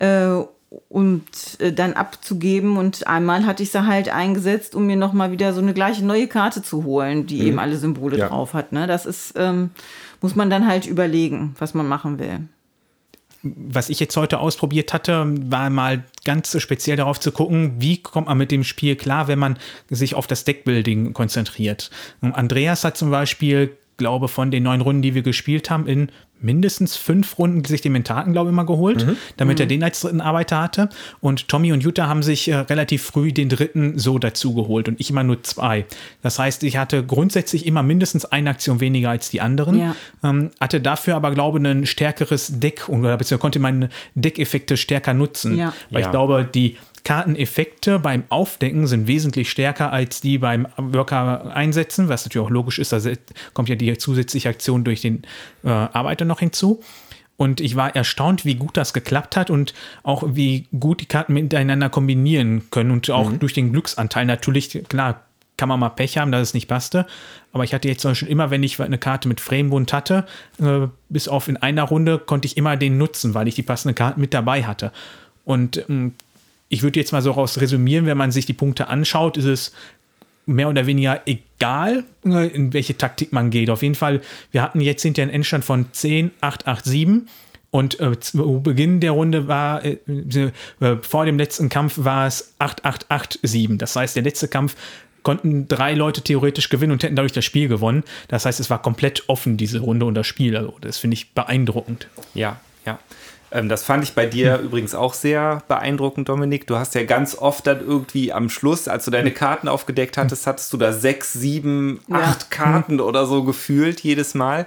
und dann abzugeben. Und einmal hatte ich sie halt eingesetzt, um mir nochmal wieder so eine gleiche neue Karte zu holen, die eben alle Symbole drauf hat. Ne? Das ist, muss man dann halt überlegen, was man machen will. Was ich jetzt heute ausprobiert hatte, war mal ganz speziell darauf zu gucken, wie kommt man mit dem Spiel klar, wenn man sich auf das Deckbuilding konzentriert. Und Andreas hat zum Beispiel, glaube von den 9 Runden, die wir gespielt haben, in mindestens 5 Runden sich den Mentaten, glaube ich, mal geholt, damit er den als dritten Arbeiter hatte. Und Tommy und Jutta haben sich relativ früh den dritten so dazu geholt und ich immer nur 2. Das heißt, ich hatte grundsätzlich immer mindestens eine Aktion weniger als die anderen, hatte dafür aber, glaube ich, ein stärkeres Deck oder beziehungsweise konnte meine Deckeffekte stärker nutzen. Weil ich glaube, die Karteneffekte beim Aufdecken sind wesentlich stärker als die beim Worker einsetzen, was natürlich auch logisch ist, da kommt ja die zusätzliche Aktion durch den Arbeiter noch hinzu. Und ich war erstaunt, wie gut das geklappt hat und auch wie gut die Karten miteinander kombinieren können und auch durch den Glücksanteil. Natürlich, klar, kann man mal Pech haben, dass es nicht passte, aber ich hatte jetzt zum Beispiel immer, wenn ich eine Karte mit Framebund hatte, bis auf in einer Runde konnte ich immer den nutzen, weil ich die passende Karte mit dabei hatte. Und ich würde jetzt mal so raus resümieren, wenn man sich die Punkte anschaut, ist es mehr oder weniger egal, in welche Taktik man geht. Auf jeden Fall, wir hatten jetzt hinterher einen Endstand von 10, 8, 8, 7 und zu Beginn der Runde war, vor dem letzten Kampf war es 8, 8, 8, 7. Das heißt, der letzte Kampf konnten 3 Leute theoretisch gewinnen und hätten dadurch das Spiel gewonnen. Das heißt, es war komplett offen, diese Runde und das Spiel. Also das finde ich beeindruckend. Ja. Das fand ich bei dir übrigens auch sehr beeindruckend, Dominik. Du hast ja ganz oft dann irgendwie am Schluss, als du deine Karten aufgedeckt hattest, hattest du da 6, 7, 8 Karten oder so gefühlt jedes Mal.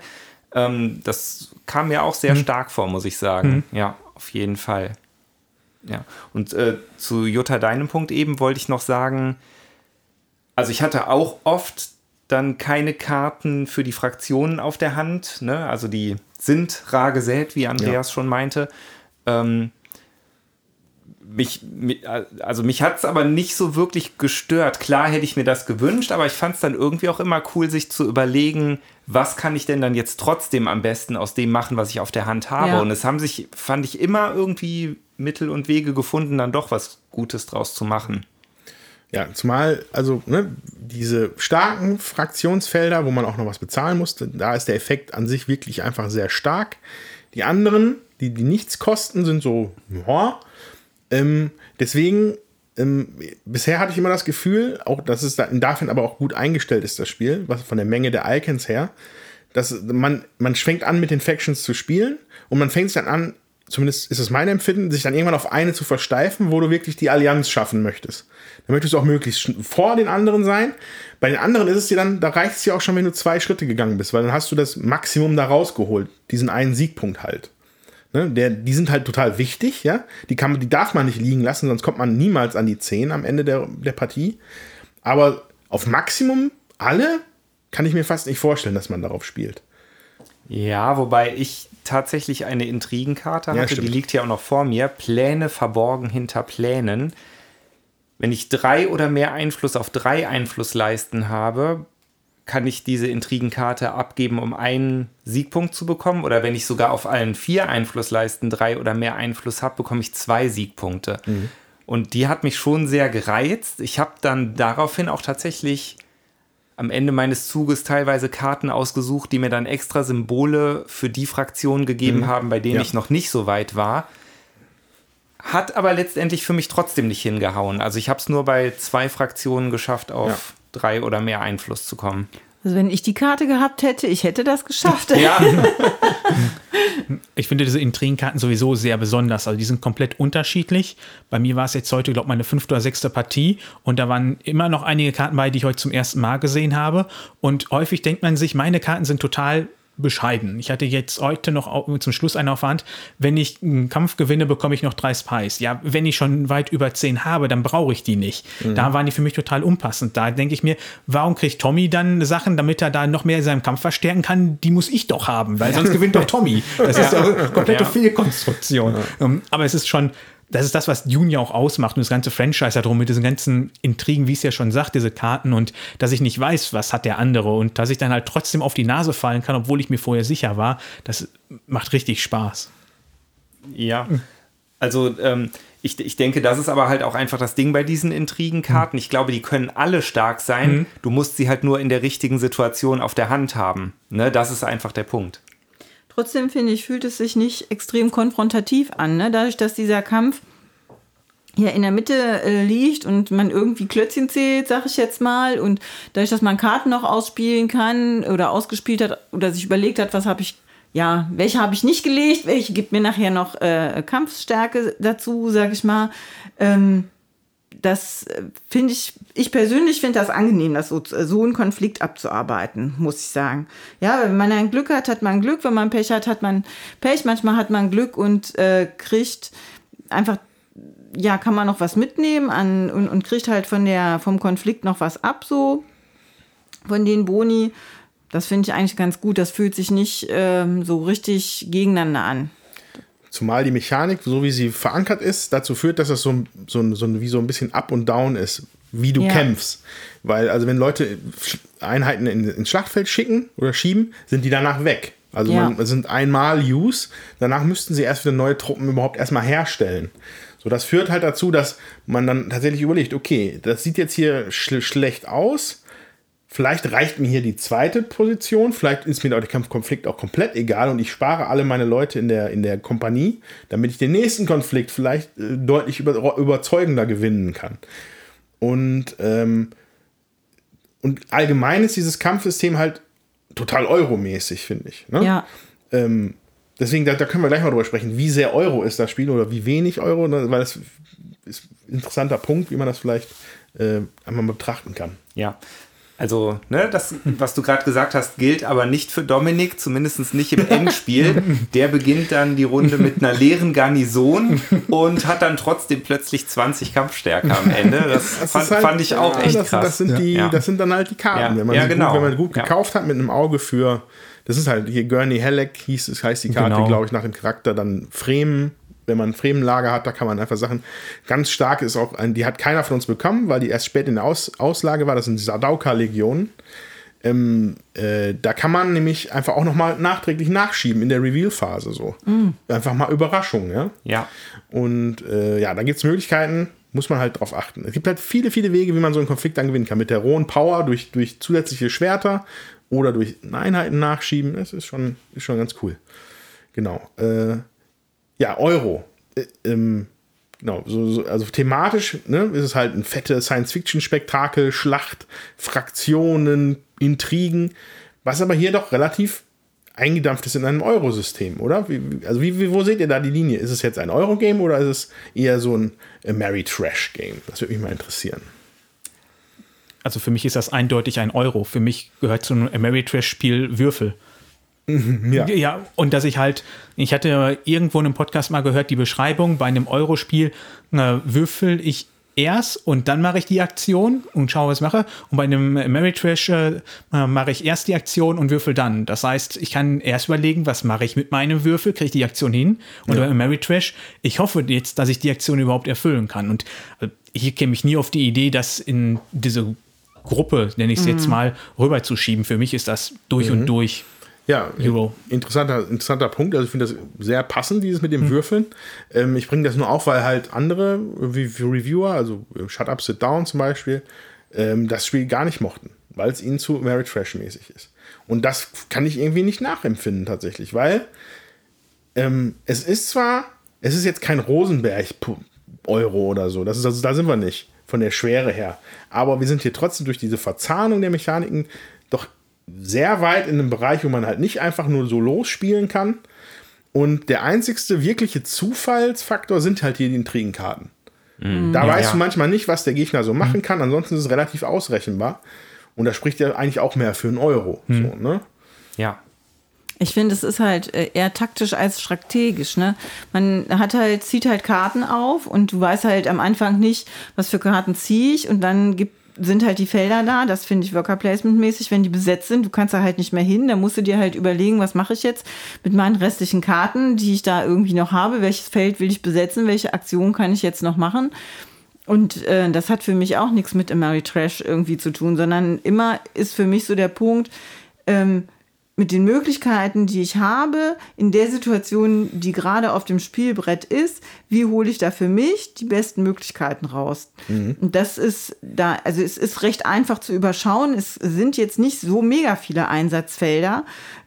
Das kam mir auch sehr stark vor, muss ich sagen. Ja, auf jeden Fall. Ja. Und zu Jutta, deinem Punkt eben, wollte ich noch sagen, also ich hatte auch oft dann keine Karten für die Fraktionen auf der Hand, ne? Also die sind rar gesät, wie Andreas schon meinte. Mich hat es aber nicht so wirklich gestört. Klar hätte ich mir das gewünscht, aber ich fand es dann irgendwie auch immer cool, sich zu überlegen, was kann ich denn dann jetzt trotzdem am besten aus dem machen, was ich auf der Hand habe. Ja. Und es fand ich immer irgendwie Mittel und Wege gefunden, dann doch was Gutes draus zu machen. Ja, zumal, also diese starken Fraktionsfelder, wo man auch noch was bezahlen musste, da ist der Effekt an sich wirklich einfach sehr stark. Die anderen, die nichts kosten, sind so, deswegen, bisher hatte ich immer das Gefühl, auch dass es dafür aber auch gut eingestellt ist, das Spiel, was von der Menge der Icons her, dass man schwenkt an, mit den Factions zu spielen und man fängt dann an, zumindest ist es mein Empfinden, sich dann irgendwann auf eine zu versteifen, wo du wirklich die Allianz schaffen möchtest. Dann möchtest du auch möglichst vor den anderen sein. Bei den anderen ist es dir dann, da reicht es dir auch schon, wenn du 2 Schritte gegangen bist, weil dann hast du das Maximum da rausgeholt, diesen einen Siegpunkt halt. Ne, die sind halt total wichtig, ja. Die darf man nicht liegen lassen, sonst kommt man niemals an die 10 am Ende der Partie. Aber auf Maximum alle kann ich mir fast nicht vorstellen, dass man darauf spielt. Ja, wobei ich tatsächlich eine Intrigenkarte hatte, die liegt hier auch noch vor mir. Pläne verborgen hinter Plänen. Wenn ich 3 oder mehr Einfluss auf 3 Einflussleisten habe, kann ich diese Intrigenkarte abgeben, um einen Siegpunkt zu bekommen. Oder wenn ich sogar auf allen 4 Einflussleisten 3 oder mehr Einfluss habe, bekomme ich 2 Siegpunkte. Mhm. Und die hat mich schon sehr gereizt. Ich habe dann daraufhin auch tatsächlich am Ende meines Zuges teilweise Karten ausgesucht, die mir dann extra Symbole für die Fraktionen gegeben haben, bei denen ich noch nicht so weit war. Hat aber letztendlich für mich trotzdem nicht hingehauen. Also ich habe es nur bei 2 Fraktionen geschafft, auf 3 oder mehr Einfluss zu kommen. Also wenn ich die Karte gehabt hätte, ich hätte das geschafft. Ja. Ich finde diese Intrigenkarten sowieso sehr besonders. Also die sind komplett unterschiedlich. Bei mir war es jetzt heute, glaube ich, meine 5. oder 6. Partie. Und da waren immer noch einige Karten bei, die ich heute zum ersten Mal gesehen habe. Und häufig denkt man sich, meine Karten sind total bescheiden. Ich hatte jetzt heute noch zum Schluss einen auf der Hand, wenn ich einen Kampf gewinne, bekomme ich noch 3 Spies. Ja, wenn ich schon weit über 10 habe, dann brauche ich die nicht. Da waren die für mich total unpassend. Da denke ich mir, warum kriegt Tommy dann Sachen, damit er da noch mehr in seinem Kampf verstärken kann? Die muss ich doch haben, weil sonst gewinnt doch Tommy. Das ist doch eine komplette Fehlkonstruktion. Aber es ist schon, das ist das, was Dune ja auch ausmacht und das ganze Franchise darum mit diesen ganzen Intrigen, wie es ja schon sagt, diese Karten und dass ich nicht weiß, was hat der andere und dass ich dann halt trotzdem auf die Nase fallen kann, obwohl ich mir vorher sicher war, das macht richtig Spaß. Ja, also ich denke, das ist aber halt auch einfach das Ding bei diesen Intrigenkarten. Ich glaube, die können alle stark sein, du musst sie halt nur in der richtigen Situation auf der Hand haben. Ne? Das ist einfach der Punkt. Trotzdem, finde ich, fühlt es sich nicht extrem konfrontativ an. Ne? Dadurch, dass dieser Kampf hier in der Mitte liegt und man irgendwie Klötzchen zählt, sag ich jetzt mal, und dadurch, dass man Karten noch ausspielen kann oder ausgespielt hat oder sich überlegt hat, welche habe ich nicht gelegt, welche gibt mir nachher noch Kampfstärke dazu, sag ich mal. Das finde ich persönlich finde das angenehm, das so einen Konflikt abzuarbeiten, muss ich sagen. Ja, wenn man ein Glück hat, hat man Glück. Wenn man Pech hat, hat man Pech. Manchmal hat man Glück und kriegt einfach, kann man noch was mitnehmen und kriegt halt vom Konflikt noch was ab, so von den Boni. Das finde ich eigentlich ganz gut. Das fühlt sich nicht so richtig gegeneinander an. Zumal die Mechanik, so wie sie verankert ist, dazu führt, dass das so ein bisschen up und down ist, wie du kämpfst. Weil, also wenn Leute Einheiten ins Schlachtfeld schicken oder schieben, sind die danach weg. Also sind einmal Use, danach müssten sie erst wieder neue Truppen überhaupt erstmal herstellen. So, das führt halt dazu, dass man dann tatsächlich überlegt, okay, das sieht jetzt hier schlecht aus. Vielleicht reicht mir hier die 2. Position, vielleicht ist mir der Kampfkonflikt auch komplett egal und ich spare alle meine Leute in der Kompanie, damit ich den nächsten Konflikt vielleicht deutlich überzeugender gewinnen kann. Und allgemein ist dieses Kampfsystem halt total euromäßig, finde ich. Ne? Ja. Deswegen, da können wir gleich mal drüber sprechen, wie sehr Euro ist das Spiel oder wie wenig Euro, ne? Weil das ist ein interessanter Punkt, wie man das vielleicht einmal mal betrachten kann. Ja. Also, das, was du gerade gesagt hast, gilt aber nicht für Dominik, zumindest nicht im Endspiel. Der beginnt dann die Runde mit einer leeren Garnison und hat dann trotzdem plötzlich 20 Kampfstärke am Ende. Das fand ich auch echt krass. Das sind dann halt die Karten. Ja. Wenn man gut gekauft hat mit einem Auge für, das ist halt hier Gurney Halleck, heißt die Karte, glaube ich, nach dem Charakter, dann Fremen. Wenn man ein Fremenlager hat, da kann man einfach Sachen, ganz stark ist auch, die hat keiner von uns bekommen, weil die erst spät in der Auslage war, das sind die Sardaukar-Legionen. Da kann man nämlich einfach auch nochmal nachträglich nachschieben in der Reveal-Phase so. Einfach mal Überraschung, ja. Und da gibt es Möglichkeiten, muss man halt drauf achten. Es gibt halt viele, viele Wege, wie man so einen Konflikt dann gewinnen kann. Mit der rohen Power, durch zusätzliche Schwerter oder durch Einheiten nachschieben. Das ist schon ganz cool. Genau. Euro. Genau, also thematisch ist es halt ein fette Science-Fiction-Spektakel, Schlacht, Fraktionen, Intrigen, was aber hier doch relativ eingedampft ist in einem Eurosystem, oder? Wo seht ihr da die Linie? Ist es jetzt ein Euro-Game oder ist es eher so ein Ameritrash-Game? Das würde mich mal interessieren. Also für mich ist das eindeutig ein Euro. Für mich gehört zu einem Ameritrash-Spiel Würfel. Ja, und dass ich hatte irgendwo in einem Podcast mal gehört, die Beschreibung, bei einem Eurospiel würfel ich erst und dann mache ich die Aktion und schaue, was ich mache. Und bei einem Ameritrash mache ich erst die Aktion und würfel dann. Das heißt, ich kann erst überlegen, was mache ich mit meinem Würfel, kriege ich die Aktion hin. Und bei Ameritrash, ich hoffe jetzt, dass ich die Aktion überhaupt erfüllen kann. Und hier käme ich nie auf die Idee, das in diese Gruppe, nenne ich es jetzt mal, rüberzuschieben. Für mich ist das durch und durch. Ja, Euro. Interessanter Punkt. Also ich finde das sehr passend, dieses mit dem Würfeln. Ich bringe das nur auf, weil halt andere wie Reviewer, also Shut Up, Sit Down zum Beispiel, das Spiel gar nicht mochten, weil es ihnen zu Ameritrash-mäßig ist. Und das kann ich irgendwie nicht nachempfinden tatsächlich, weil es ist jetzt kein Rosenberg-Euro oder so, da sind wir nicht von der Schwere her. Aber wir sind hier trotzdem durch diese Verzahnung der Mechaniken doch sehr weit in einem Bereich, wo man halt nicht einfach nur so losspielen kann. Und der einzigste wirkliche Zufallsfaktor sind halt hier die Intrigenkarten. Da weißt du manchmal nicht, was der Gegner so machen kann. Ansonsten ist es relativ ausrechenbar. Und da spricht ja eigentlich auch mehr für einen Euro. So, ne? Ja. Ich finde, es ist halt eher taktisch als strategisch, ne? Man zieht halt Karten auf und du weißt halt am Anfang nicht, was für Karten ziehe ich und dann sind halt die Felder da, das finde ich Worker Placement-mäßig, wenn die besetzt sind, du kannst da halt nicht mehr hin, da musst du dir halt überlegen, was mache ich jetzt mit meinen restlichen Karten, die ich da irgendwie noch habe, welches Feld will ich besetzen, welche Aktion kann ich jetzt noch machen und das hat für mich auch nichts mit Ameritrash irgendwie zu tun, sondern immer ist für mich so der Punkt, mit den Möglichkeiten, die ich habe, in der Situation, die gerade auf dem Spielbrett ist, wie hole ich da für mich die besten Möglichkeiten raus? Und das ist da, also es ist recht einfach zu überschauen. Es sind jetzt nicht so mega viele Einsatzfelder.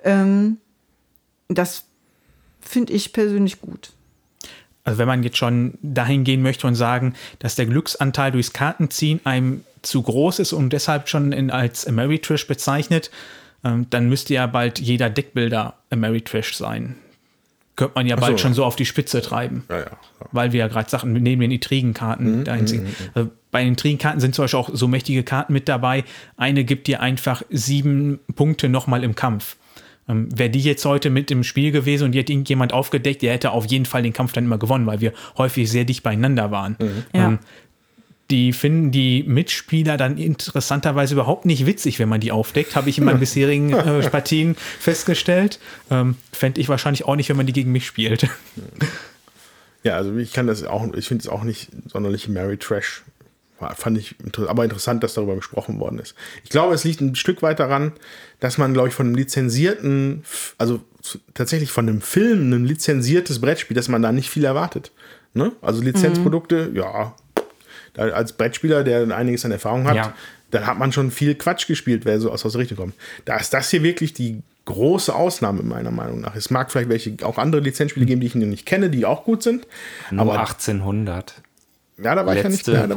Das finde ich persönlich gut. Also wenn man jetzt schon dahin gehen möchte und sagen, dass der Glücksanteil durchs Kartenziehen einem zu groß ist und deshalb schon als Ameritrash bezeichnet, dann müsste ja bald jeder Deckbilder Ameritrash sein. Könnte man ja bald schon so auf die Spitze treiben. Ja. Weil wir ja gerade Sachen neben den Intrigenkarten dahin ziehen. Bei den Intrigenkarten sind zum Beispiel auch so mächtige Karten mit dabei. Eine gibt dir einfach 7 Punkte nochmal im Kampf. Wäre die jetzt heute mit im Spiel gewesen und die hätte irgendjemand aufgedeckt, der hätte auf jeden Fall den Kampf dann immer gewonnen, weil wir häufig sehr dicht beieinander waren. Die finden die Mitspieler dann interessanterweise überhaupt nicht witzig, wenn man die aufdeckt. Habe ich in meinen bisherigen Partien festgestellt. Fände ich wahrscheinlich auch nicht, wenn man die gegen mich spielt. Ja, also ich finde es auch nicht sonderlich Ameritrash. Fand ich aber interessant, dass darüber gesprochen worden ist. Ich glaube, es liegt ein Stück weit daran, dass man, glaube ich, von einem lizenzierten, also tatsächlich von einem Film, ein lizenziertes Brettspiel, dass man da nicht viel erwartet. Ne? Also Lizenzprodukte, ja, als Brettspieler, der einiges an Erfahrung hat, dann hat man schon viel Quatsch gespielt, wer so aus der Richtung kommt. Da ist das hier wirklich die große Ausnahme, meiner Meinung nach. Es mag vielleicht auch andere Lizenzspiele geben, die ich nicht kenne, die auch gut sind. Nur aber 1800. Ja, da war ich ja nicht da.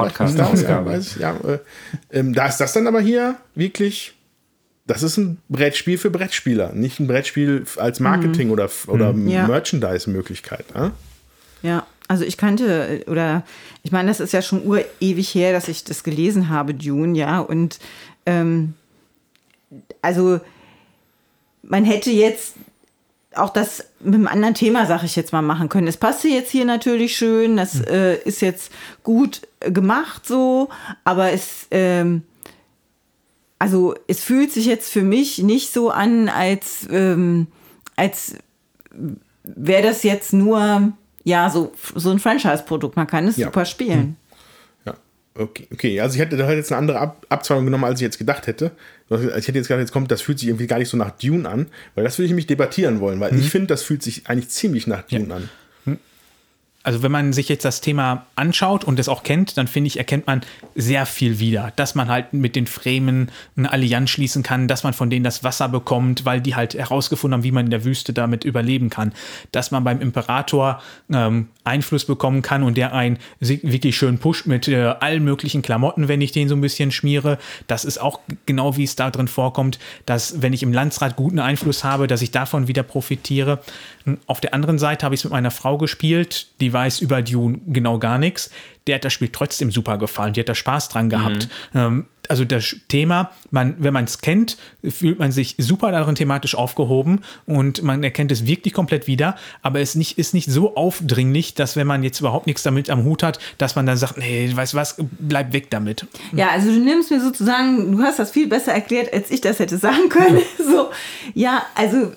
Da ist das dann aber hier wirklich, das ist ein Brettspiel für Brettspieler, nicht ein Brettspiel als Marketing oder Merchandise-Möglichkeit. Ja, also ich meine, das ist ja schon urewig her, dass ich das gelesen habe, Dune, ja, und also man hätte jetzt auch das mit einem anderen Thema, sag ich jetzt mal, machen können. Es passte jetzt hier natürlich schön, das ist jetzt gut gemacht so, aber es fühlt sich jetzt für mich nicht so an, als wäre das jetzt nur so ein Franchise-Produkt. Man kann es super spielen. Ja, okay. Also ich hätte da jetzt eine andere Abzweigung genommen, als ich jetzt gedacht hätte. Ich hätte jetzt gedacht, das fühlt sich irgendwie gar nicht so nach Dune an, weil das würde ich nämlich debattieren wollen, weil ich finde, das fühlt sich eigentlich ziemlich nach Dune an. Also wenn man sich jetzt das Thema anschaut und es auch kennt, dann finde ich, erkennt man sehr viel wieder. Dass man halt mit den Fremen eine Allianz schließen kann, dass man von denen das Wasser bekommt, weil die halt herausgefunden haben, wie man in der Wüste damit überleben kann. Dass man beim Imperator Einfluss bekommen kann und der einen wirklich schön pusht mit allen möglichen Klamotten, wenn ich den so ein bisschen schmiere. Das ist auch genau, wie es da drin vorkommt, dass wenn ich im Landsrat guten Einfluss habe, dass ich davon wieder profitiere. Auf der anderen Seite habe ich es mit meiner Frau gespielt, die weiß über Dune genau gar nichts. Der hat das Spiel trotzdem super gefallen, die hat da Spaß dran gehabt. Also das Thema, wenn man es kennt, fühlt man sich super darin thematisch aufgehoben und man erkennt es wirklich komplett wieder, aber es ist nicht so aufdringlich, dass wenn man jetzt überhaupt nichts damit am Hut hat, dass man dann sagt, nee, weißt du was, bleib weg damit. Ja, also du nimmst mir sozusagen, du hast das viel besser erklärt, als ich das hätte sagen können. So, ja, also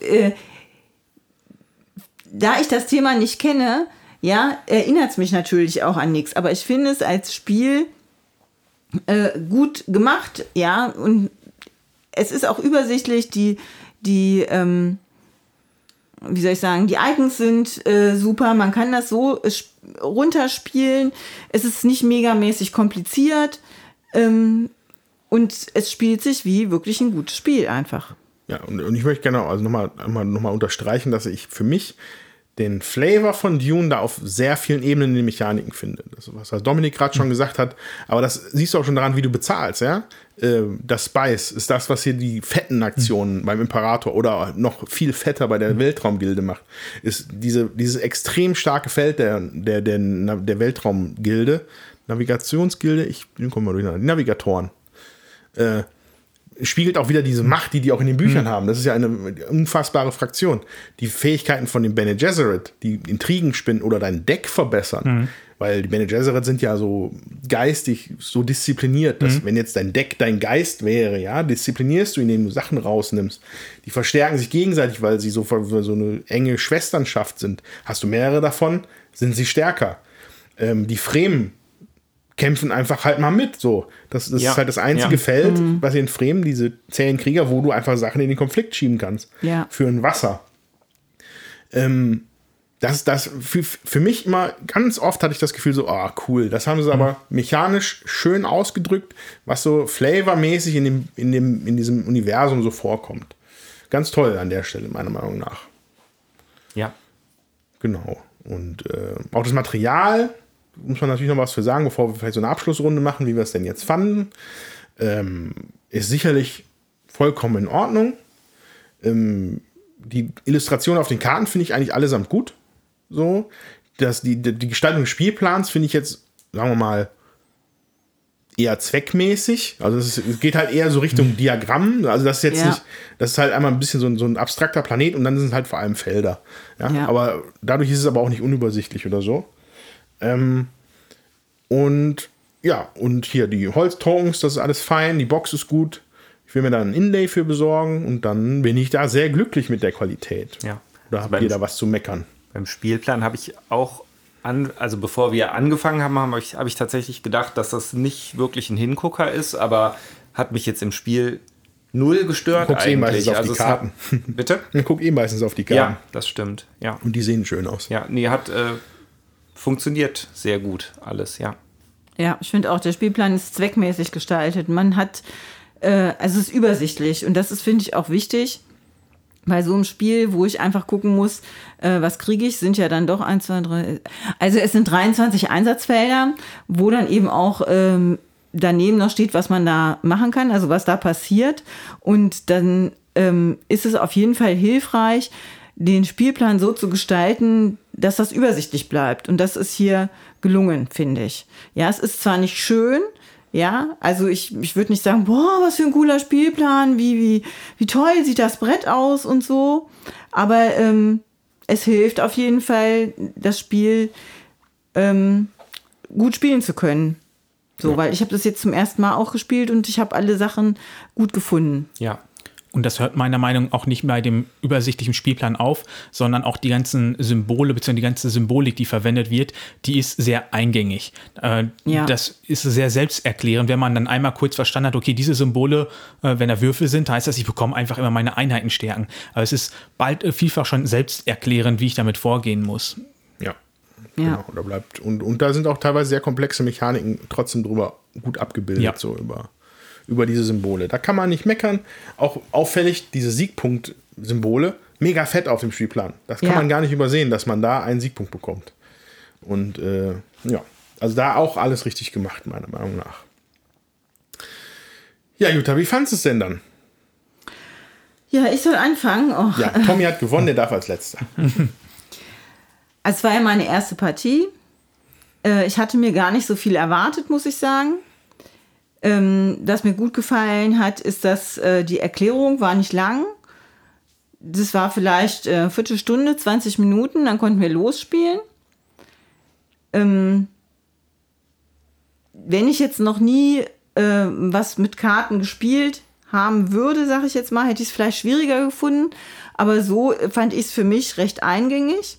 da ich das Thema nicht kenne, ja, erinnert es mich natürlich auch an nichts, aber ich finde es als Spiel gut gemacht, ja, und es ist auch übersichtlich, wie soll ich sagen, die Icons sind super, man kann das so runterspielen, es ist nicht megamäßig kompliziert und es spielt sich wie wirklich ein gutes Spiel einfach. Ja, und ich möchte gerne also nochmal unterstreichen, dass ich für mich den Flavor von Dune da auf sehr vielen Ebenen in den Mechaniken finde. Das, was Dominik gerade schon gesagt hat, aber das siehst du auch schon daran, wie du bezahlst, ja? Das Spice ist das, was hier die fetten Aktionen beim Imperator oder noch viel fetter bei der Weltraumgilde macht, ist dieses extrem starke Feld der Weltraumgilde, Navigationsgilde, ich komme mal durcheinander, die Navigatoren, spiegelt auch wieder diese Macht, die auch in den Büchern haben. Das ist ja eine unfassbare Fraktion. Die Fähigkeiten von den Bene Gesserit, die Intrigen spinnen oder dein Deck verbessern. Weil die Bene Gesserit sind ja so geistig so diszipliniert, dass wenn jetzt dein Deck dein Geist wäre, ja, disziplinierst du, indem du Sachen rausnimmst. Die verstärken sich gegenseitig, weil sie so eine enge Schwesternschaft sind. Hast du mehrere davon, sind sie stärker. Die Fremen kämpfen einfach halt mal mit. So. Das ist halt das einzige Feld, was in Fremen, diese zähen Krieger, wo du einfach Sachen in den Konflikt schieben kannst. Ja. Für ein Wasser. Das für mich immer, ganz oft hatte ich das Gefühl so, cool. Das haben sie aber mechanisch schön ausgedrückt, was so flavormäßig in diesem Universum so vorkommt. Ganz toll an der Stelle, meiner Meinung nach. Ja. Genau. Und auch das Material, muss man natürlich noch was für sagen, bevor wir vielleicht so eine Abschlussrunde machen, wie wir es denn jetzt fanden. Ist sicherlich vollkommen in Ordnung. Die Illustration auf den Karten finde ich eigentlich allesamt gut. So. Die Gestaltung des Spielplans finde ich jetzt, sagen wir mal, eher zweckmäßig. Also es geht halt eher so Richtung Diagramm. Also das ist jetzt nicht, das ist halt einmal ein bisschen so ein abstrakter Planet und dann sind es halt vor allem Felder. Ja? Aber dadurch ist es aber auch nicht unübersichtlich oder so. Und hier die Holztokens, das ist alles fein, die Box ist gut. Ich will mir da ein Inlay für besorgen und dann bin ich da sehr glücklich mit der Qualität. Ja. Oder habt ihr da was zu meckern? Beim Spielplan habe ich auch, also bevor wir angefangen haben, habe ich tatsächlich gedacht, dass das nicht wirklich ein Hingucker ist, aber hat mich jetzt im Spiel null gestört. Guckst meistens auf die Karten. Bitte? Man guckt meistens auf die Karten. Ja, das stimmt. Ja. Und die sehen schön aus. Ja, hat funktioniert sehr gut alles, ja. Ja, ich finde auch, der Spielplan ist zweckmäßig gestaltet. Man hat, also es ist übersichtlich und das ist, finde ich, auch wichtig. Bei so einem Spiel, wo ich einfach gucken muss, was kriege ich, sind ja dann doch 1, 2, 3, also es sind 23 Einsatzfelder, wo dann eben auch daneben noch steht, was man da machen kann, also was da passiert. Und dann ist es auf jeden Fall hilfreich, den Spielplan so zu gestalten, dass das übersichtlich bleibt. Und das ist hier gelungen, finde ich. Ja, es ist zwar nicht schön, ja, also ich würde nicht sagen, boah, was für ein cooler Spielplan, wie toll sieht das Brett aus und so, aber es hilft auf jeden Fall, das Spiel gut spielen zu können. So, weil ich habe das jetzt zum ersten Mal auch gespielt und ich habe alle Sachen gut gefunden. Ja. Und das hört meiner Meinung nach auch nicht bei dem übersichtlichen Spielplan auf, sondern auch die ganzen Symbole bzw. die ganze Symbolik, die verwendet wird, die ist sehr eingängig. Das ist sehr selbsterklärend, wenn man dann einmal kurz verstanden hat, okay, diese Symbole, wenn da Würfel sind, heißt das, ich bekomme einfach immer meine Einheiten stärken. Aber es ist bald vielfach schon selbsterklärend, wie ich damit vorgehen muss. Ja, Genau, da bleibt, und da sind auch teilweise sehr komplexe Mechaniken trotzdem drüber gut abgebildet, so über diese Symbole. Da kann man nicht meckern. Auch auffällig, diese Siegpunkt-Symbole, mega fett auf dem Spielplan. Das kann man gar nicht übersehen, dass man da einen Siegpunkt bekommt. Und also da auch alles richtig gemacht, meiner Meinung nach. Ja, Jutta, wie fandest du es denn dann? Ja, ich soll anfangen. Oh. Ja, Tommy hat gewonnen, der darf als Letzter. Es war ja meine erste Partie. Ich hatte mir gar nicht so viel erwartet, muss ich sagen. Das mir gut gefallen hat, ist, dass die Erklärung war nicht lang. Das war vielleicht Viertelstunde, 20 Minuten, dann konnten wir losspielen. Wenn ich jetzt noch nie was mit Karten gespielt haben würde, sage ich jetzt mal, hätte ich es vielleicht schwieriger gefunden. Aber so fand ich es für mich recht eingängig.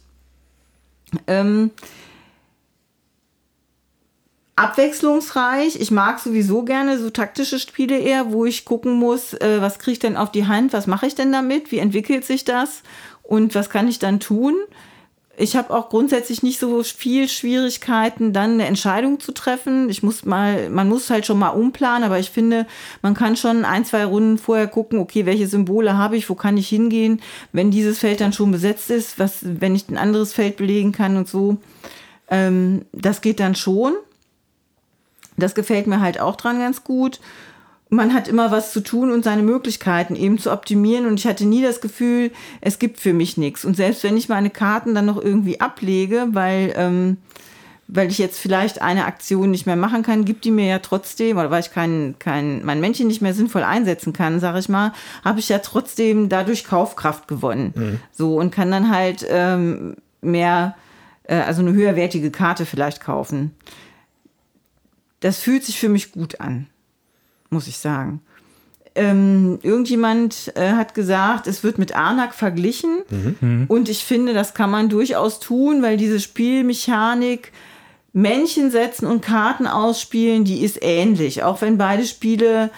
Abwechslungsreich. Ich mag sowieso gerne so taktische Spiele eher, wo ich gucken muss, was kriege ich denn auf die Hand, was mache ich denn damit, wie entwickelt sich das und was kann ich dann tun. Ich habe auch grundsätzlich nicht so viel Schwierigkeiten, dann eine Entscheidung zu treffen. Man muss halt schon mal umplanen, aber ich finde, man kann schon 1-2 Runden vorher gucken, okay, welche Symbole habe ich, wo kann ich hingehen, wenn dieses Feld dann schon besetzt ist, wenn ich ein anderes Feld belegen kann und so. Das geht dann schon. Das gefällt mir halt auch dran ganz gut. Man hat immer was zu tun und seine Möglichkeiten eben zu optimieren. Und ich hatte nie das Gefühl, es gibt für mich nichts. Und selbst wenn ich meine Karten dann noch irgendwie ablege, weil ich jetzt vielleicht eine Aktion nicht mehr machen kann, gibt die mir ja trotzdem, oder weil ich mein Männchen nicht mehr sinnvoll einsetzen kann, sage ich mal, habe ich ja trotzdem dadurch Kaufkraft gewonnen. Mhm. So, und kann dann halt mehr, also eine höherwertige Karte vielleicht kaufen. Das fühlt sich für mich gut an, muss ich sagen. Irgendjemand hat gesagt, es wird mit Arnak verglichen. Mhm. Und ich finde, das kann man durchaus tun, weil diese Spielmechanik, Männchen setzen und Karten ausspielen, die ist ähnlich. Auch wenn beide Spiele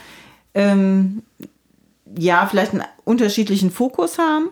vielleicht einen unterschiedlichen Fokus haben.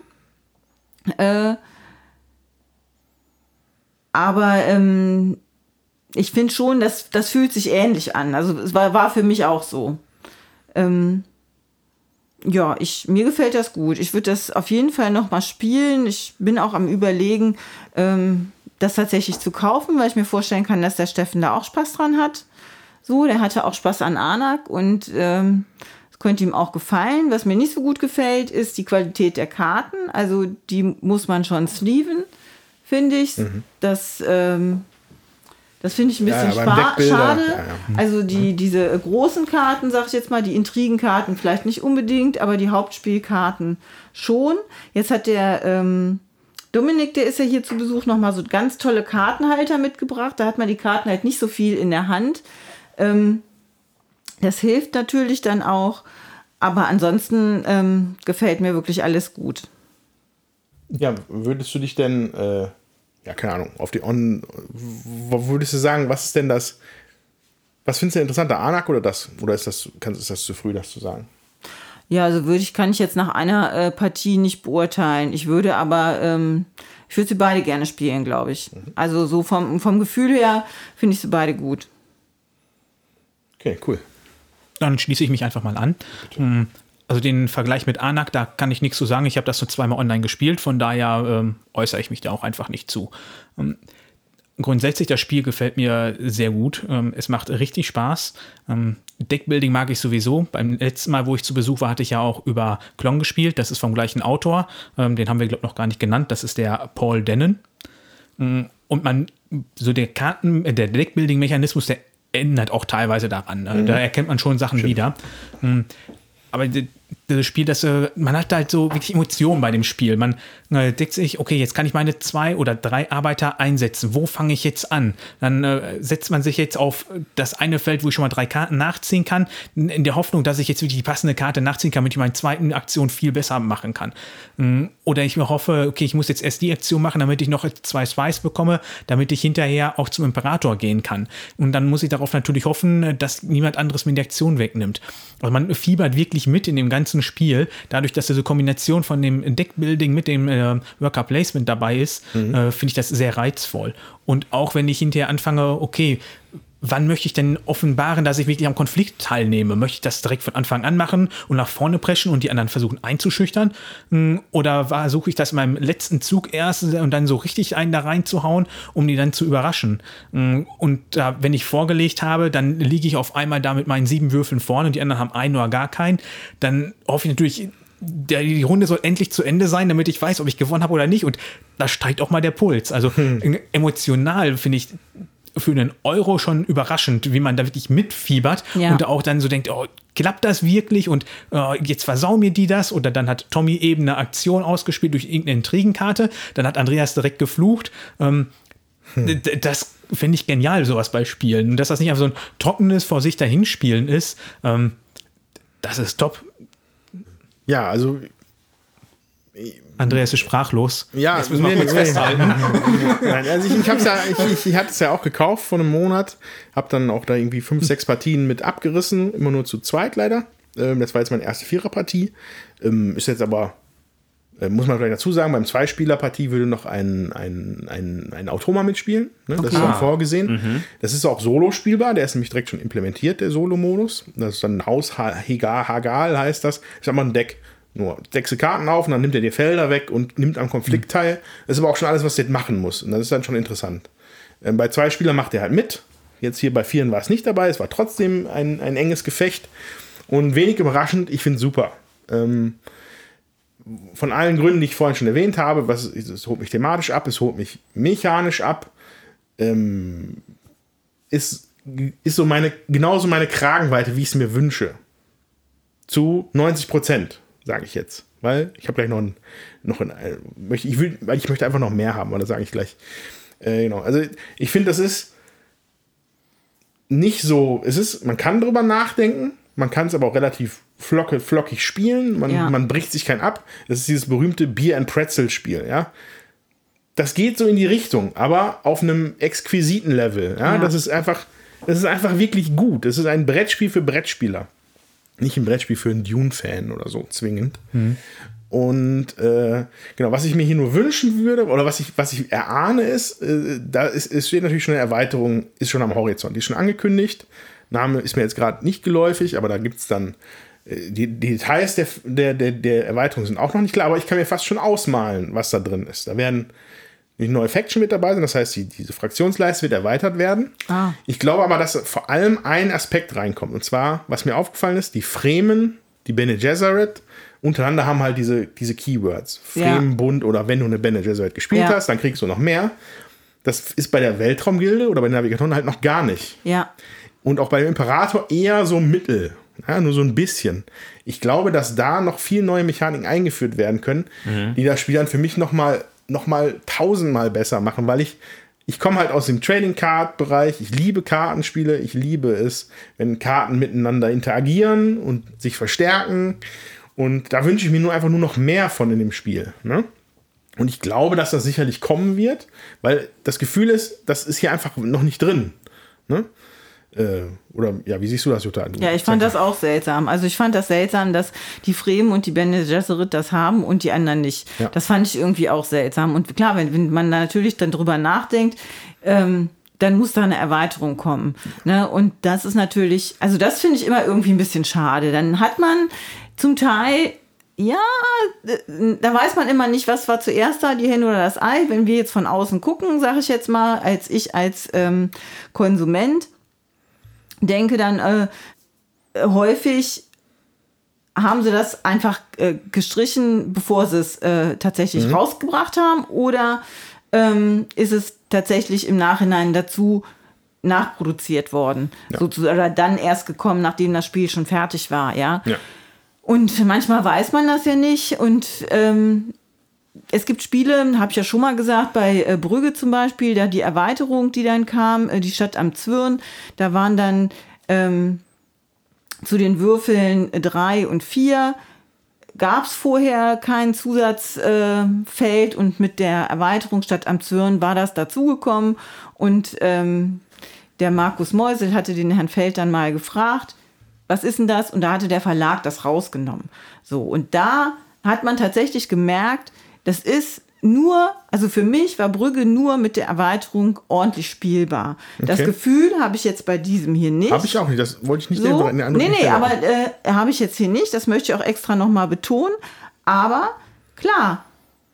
Aber ich finde schon, das fühlt sich ähnlich an. Also es war für mich auch so. Mir gefällt das gut. Ich würde das auf jeden Fall noch mal spielen. Ich bin auch am Überlegen, das tatsächlich zu kaufen, weil ich mir vorstellen kann, dass der Steffen da auch Spaß dran hat. So, der hatte auch Spaß an Arnak und es könnte ihm auch gefallen. Was mir nicht so gut gefällt, ist die Qualität der Karten. Also die muss man schon sleeven, finde ich. Mhm. Das finde ich ein bisschen schade. Ja. Also diese großen Karten, sag ich jetzt mal, die Intrigenkarten vielleicht nicht unbedingt, aber die Hauptspielkarten schon. Jetzt hat der Dominik, der ist ja hier zu Besuch, nochmal so ganz tolle Kartenhalter mitgebracht. Da hat man die Karten halt nicht so viel in der Hand. Das hilft natürlich dann auch. Aber ansonsten gefällt mir wirklich alles gut. Ja, würdest du dich denn... keine Ahnung, würdest du sagen, was ist denn das, was findest du interessanter, Arnak oder das? Oder ist das zu früh, das zu sagen? Ja, also kann ich jetzt nach einer Partie nicht beurteilen. Ich würde sie beide gerne spielen, glaube ich. Mhm. Also so vom Gefühl her finde ich sie beide gut. Okay, cool. Dann schließe ich mich einfach mal an. Bitte. Also den Vergleich mit Arnak, da kann ich nichts zu sagen. Ich habe das nur 2-mal online gespielt, von daher äußere ich mich da auch einfach nicht zu. Grundsätzlich, das Spiel gefällt mir sehr gut. Es macht richtig Spaß. Deckbuilding mag ich sowieso. Beim letzten Mal, wo ich zu Besuch war, hatte ich ja auch über Klon gespielt. Das ist vom gleichen Autor. Den haben wir, glaube ich, noch gar nicht genannt. Das ist der Paul Dennen. Und der Deckbuilding-Mechanismus, der ändert auch teilweise daran. Mhm. Da erkennt man schon Sachen wieder. Aber das Spiel, man hat halt so wirklich Emotionen bei dem Spiel. Man denkt sich, okay, jetzt kann ich meine 2 oder 3 Arbeiter einsetzen. Wo fange ich jetzt an? Dann setzt man sich jetzt auf das eine Feld, wo ich schon mal 3 Karten nachziehen kann, in der Hoffnung, dass ich jetzt wirklich die passende Karte nachziehen kann, damit ich meine zweite Aktion viel besser machen kann. Oder ich mir hoffe, okay, ich muss jetzt erst die Aktion machen, damit ich noch 2 Spice bekomme, damit ich hinterher auch zum Imperator gehen kann. Und dann muss ich darauf natürlich hoffen, dass niemand anderes mir die Aktion wegnimmt. Also man fiebert wirklich mit in dem ganzen ganzen Spiel. Dadurch, dass diese Kombination von dem Deckbuilding mit dem Worker Placement dabei ist, finde ich das sehr reizvoll. Und auch wenn ich hinterher anfange, okay, wann möchte ich denn offenbaren, dass ich wirklich am Konflikt teilnehme? Möchte ich das direkt von Anfang an machen und nach vorne preschen und die anderen versuchen einzuschüchtern? Oder versuche ich das in meinem letzten Zug erst und dann so richtig einen da reinzuhauen, um die dann zu überraschen? Und wenn ich vorgelegt habe, dann liege ich auf einmal da mit meinen 7 Würfeln vorne und die anderen haben einen oder gar keinen. Dann hoffe ich natürlich, die Runde soll endlich zu Ende sein, damit ich weiß, ob ich gewonnen habe oder nicht. Und da steigt auch mal der Puls. Also emotional finde ich für einen Euro schon überraschend, wie man da wirklich mitfiebert und auch dann so denkt, oh, klappt das wirklich und jetzt versau mir die das, oder dann hat Tommy eben eine Aktion ausgespielt durch irgendeine Intrigenkarte, dann hat Andreas direkt geflucht. Das finde ich genial, sowas bei Spielen. Und dass das nicht einfach so ein trockenes vor sich dahinspielen ist, das ist top. Ja, also Andreas ist sprachlos. Ja, jetzt müssen wir kurz festhalten. Nein, also ich hatte es ja auch gekauft vor einem Monat, habe dann auch da irgendwie 5, 6 Partien mit abgerissen, immer nur zu zweit leider. Das war jetzt meine erste 4er-Partie. Ist jetzt aber, muss man vielleicht dazu sagen, beim 2-Spieler-Partie würde noch ein Automa mitspielen. Ne? Das ist dann vorgesehen. Das ist auch solo spielbar, der ist nämlich direkt schon implementiert, der Solo-Modus. Das ist dann ein Haus, Hagal heißt das. Ist aber ein Deck. Nur 6 Karten auf und dann nimmt er dir Felder weg und nimmt am Konflikt teil. Das ist aber auch schon alles, was der machen muss. Und das ist dann schon interessant. Bei 2 Spielern macht er halt mit. Jetzt hier bei 4 war es nicht dabei. Es war trotzdem ein enges Gefecht. Und wenig überraschend, ich finde es super. Von allen Gründen, die ich vorhin schon erwähnt habe, es holt mich thematisch ab, es holt mich mechanisch ab. Ist so genauso meine Kragenweite, wie ich es mir wünsche. Zu 90%. Sage ich jetzt. Weil ich habe gleich ich möchte einfach noch mehr haben, aber das sage ich gleich. Genau. Also ich finde, das ist nicht so, man kann drüber nachdenken, man kann es aber auch relativ flockig spielen, man bricht sich kein ab. Das ist dieses berühmte Beer and Pretzel Spiel, ja. Das geht so in die Richtung, aber auf einem exquisiten Level, ja. Das ist einfach wirklich gut. Das ist ein Brettspiel für Brettspieler. Nicht ein Brettspiel für einen Dune-Fan oder so, zwingend. Und genau, was ich mir hier nur wünschen würde, oder was ich erahne, ist, es steht natürlich schon eine Erweiterung, ist schon am Horizont. Die ist schon angekündigt. Name ist mir jetzt gerade nicht geläufig, aber da gibt es dann die Details der Erweiterung sind auch noch nicht klar, aber ich kann mir fast schon ausmalen, was da drin ist. Da werden neue Faction mit dabei sein, das heißt, diese Fraktionsleiste wird erweitert werden. Ich glaube aber, dass vor allem ein Aspekt reinkommt. Und zwar, was mir aufgefallen ist, die Fremen, die Bene Gesserit, untereinander haben halt diese Keywords. Fremenbund oder wenn du eine Bene Gesserit gespielt hast, dann kriegst du noch mehr. Das ist bei der Weltraumgilde oder bei den Navigatoren halt noch gar nicht. Ja. Und auch bei dem Imperator eher so mittel. Ja, nur so ein bisschen. Ich glaube, dass da noch viel neue Mechaniken eingeführt werden können, die das Spiel dann für mich noch mal 1000-mal besser machen, weil ich komme halt aus dem Trading Card Bereich, ich liebe Kartenspiele, ich liebe es, wenn Karten miteinander interagieren und sich verstärken, und da wünsche ich mir einfach nur noch mehr von in dem Spiel, ne? Und ich glaube, dass das sicherlich kommen wird, weil das Gefühl ist, das ist hier einfach noch nicht drin, ne? Oder, ja, wie siehst du das, Jutta? Ja, ich fand das auch seltsam. Also ich fand das seltsam, dass die Fremen und die Bene Gesserit das haben und die anderen nicht. Ja. Das fand ich irgendwie auch seltsam. Und klar, wenn man da natürlich dann drüber nachdenkt, dann muss da eine Erweiterung kommen. Ne? Und das ist natürlich, also das finde ich immer irgendwie ein bisschen schade. Dann hat man zum Teil, ja, da weiß man immer nicht, was war zuerst da, die Henne oder das Ei. Wenn wir jetzt von außen gucken, sage ich jetzt mal, als Konsument, denke dann, häufig haben sie das einfach gestrichen, bevor sie es tatsächlich rausgebracht haben, oder ist es tatsächlich im Nachhinein dazu nachproduziert worden, sozusagen, oder dann erst gekommen, nachdem das Spiel schon fertig war, ja. Und manchmal weiß man das ja nicht, und es gibt Spiele, habe ich ja schon mal gesagt, bei Brügge zum Beispiel, da die Erweiterung, die dann kam, die Stadt am Zwirn, da waren dann zu den Würfeln 3 und 4 gab es vorher kein Zusatzfeld, und mit der Erweiterung Stadt am Zwirn war das dazugekommen, und der Markus Meusel hatte den Herrn Feld dann mal gefragt, was ist denn das? Und da hatte der Verlag das rausgenommen. So, und da hat man tatsächlich gemerkt, das ist nur, also für mich war Brügge nur mit der Erweiterung ordentlich spielbar. Okay. Das Gefühl habe ich jetzt bei diesem hier nicht. Habe ich auch nicht, das wollte ich nicht so, in der anderen Nee, aber habe ich jetzt hier nicht, das möchte ich auch extra nochmal betonen. Aber klar,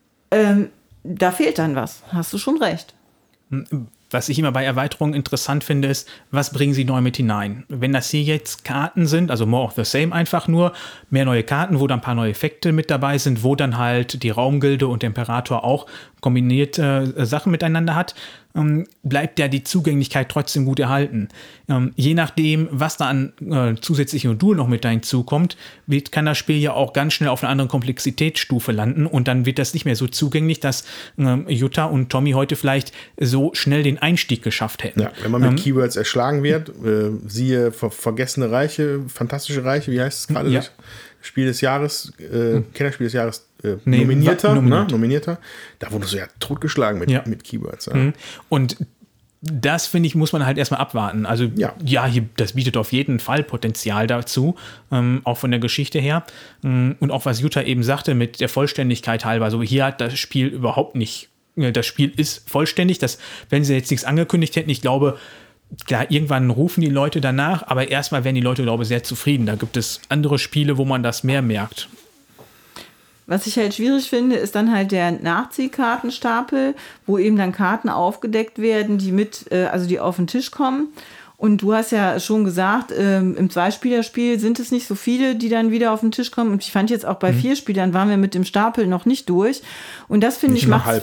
da fehlt dann was, hast du schon recht. Was ich immer bei Erweiterungen interessant finde, ist, was bringen sie neu mit hinein? Wenn das hier jetzt Karten sind, also more of the same einfach nur, mehr neue Karten, wo dann ein paar neue Effekte mit dabei sind, wo dann halt die Raumgilde und der Imperator auch kombinierte Sachen miteinander hat, bleibt ja die Zugänglichkeit trotzdem gut erhalten. Je nachdem, was da an zusätzlichen Modulen noch mit hinzukommt, kann das Spiel ja auch ganz schnell auf einer anderen Komplexitätsstufe landen und dann wird das nicht mehr so zugänglich, dass Jutta und Tommy heute vielleicht so schnell den Einstieg geschafft hätten. Ja, wenn man mit Keywords erschlagen wird, siehe Vergessene Reiche, Fantastische Reiche, wie heißt es gerade? Ja. Spiel des Jahres, Kennerspiel des Jahres Nominierter. Da wurdest du ja totgeschlagen mit Keywords. Ja. Und das, finde ich, muss man halt erstmal abwarten. Also das bietet auf jeden Fall Potenzial dazu, auch von der Geschichte her. Und auch was Jutta eben sagte, mit der Vollständigkeit halber. Also hier hat das Spiel überhaupt nicht, das Spiel ist vollständig. Wenn sie jetzt nichts angekündigt hätten, ich glaube, klar, irgendwann rufen die Leute danach, aber erstmal werden die Leute, glaube ich, sehr zufrieden. Da gibt es andere Spiele, wo man das mehr merkt. Was ich halt schwierig finde, ist dann halt der Nachziehkartenstapel, wo eben dann Karten aufgedeckt werden, die die auf den Tisch kommen. Und du hast ja schon gesagt, im Zweispielerspiel sind es nicht so viele, die dann wieder auf den Tisch kommen. Und ich fand jetzt auch bei 4 Spielern waren wir mit dem Stapel noch nicht durch. Und das finde ich macht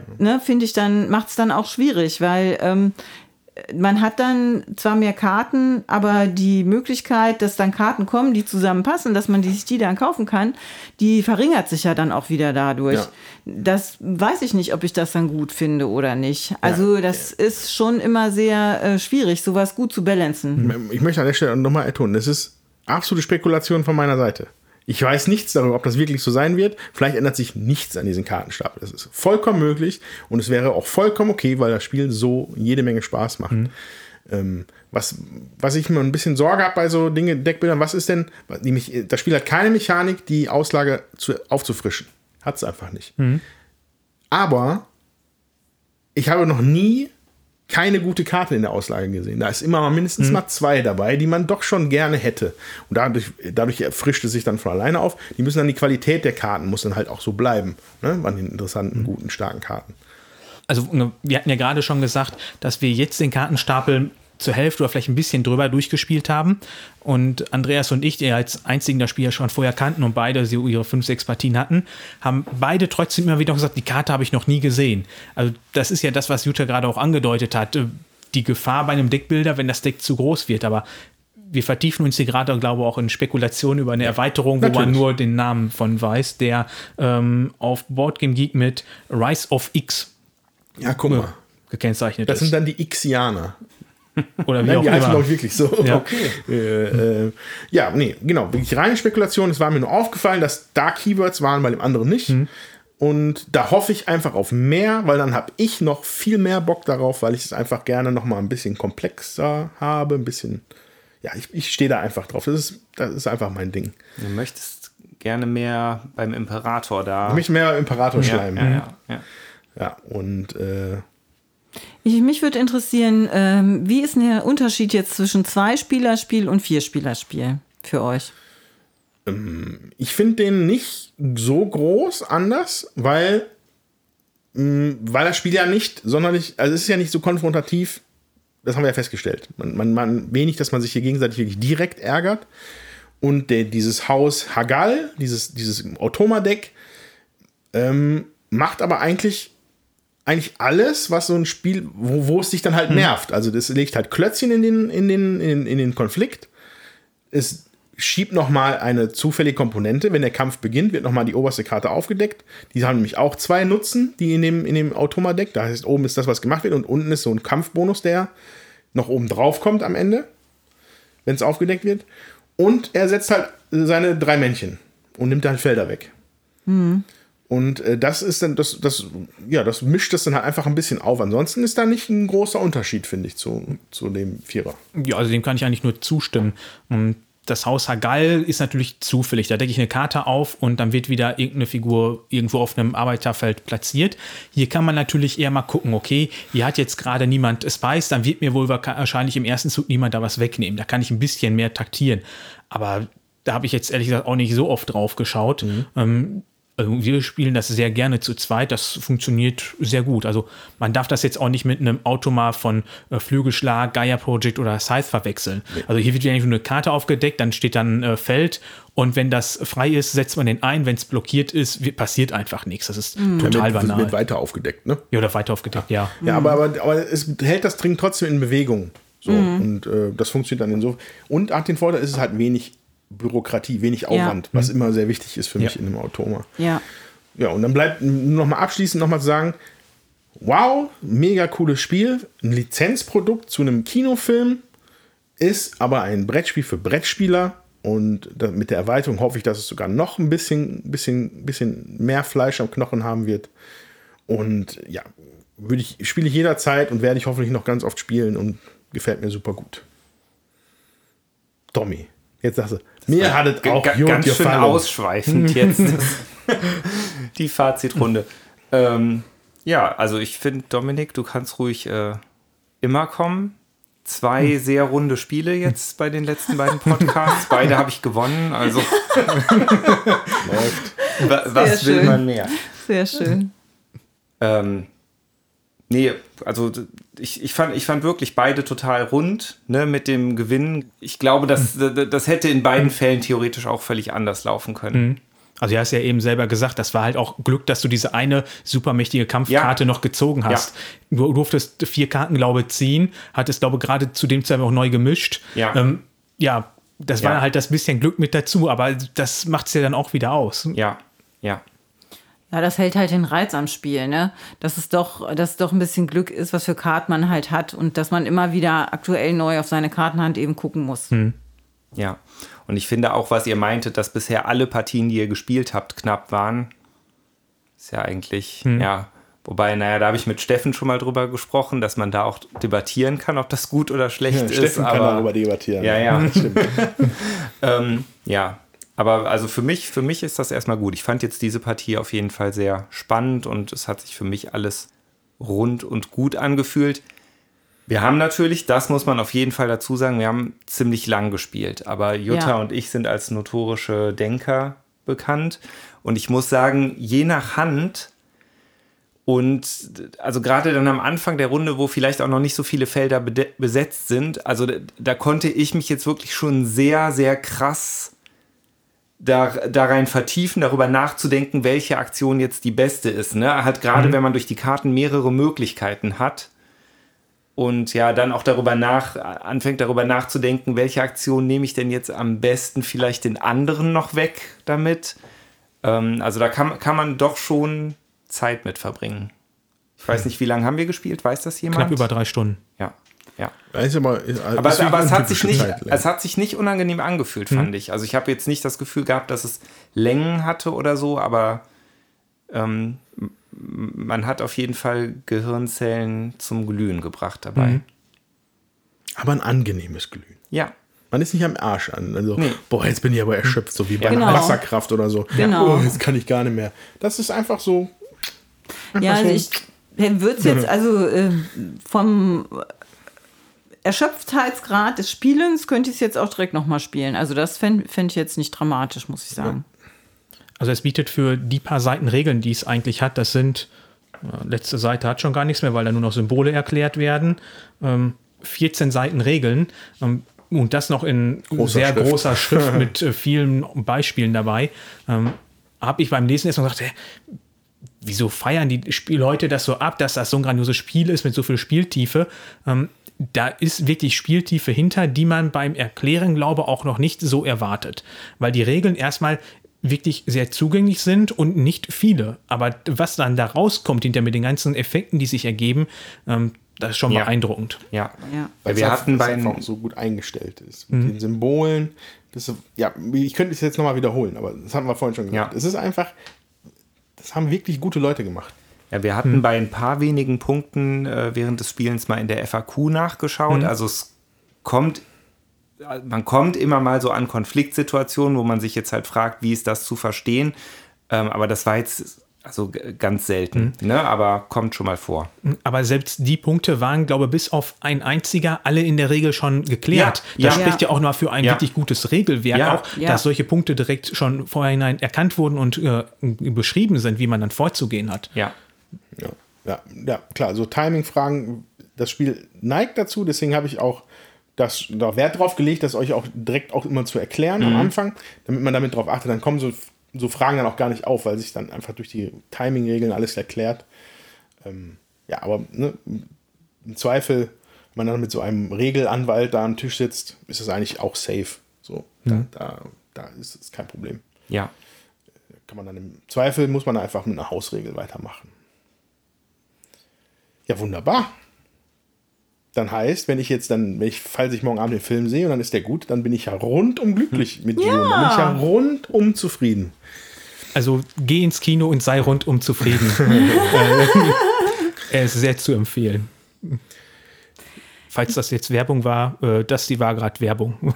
es dann auch schwierig, weil man hat dann zwar mehr Karten, aber die Möglichkeit, dass dann Karten kommen, die zusammenpassen, dass man sich die dann kaufen kann, die verringert sich ja dann auch wieder dadurch. Ja. Das weiß ich nicht, ob ich das dann gut finde oder nicht. Also das ist schon immer sehr schwierig, sowas gut zu balancen. Ich möchte an der Stelle nochmal ertun, das ist absolute Spekulation von meiner Seite. Ich weiß nichts darüber, ob das wirklich so sein wird. Vielleicht ändert sich nichts an diesen Kartenstapel. Das ist vollkommen möglich und es wäre auch vollkommen okay, weil das Spiel so jede Menge Spaß macht. Was ich mir ein bisschen Sorge habe bei so Deckbildern, was ist denn, das Spiel hat keine Mechanik, die Auslage aufzufrischen. Hat es einfach nicht. Aber ich habe noch nie keine gute Karte in der Auslage gesehen. Da ist immer mal mindestens mal 2 dabei, die man doch schon gerne hätte. Und dadurch frischt es sich dann von alleine auf. Die die Qualität der Karten muss dann halt auch so bleiben, ne? An den interessanten, guten, starken Karten. Also wir hatten ja gerade schon gesagt, dass wir jetzt den Kartenstapel zur Hälfte oder vielleicht ein bisschen drüber durchgespielt haben. Und Andreas und ich, die als einzigen das Spiel ja schon vorher kannten und beide ihre 5-6 Partien hatten, haben beide trotzdem immer wieder gesagt, die Karte habe ich noch nie gesehen. Also das ist ja das, was Jutta gerade auch angedeutet hat. Die Gefahr bei einem Deckbilder, wenn das Deck zu groß wird. Aber wir vertiefen uns hier gerade, glaube ich, auch in Spekulationen über eine Erweiterung, wo man nur den Namen von weiß, der auf Boardgame Geek mit Rise of X gekennzeichnet ist. Das sind dann die Xianer. Oder wie auch immer. Die heißen, glaube ich, wirklich so. Ja. Okay. Genau. Wirklich reine Spekulation. Es war mir nur aufgefallen, dass da Keywords waren, bei dem anderen nicht. Und da hoffe ich einfach auf mehr, weil dann habe ich noch viel mehr Bock darauf, weil ich es einfach gerne noch mal ein bisschen komplexer habe. Ein bisschen, ich stehe da einfach drauf. Das ist einfach mein Ding. Du möchtest gerne mehr beim Imperator da. Ich möchte mehr Imperator schleimen. Ja, und mich würde interessieren, wie ist denn der Unterschied jetzt zwischen 2-Spielerspiel und 4-Spielerspiel für euch? Ich finde den nicht so groß anders, weil das Spiel ja nicht sonderlich, also es ist ja nicht so konfrontativ, das haben wir ja festgestellt. Man wenig, dass man sich hier gegenseitig wirklich direkt ärgert. Und dieses Haus Hagal, dieses Automa-Deck, macht aber eigentlich alles, was so ein Spiel, wo es dich dann halt nervt. Also das legt halt Klötzchen in den Konflikt. Es schiebt nochmal eine zufällige Komponente. Wenn der Kampf beginnt, wird nochmal die oberste Karte aufgedeckt. Die haben nämlich auch 2 Nutzen, die in dem Automa-Deck. Da heißt, oben ist das, was gemacht wird, und unten ist so ein Kampfbonus, der noch oben drauf kommt am Ende, wenn es aufgedeckt wird. Und er setzt halt seine 3 Männchen und nimmt halt Felder weg. Und das ist dann, das mischt das dann halt einfach ein bisschen auf. Ansonsten ist da nicht ein großer Unterschied, finde ich, zu dem Vierer. Ja, also dem kann ich eigentlich nur zustimmen. Und das Haus Hagall ist natürlich zufällig. Da decke ich eine Karte auf und dann wird wieder irgendeine Figur irgendwo auf einem Arbeiterfeld platziert. Hier kann man natürlich eher mal gucken, okay, hier hat jetzt gerade niemand Spice, dann wird mir wohl wahrscheinlich im ersten Zug niemand da was wegnehmen. Da kann ich ein bisschen mehr taktieren. Aber da habe ich jetzt ehrlich gesagt auch nicht so oft drauf geschaut. Also wir spielen das sehr gerne zu zweit, das funktioniert sehr gut. Also man darf das jetzt auch nicht mit einem Automat von Flügelschlag, Gaia Project oder Scythe verwechseln. Nee. Also hier wird eigentlich nur eine Karte aufgedeckt, dann steht dann Feld und wenn das frei ist, setzt man den ein. Wenn es blockiert ist, passiert einfach nichts. Das ist total banal. Wird weiter aufgedeckt, ne? Ja, oder weiter aufgedeckt, ja. Ja, aber es hält das Ding trotzdem in Bewegung. So. Und das funktioniert dann insofern. Und hat den Vorteil, ist es halt wenig Bürokratie, wenig Aufwand, was immer sehr wichtig ist für mich in einem Automa. Ja, und dann bleibt nur noch mal abschließend noch mal zu sagen, wow, mega cooles Spiel, ein Lizenzprodukt zu einem Kinofilm, ist aber ein Brettspiel für Brettspieler und mit der Erweiterung hoffe ich, dass es sogar noch ein bisschen mehr Fleisch am Knochen haben wird. Und ja, spiele ich jederzeit und werde ich hoffentlich noch ganz oft spielen und gefällt mir super gut. Tommy. Jetzt sagst du, mir hat es auch gut ganz schön gefallen. Ausschweifend jetzt die Fazitrunde. Ja, also ich finde, Dominik, du kannst ruhig immer kommen. 2 sehr runde Spiele jetzt bei den letzten beiden Podcasts. Beide habe ich gewonnen, also was will man mehr? Sehr schön. Nee, also ich fand wirklich beide total rund, ne, mit dem Gewinn. Ich glaube, das hätte in beiden Fällen theoretisch auch völlig anders laufen können. Also du hast ja eben selber gesagt, das war halt auch Glück, dass du diese eine supermächtige Kampfkarte noch gezogen hast. Ja. Du durftest 4 Karten, glaube ich, ziehen, hattest, glaube ich, gerade zu dem Zeitpunkt auch neu gemischt. Ja, das war halt das bisschen Glück mit dazu, aber das macht es ja dann auch wieder aus. Ja. Ja, das hält halt den Reiz am Spiel, ne? Dass es doch ein bisschen Glück ist, was für Karten man halt hat und dass man immer wieder aktuell neu auf seine Kartenhand eben gucken muss. Ja, und ich finde auch, was ihr meintet, dass bisher alle Partien, die ihr gespielt habt, knapp waren, ist ja eigentlich, wobei, da habe ich mit Steffen schon mal drüber gesprochen, dass man da auch debattieren kann, ob das gut oder schlecht ist. Steffen kann darüber debattieren. Ja. Stimmt. Aber also für mich ist das erstmal gut. Ich fand jetzt diese Partie auf jeden Fall sehr spannend und es hat sich für mich alles rund und gut angefühlt. Wir haben natürlich, das muss man auf jeden Fall dazu sagen, wir haben ziemlich lang gespielt. Aber Jutta und ich sind als notorische Denker bekannt. Und ich muss sagen, je nach Hand und also gerade dann am Anfang der Runde, wo vielleicht auch noch nicht so viele Felder besetzt sind, also da konnte ich mich jetzt wirklich schon sehr, sehr krass da rein vertiefen, darüber nachzudenken, welche Aktion jetzt die beste ist. Ne? Halt gerade, wenn man durch die Karten mehrere Möglichkeiten hat und ja, dann auch anfängt darüber nachzudenken, welche Aktion nehme ich denn jetzt am besten vielleicht den anderen noch weg damit. Also da kann man doch schon Zeit mit verbringen. Ich weiß nicht, wie lange haben wir gespielt? Weiß das jemand? Knapp über 3 Stunden. Ja. Aber es hat sich nicht unangenehm angefühlt, fand ich. Also ich habe jetzt nicht das Gefühl gehabt, dass es Längen hatte oder so, aber man hat auf jeden Fall Gehirnzellen zum Glühen gebracht dabei. Aber ein angenehmes Glühen. Ja. Man ist nicht am Arsch an. Also, jetzt bin ich aber erschöpft, so wie bei Wasserkraft oder so. Genau. Jetzt kann ich gar nicht mehr. Das ist einfach so. Ja, also ich würde es jetzt vom Erschöpftheitsgrad des Spielens könnte ich es jetzt auch direkt nochmal spielen. Also das fände ich jetzt nicht dramatisch, muss ich sagen. Also es bietet für die paar Seiten Regeln, die es eigentlich hat, das sind, letzte Seite hat schon gar nichts mehr, weil da nur noch Symbole erklärt werden, 14 Seiten Regeln und das noch in großer Schrift mit vielen Beispielen dabei. Habe ich beim Lesen erstmal gesagt, wieso feiern die Leute das so ab, dass das so ein grandioses Spiel ist mit so viel Spieltiefe? Da ist wirklich Spieltiefe hinter, die man beim Erklären, glaube ich, auch noch nicht so erwartet. Weil die Regeln erstmal wirklich sehr zugänglich sind und nicht viele. Aber was dann da rauskommt hinter mit den ganzen Effekten, die sich ergeben, das ist schon beeindruckend. Ja. Weil wir hatten einfach so gut eingestellt ist. Mit den Symbolen. Ich könnte es jetzt nochmal wiederholen, aber das hatten wir vorhin schon gesagt. Es ist einfach, das haben wirklich gute Leute gemacht. Ja, wir hatten bei ein paar wenigen Punkten während des Spielens mal in der FAQ nachgeschaut. Also es kommt man kommt immer mal so an Konfliktsituationen, wo man sich jetzt halt fragt, wie ist das zu verstehen. Aber das war jetzt also ganz selten, ne? Aber kommt schon mal vor. Aber selbst die Punkte waren, glaube ich, bis auf ein einziger alle in der Regel schon geklärt. Das spricht ja auch nur für ein wirklich gutes Regelwerk, dass solche Punkte direkt schon vorhinein erkannt wurden und beschrieben sind, wie man dann vorzugehen hat. Ja, klar, so Timing-Fragen, das Spiel neigt dazu, deswegen habe ich auch da Wert drauf gelegt, das euch auch direkt auch immer zu erklären am Anfang, damit man damit drauf achtet, dann kommen so Fragen dann auch gar nicht auf, weil sich dann einfach durch die Timing-Regeln alles erklärt. Aber ne, im Zweifel, wenn man dann mit so einem Regelanwalt da am Tisch sitzt, ist das eigentlich auch safe. So, da ist es kein Problem. Ja. Kann man dann im Zweifel, muss man einfach mit einer Hausregel weitermachen. Ja, wunderbar. Dann heißt, falls ich morgen Abend den Film sehe und dann ist der gut, dann bin ich ja rundum glücklich mit Dune. Dann bin ich ja rundum zufrieden. Also geh ins Kino und sei rundum zufrieden. Er ist sehr zu empfehlen. Falls das jetzt Werbung war, die war gerade Werbung.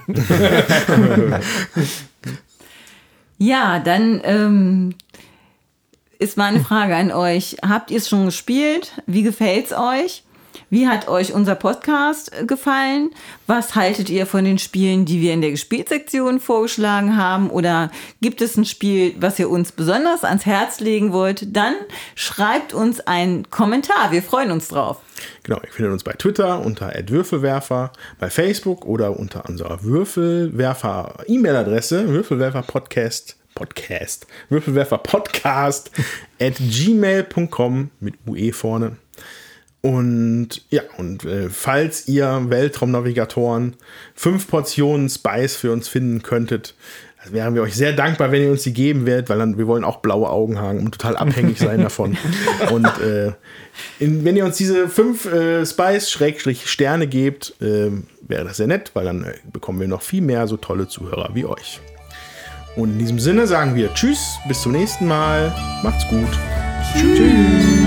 Ja, dann ist meine Frage an euch. Habt ihr es schon gespielt? Wie gefällt es euch? Wie hat euch unser Podcast gefallen? Was haltet ihr von den Spielen, die wir in der Gespielt-Sektion vorgeschlagen haben? Oder gibt es ein Spiel, was ihr uns besonders ans Herz legen wollt? Dann schreibt uns einen Kommentar. Wir freuen uns drauf. Genau, ihr findet uns bei Twitter unter @Würfelwerfer, bei Facebook oder unter unserer Würfelwerfer-E-Mail-Adresse, würfelwerferpodcast@gmail.com mit UE vorne. Und falls ihr Weltraumnavigatoren 5 Portionen Spice für uns finden könntet, wären wir euch sehr dankbar, wenn ihr uns die geben werdet, weil wir wollen auch blaue Augen haben und total abhängig sein davon. Und wenn ihr uns diese 5 Spice-Sterne gebt, wäre das sehr nett, weil dann bekommen wir noch viel mehr so tolle Zuhörer wie euch. Und in diesem Sinne sagen wir Tschüss, bis zum nächsten Mal. Macht's gut. Tschüss.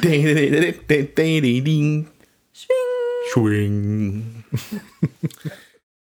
Schwing.